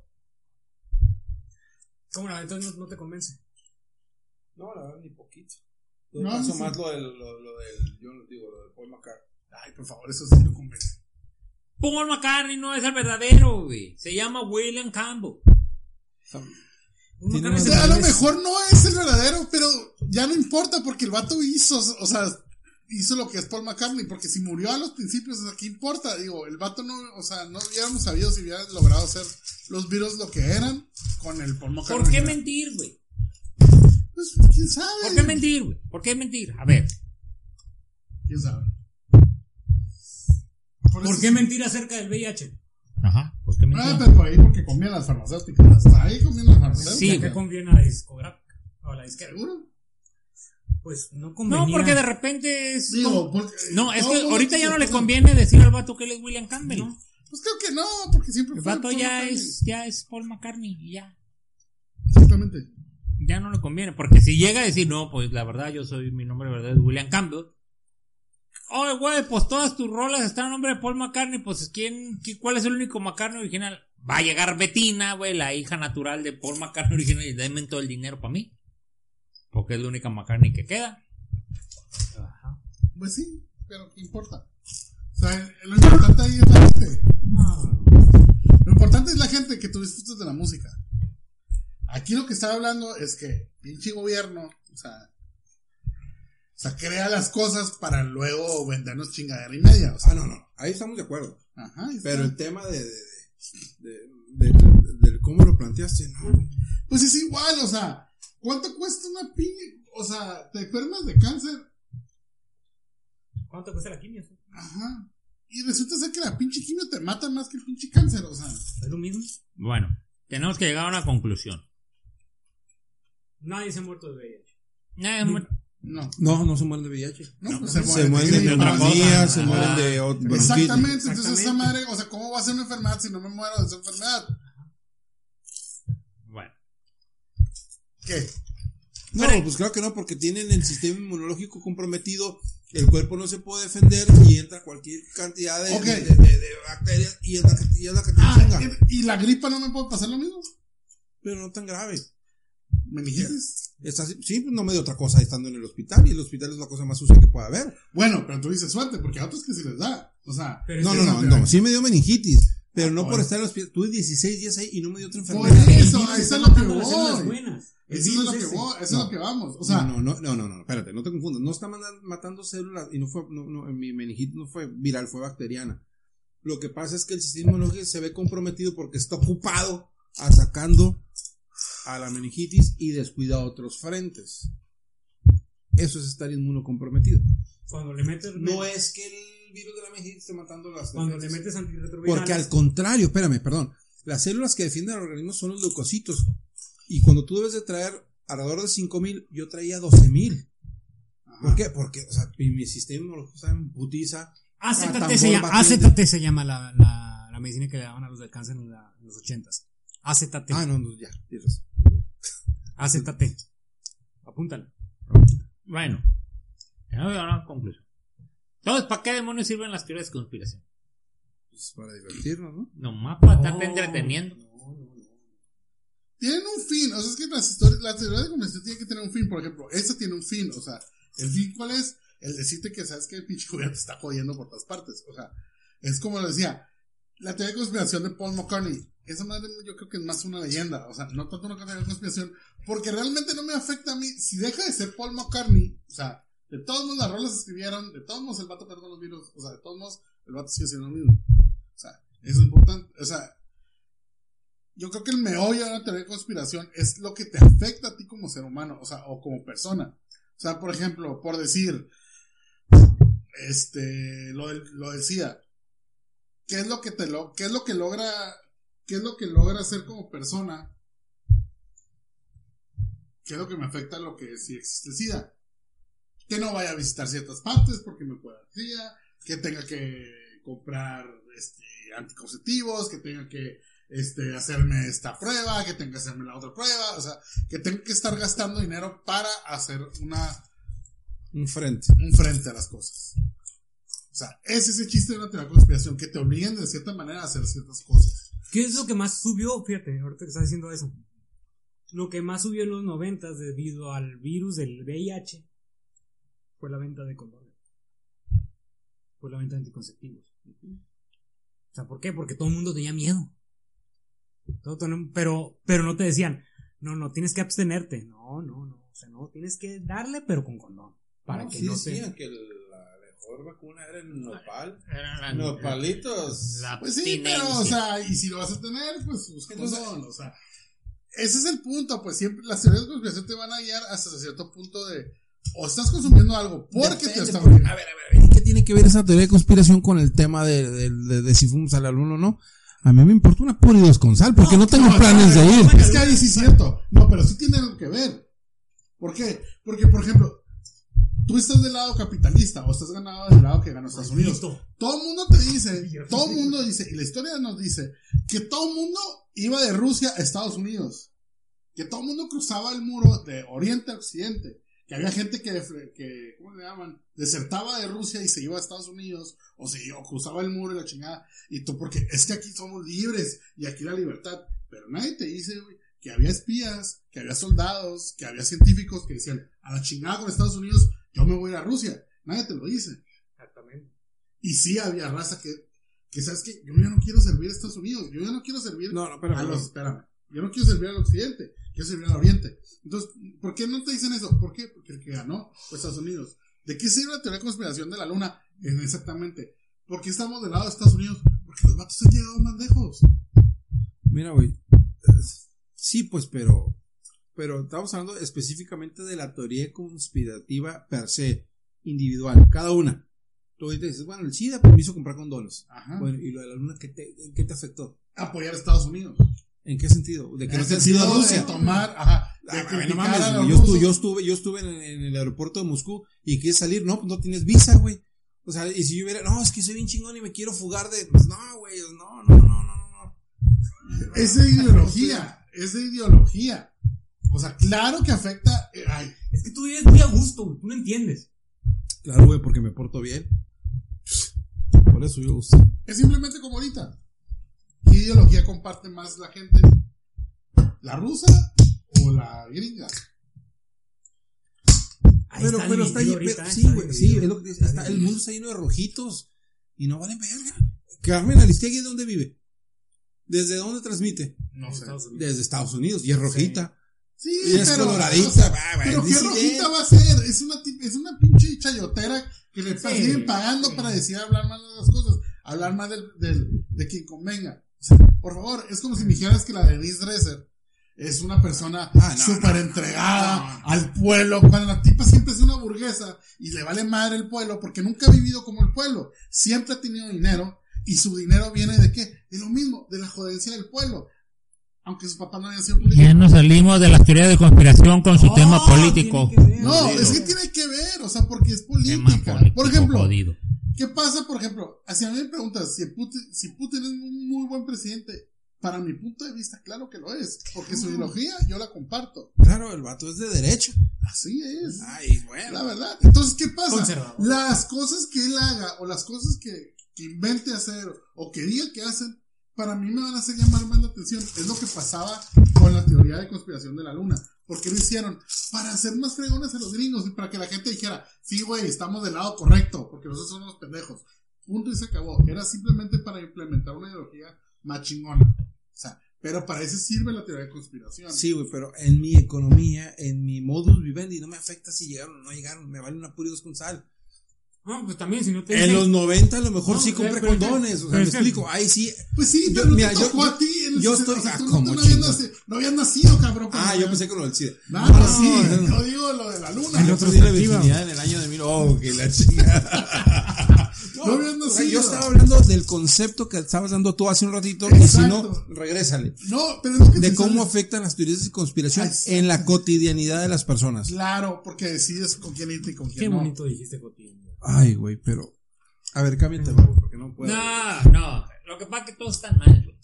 ¿Cómo la entonces no, no te convence? No, la verdad, ni poquito. No, No, sí. más lo del, lo, lo del, yo digo, lo de Paul McCartney. Ay, por favor, eso sí lo convence. Paul McCartney no es el verdadero, güey. Se llama William Campbell. Un Tiene McCartney más- se O sea, a lo parece- mejor no es el verdadero, pero ya no importa porque el vato hizo, o sea, hizo lo que es Paul McCartney, porque si murió a los principios, o sea, ¿qué importa? Digo, el vato no, o sea, no hubiéramos sabido si hubiera logrado hacer los virus lo que eran con el Paul McCartney. ¿Por qué original. mentir, güey? Pues, quién sabe. ¿Por qué mentir, güey? ¿Por qué mentir? A ver. ¿Quién sabe? ¿Por eso qué sí. mentir acerca del V I H? Ajá. ¿Por qué mentir? Ah, pero por ahí porque comían las farmacéuticas. Hasta ahí comían las farmacéuticas. Sí, ¿A qué güey. conviene a la discográfica? O a la disquera. ¿Seguro? Pues no convenía. No, porque de repente es. Digo, porque. No, es todo que el mundo ahorita se ya no le supone- conviene decir al vato que él es William Campbell. No. Pues creo que no, porque siempre El fue. vato Paul ya McCartney. es, ya es Paul McCartney y ya. Exactamente. Ya no le conviene. Porque si llega a decir, no, pues la verdad, yo soy, mi nombre verdadero es William Campbell. Oye, güey, pues todas tus rolas están a nombre de Paul McCartney. Pues, ¿quién, qué- ¿cuál es el único McCartney original? Va a llegar Bettina, güey, la hija natural de Paul McCartney original, y denme todo el dinero para mí. Porque es la única McCartney que queda. Ajá. Pues sí, pero ¿qué importa? O sea, lo importante ahí es la gente. Lo importante es la gente que tú disfrutas de la música. Aquí lo que estaba hablando es que pinche gobierno, o sea, o sea, crea las cosas para luego vendernos chingadera y media. O sea, Ah, no, no. Ahí estamos de acuerdo. ajá, ahí está. Pero el tema de, de, de, de, de- de cómo lo planteaste, no. Pues es igual, o sea, ¿cuánto cuesta una piña? O sea, te enfermas de cáncer. ¿Cuánto cuesta la quimio? Ajá. Y resulta ser que la pinche quimio te mata más que el pinche cáncer, o sea. ¿Es lo mismo? Bueno, tenemos que llegar a una conclusión. Nadie se ha muerto de V I H. Eh, mu- No. No, no se mueren de V I H. No, pues Se, mueren mueren de gripa, neumonía, cosa. se Ah, mueren de ot- bronquitis. Exactamente, entonces Exactamente. esa madre, o sea, ¿cómo va a ser una enfermedad si no me muero de esa enfermedad? Bueno. ¿Qué? No, pues claro que no, porque tienen el sistema inmunológico comprometido, el cuerpo no se puede defender y entra cualquier cantidad de, Ok. de, de- de- de bacterias y es la que, y es la que te Ah, chinga. ¿y, y la gripa no me puede pasar lo mismo? Pero no tan grave. ¿Meningitis? Está así- sí, pues no me dio otra cosa estando en el hospital y el hospital es la cosa más sucia que puede haber. Bueno, pero tú dices suerte, porque a otros que sí les da. O sea, Pero No, es no, que no, no te- no, sí me dio meningitis, pero Ah, no por por eso. estar en el hospital. Tuve dieciséis días ahí y no me dio otra por enfermedad. eso, el ahí virus está está lo que matando las células voy. buenas. El Eso es virus lo que ese. voy, eso es No. lo que vamos. O sea, no, no, no, no, no, espérate, no te confundas. No está mandan- matando células y no fue, no, no, mi meningitis no fue viral, fue bacteriana. Lo que pasa es que el sistema inmunológico se ve comprometido porque está ocupado atacando a la meningitis y descuida otros frentes. Eso es estar inmunocomprometido. Cuando le metes, No es que el virus de la meningitis esté matando las cuando le defensas. metes antirretrovirales. Porque al contrario, espérame, perdón. Las células que defienden al organismo son los leucocitos. Y cuando tú debes de traer alrededor de cinco mil, yo traía doce mil. ¿Por qué? Porque, o sea, mi, mi sistema inmunológico está en putiza. A Z T Tambor se llama, batiente. A Z T se llama la, la, la medicina que le daban a los del cáncer en, la- en los ochentas. A Z T. Ah, no, no, ya, tienes. A Z T. Apúntalo. Bueno. Tenemos que llegar a una conclusión. Entonces, ¿para qué demonios sirven las teorías de conspiración? Pues para divertirnos, ¿no? Nomás para estarte No. entreteniendo. tienen un fin. O sea, es que las historias, las teorías de conspiración tienen que tener un fin. Por ejemplo, esta tiene un fin. O sea, ¿el fin cuál es? El decirte que sabes que el pinche gobierno te está jodiendo por todas partes. O sea, es como lo decía. La teoría de conspiración de Paul McCartney, esa madre yo creo que es más una leyenda, o sea, no tanto una teoría de conspiración, porque realmente no me afecta a mí, si deja de ser Paul McCartney, o sea, de todos modos las rolas se escribieron, de todos modos el vato perdió los virus, o sea, de todos modos el vato sigue siendo lo mismo, o sea, eso es importante, o sea, yo creo que el meollo de una teoría de conspiración es lo que te afecta a ti como ser humano, o sea, o como persona, o sea, por ejemplo, por decir, este, lo, del, lo decía, ¿qué es lo que te lo, qué es lo que logra, qué es lo que logra ser como persona? ¿Qué es lo que me afecta a lo que si existe el SIDA? Que no vaya a visitar ciertas partes porque me pueda dar SIDA, que tenga que comprar este, anticonceptivos, que tenga que este, hacerme esta prueba, que tenga que hacerme la otra prueba, o sea, que tenga que estar gastando dinero para hacer una un frente, un frente a las cosas. O sea, ese es el chiste de una teoría de conspiración, que te obliguen de cierta manera a hacer ciertas cosas. ¿Qué es lo que más subió? Fíjate, ahorita que estás diciendo eso. Lo que más subió en los noventas debido al virus del V I H fue la venta de condones. Fue la venta de anticonceptivos. O sea, ¿por qué? Porque todo el mundo tenía miedo. Todo, pero, pero no te decían, no, no, tienes que abstenerte. No, no, no. O sea, no, tienes que darle, pero con condón. Para no, que sí no decían te... que la mejor vacuna era el nopal. Era la- Nopalitos. la Pues sí, abstinencia. pero, o sea, y si lo vas a tener, pues, pues condón, o sea, ese es el punto, pues siempre las teorías de conspiración te van a guiar hasta cierto punto de, o estás consumiendo algo porque Depende, te están porque- a ver, a ver, a ver, ¿qué tiene que ver esa teoría de conspiración con el tema de, de, de, de si fuimos al alumno o no? A mí me importa una pura y dos con sal, porque no, tengo no, planes no, de ir. Es que ahí sí es cierto, no, pero sí tiene algo que ver. ¿Por qué? Porque, por ejemplo, tú estás del lado capitalista o estás ganado del lado que ganó Estados Unidos. Todo el mundo te dice, todo el mundo dice, y la historia nos dice, que todo el mundo iba de Rusia a Estados Unidos. Que todo el mundo cruzaba el muro de Oriente a Occidente. Que había gente que, que ¿cómo le llaman? Desertaba de Rusia y se iba a Estados Unidos. O se o cruzaba el muro y la chingada. Y tú, porque es que aquí somos libres y aquí la libertad. Pero nadie te dice, güey, que había espías, que había soldados, que había científicos que decían, a la chingada con Estados Unidos, yo me voy a ir a Rusia. Nadie te lo dice. Exactamente. Y sí había raza que, que sabes que yo ya no quiero servir a Estados Unidos, yo ya no quiero servir No, no, espérame, a los, no. espérame, yo no quiero servir al Occidente, quiero servir al Oriente. Entonces, ¿por qué no te dicen eso? ¿Por qué? Porque el que ganó fue Estados Unidos. ¿De qué sirve la teoría de conspiración de la luna? Eh, Exactamente. ¿Por qué estamos del lado de Estados Unidos? Porque los vatos han llegado más lejos. Mira, güey. Sí, pues, pero. Pero estamos hablando específicamente de la teoría conspirativa per se, individual, cada una. Tú ahorita dices, bueno, el SIDA permiso comprar condones. Ajá. Bueno, y lo de la luna, ¿qué te, ¿qué te afectó? Apoyar a Estados Unidos. ¿En qué sentido? ¿De que En no el te has ido a sentido Rusia? de tomar, ajá, de Ah, criticar no mames, a los güey, yo, estuve, rusos. yo estuve, yo estuve en, en el aeropuerto de Moscú y quieres salir, no, pues no tienes visa, güey. O sea, y si yo hubiera, no, es que soy bien chingón y me quiero fugar de, pues no, güey, no, no, no, no, no, no. Es de ideología, es de ideología. O sea, claro que afecta, eh, ay, Es que tú vives muy a gusto, güey, tú no entiendes. Claro, güey, porque me porto bien. Por eso yo gusto. es simplemente como ahorita. ¿Qué ideología comparte más la gente? ¿La rusa o la gringa? Ahí Pero, está pero está dividido ahí, ahorita, pero- ¿eh? sí, Está güey, sí, dividido. es lo que dice, está, el mundo está lleno de rojitos y no valen verga. Carmen Aristegui, ¿de dónde vive? ¿Desde dónde transmite? No sé. Estados Unidos. Desde Estados Unidos, y es rojita. Sí, Y es pero, coloradita, o sea, va, va, pero qué dice rojita bien. va a ser, es una tip- es una pinche chayotera que le Sí, siguen pagando sí. para decir hablar más de las cosas, hablar más del, del, de quien convenga. O sea, por favor, es como si me dijeras que la Denise Dresser es una persona Ah, no, súper no, entregada no, no. al pueblo, cuando la tipa siempre es una burguesa y le vale madre el pueblo porque nunca ha vivido como el pueblo, siempre ha tenido dinero y su dinero viene de qué, de lo mismo, de la jodencia del pueblo, aunque su papá no haya sido político. Ya nos salimos de las teorías de conspiración con su No, tema político. tiene que ver. No, Jodido. es que tiene que ver, o sea, porque es Tema política. político Por ejemplo, jodido. ¿qué pasa, por ejemplo? Si a mí me preguntas si Putin, si Putin es un muy buen presidente, para mi punto de vista, claro que lo es, porque su ideología yo la comparto. Claro, el vato es de derecha. Así es, Ay, bueno. la verdad. Entonces, ¿qué pasa? Conservador. Las cosas que él haga, o las cosas que, que invente hacer, o que diga que hacen, para mí me van a hacer llamar más la atención. Es lo que pasaba con la teoría de conspiración de la luna. Porque lo hicieron para hacer más fregones a los gringos y para que la gente dijera, sí, güey, estamos del lado correcto, porque nosotros somos los pendejos. Punto y se acabó. Era simplemente para implementar una ideología más chingona. O sea, pero para eso sirve la teoría de conspiración. Sí, güey, pero en mi economía, en mi modus vivendi, no me afecta si llegaron o no llegaron. Me vale una pura con sal. No, pues también, si no te En dicen- los noventa a lo mejor No, sí pero- compré pero es que- condones. O sea, pero me es que- explico. Ahí sí. Pues sí, Yo- pero mira, no te yo- tocó yo- a ti. en el yo sesenta, estoy- o sea, ah, tú no- como tú no habías chingas. nacido, no habías nacido, cabrón. Ah, yo pensé con lo del SIDA. No, No, sí, no. yo digo lo de la luna. El otro día la virginidad en el año de mil. Oh, que la chingada. No, No habías o sea, yo nacido. estaba hablando del concepto que estabas dando tú hace un ratito. Y si no, Exacto. regrésale. No, pero es lo que De te cómo sale. afectan las teorías de conspiración Exacto. en la cotidianidad de las personas. Claro, porque decides con quién irte y con quién Qué no. bonito dijiste, cotidiano. Ay, güey, pero. A ver, cámbiate, güey, porque no puedo. No, no. Lo que pasa es que todos están mal, güey.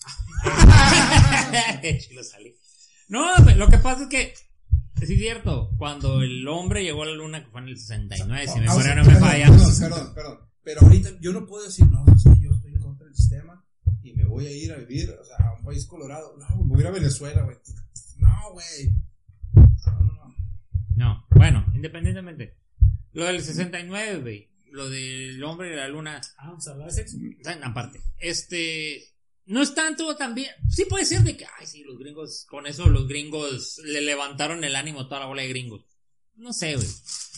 Chilo salí. No, lo que pasa es que sí es cierto, cuando el hombre llegó a la luna, que fue en el sesenta y nueve, si mi Ah, memoria o sea, no me perdón, falla. Perdón, perdón, perdón. Pero ahorita yo no puedo decir, no, es que yo estoy en contra del sistema y me voy a ir a vivir, o sea, a un país colorado. No, me voy a ir a Venezuela, güey. No, güey. No, no, no. No, bueno, independientemente. Lo del sesenta y nueve, güey. Lo del hombre de la luna. Ah, vamos a hablar de sexo. Aparte, este. No es tanto también. Sí puede ser de que, ay, sí, los gringos. Con eso los gringos le levantaron el ánimo a toda la bola de gringos. No sé, güey.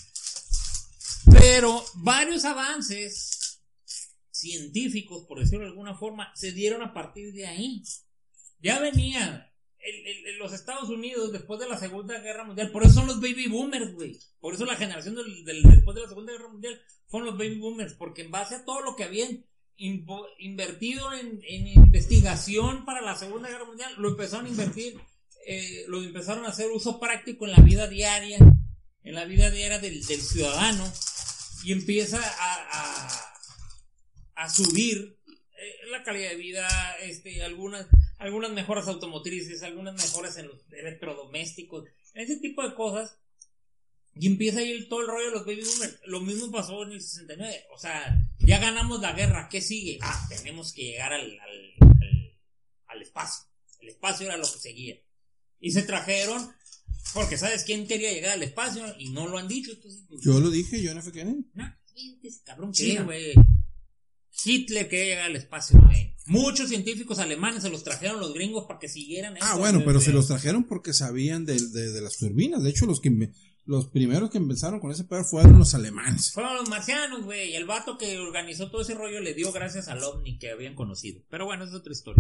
Pero varios avances científicos, por decirlo de alguna forma, se dieron a partir de ahí. Ya venía el, el, el- los Estados Unidos después de la Segunda Guerra Mundial. Por eso son los baby boomers, güey. Por eso la generación del, del- después de la Segunda Guerra Mundial fueron los baby boomers. Porque en base a todo lo que habían impo- invertido en, en investigación para la Segunda Guerra Mundial, lo empezaron a invertir, eh, lo empezaron a hacer uso práctico en la vida diaria, en la vida diaria del, del ciudadano, y empieza a, a, a subir eh, la calidad de vida, este, algunas, algunas mejoras automotrices, algunas mejoras en los electrodomésticos, en ese tipo de cosas. Y empieza ahí el, todo el rollo de los baby boomers. Lo mismo pasó en el sesenta y nueve. O sea, ya ganamos la guerra. ¿Qué sigue? Ah, tenemos que llegar al, al, al, al espacio. El espacio era lo que seguía. Y se trajeron, porque ¿sabes quién quería llegar al espacio? Y no lo han dicho. Entonces, pues, Yo lo dije, John F. Kennedy. no, ese cabrón que, China. güey. Hitler quería llegar al espacio, güey. Muchos científicos alemanes se los trajeron los gringos para que siguieran eso. Ah, bueno, güey. pero se los trajeron porque sabían de, de, de las turbinas. De hecho, los que inve- los primeros que empezaron con ese pedo fueron los alemanes. Fueron los marcianos, güey. Y el vato que organizó todo ese rollo le dio gracias al ovni que habían conocido. Pero bueno, esa es otra historia.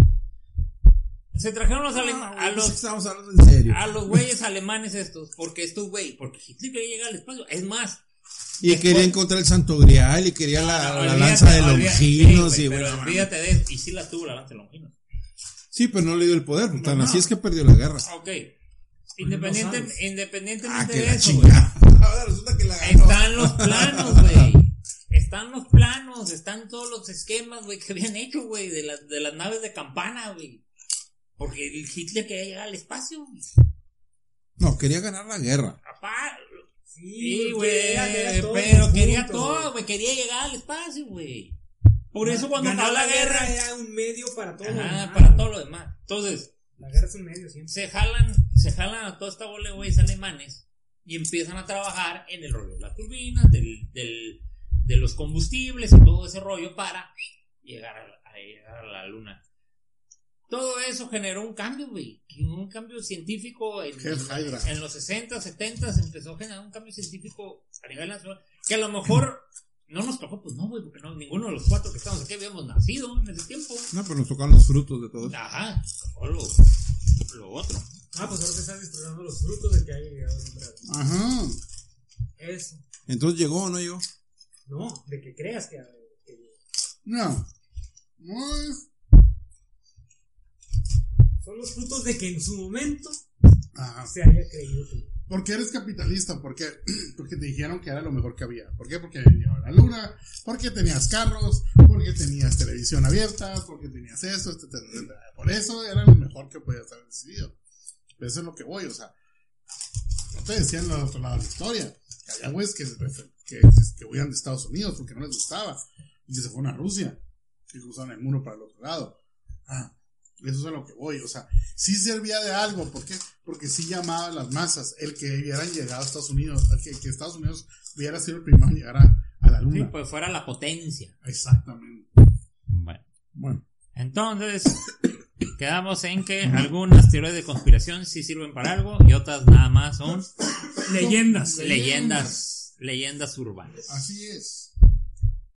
Se trajeron los alemanes a los Estamos hablando en serio. a los güeyes alemanes estos, porque estos güey, porque Hitler quería llegar al espacio. Es más, Y después- quería encontrar el Santo Grial y quería la, no, la olvídate, lanza de olvídate, Longinos. sí, y güey, bueno, pero mames. olvídate de eso. Y sí la tuvo la lanza de Longinos. Sí, pero no le dio el poder. Pues, tan No, así no. es que perdió la guerra. Ok. Independiente, sabes. independientemente Ah, que de la eso, güey. chingada. Ahora resulta que la ganó. Están los planos, güey. Están los planos, están todos los esquemas, güey, que habían hecho, güey, de las, de las naves de campana, güey. Porque el Hitler quería llegar al espacio, güey. No, quería ganar la guerra. Papá, Sí, sí, güey, quería- quería todo pero junto, quería todo, güey. güey, quería llegar al espacio, güey. Por eso cuando Ganar acabó la guerra, era un medio para todo. lo ajá, demás, para güey. todo lo demás. Entonces, La guerra es un medio siempre. se jalan, se jalan a toda esta bola de güeyes alemanes y empiezan a trabajar en el rollo de las turbinas, del, del, de los combustibles y todo ese rollo para llegar a, a llegar a la luna. Todo eso generó un cambio, güey, un cambio científico en, Jeff Hydra. en los sesenta, setenta empezó a generar un cambio científico a nivel nacional, que a lo mejor no nos tocó, pues no, güey, porque no, ninguno de los cuatro que estamos aquí habíamos nacido en ese tiempo. No, pero nos tocaron los frutos de todo eso. Ajá, o lo, lo otro. Ah, pues ahora te estás disfrutando los frutos de que haya llegado el hombre. Ajá. Eso. Entonces, ¿llegó o no llegó? No, de que creas que. que- No. No es. son los frutos de que en su momento Ajá. se haya creído que. ¿Por qué eres capitalista? ¿Por qué? Porque te dijeron que era lo mejor que había. ¿Por qué? Porque venía la luna, porque tenías carros, porque tenías televisión abierta, porque tenías esto, etcétera, etcétera. Por eso era lo mejor que podías haber decidido. Pero eso es lo que voy, o sea, no te decían la otro lado de la historia. Que había güeyes que, que, que huían de Estados Unidos porque no les gustaba y que se fueron a Rusia y cruzaron el muro para el otro lado. Ah, eso es a lo que voy, o sea, sí servía de algo. ¿Por qué? Porque sí llamaba a las masas el que hubieran llegado a Estados Unidos, que, que Estados Unidos hubiera sido el primero en llegar a, a la Sí, luna. pues fuera la potencia. Exactamente. Bueno. Bueno, Entonces, quedamos en que algunas teorías de conspiración sí sirven para algo y otras nada más son Leyendas. leyendas, leyendas urbanas. Así es.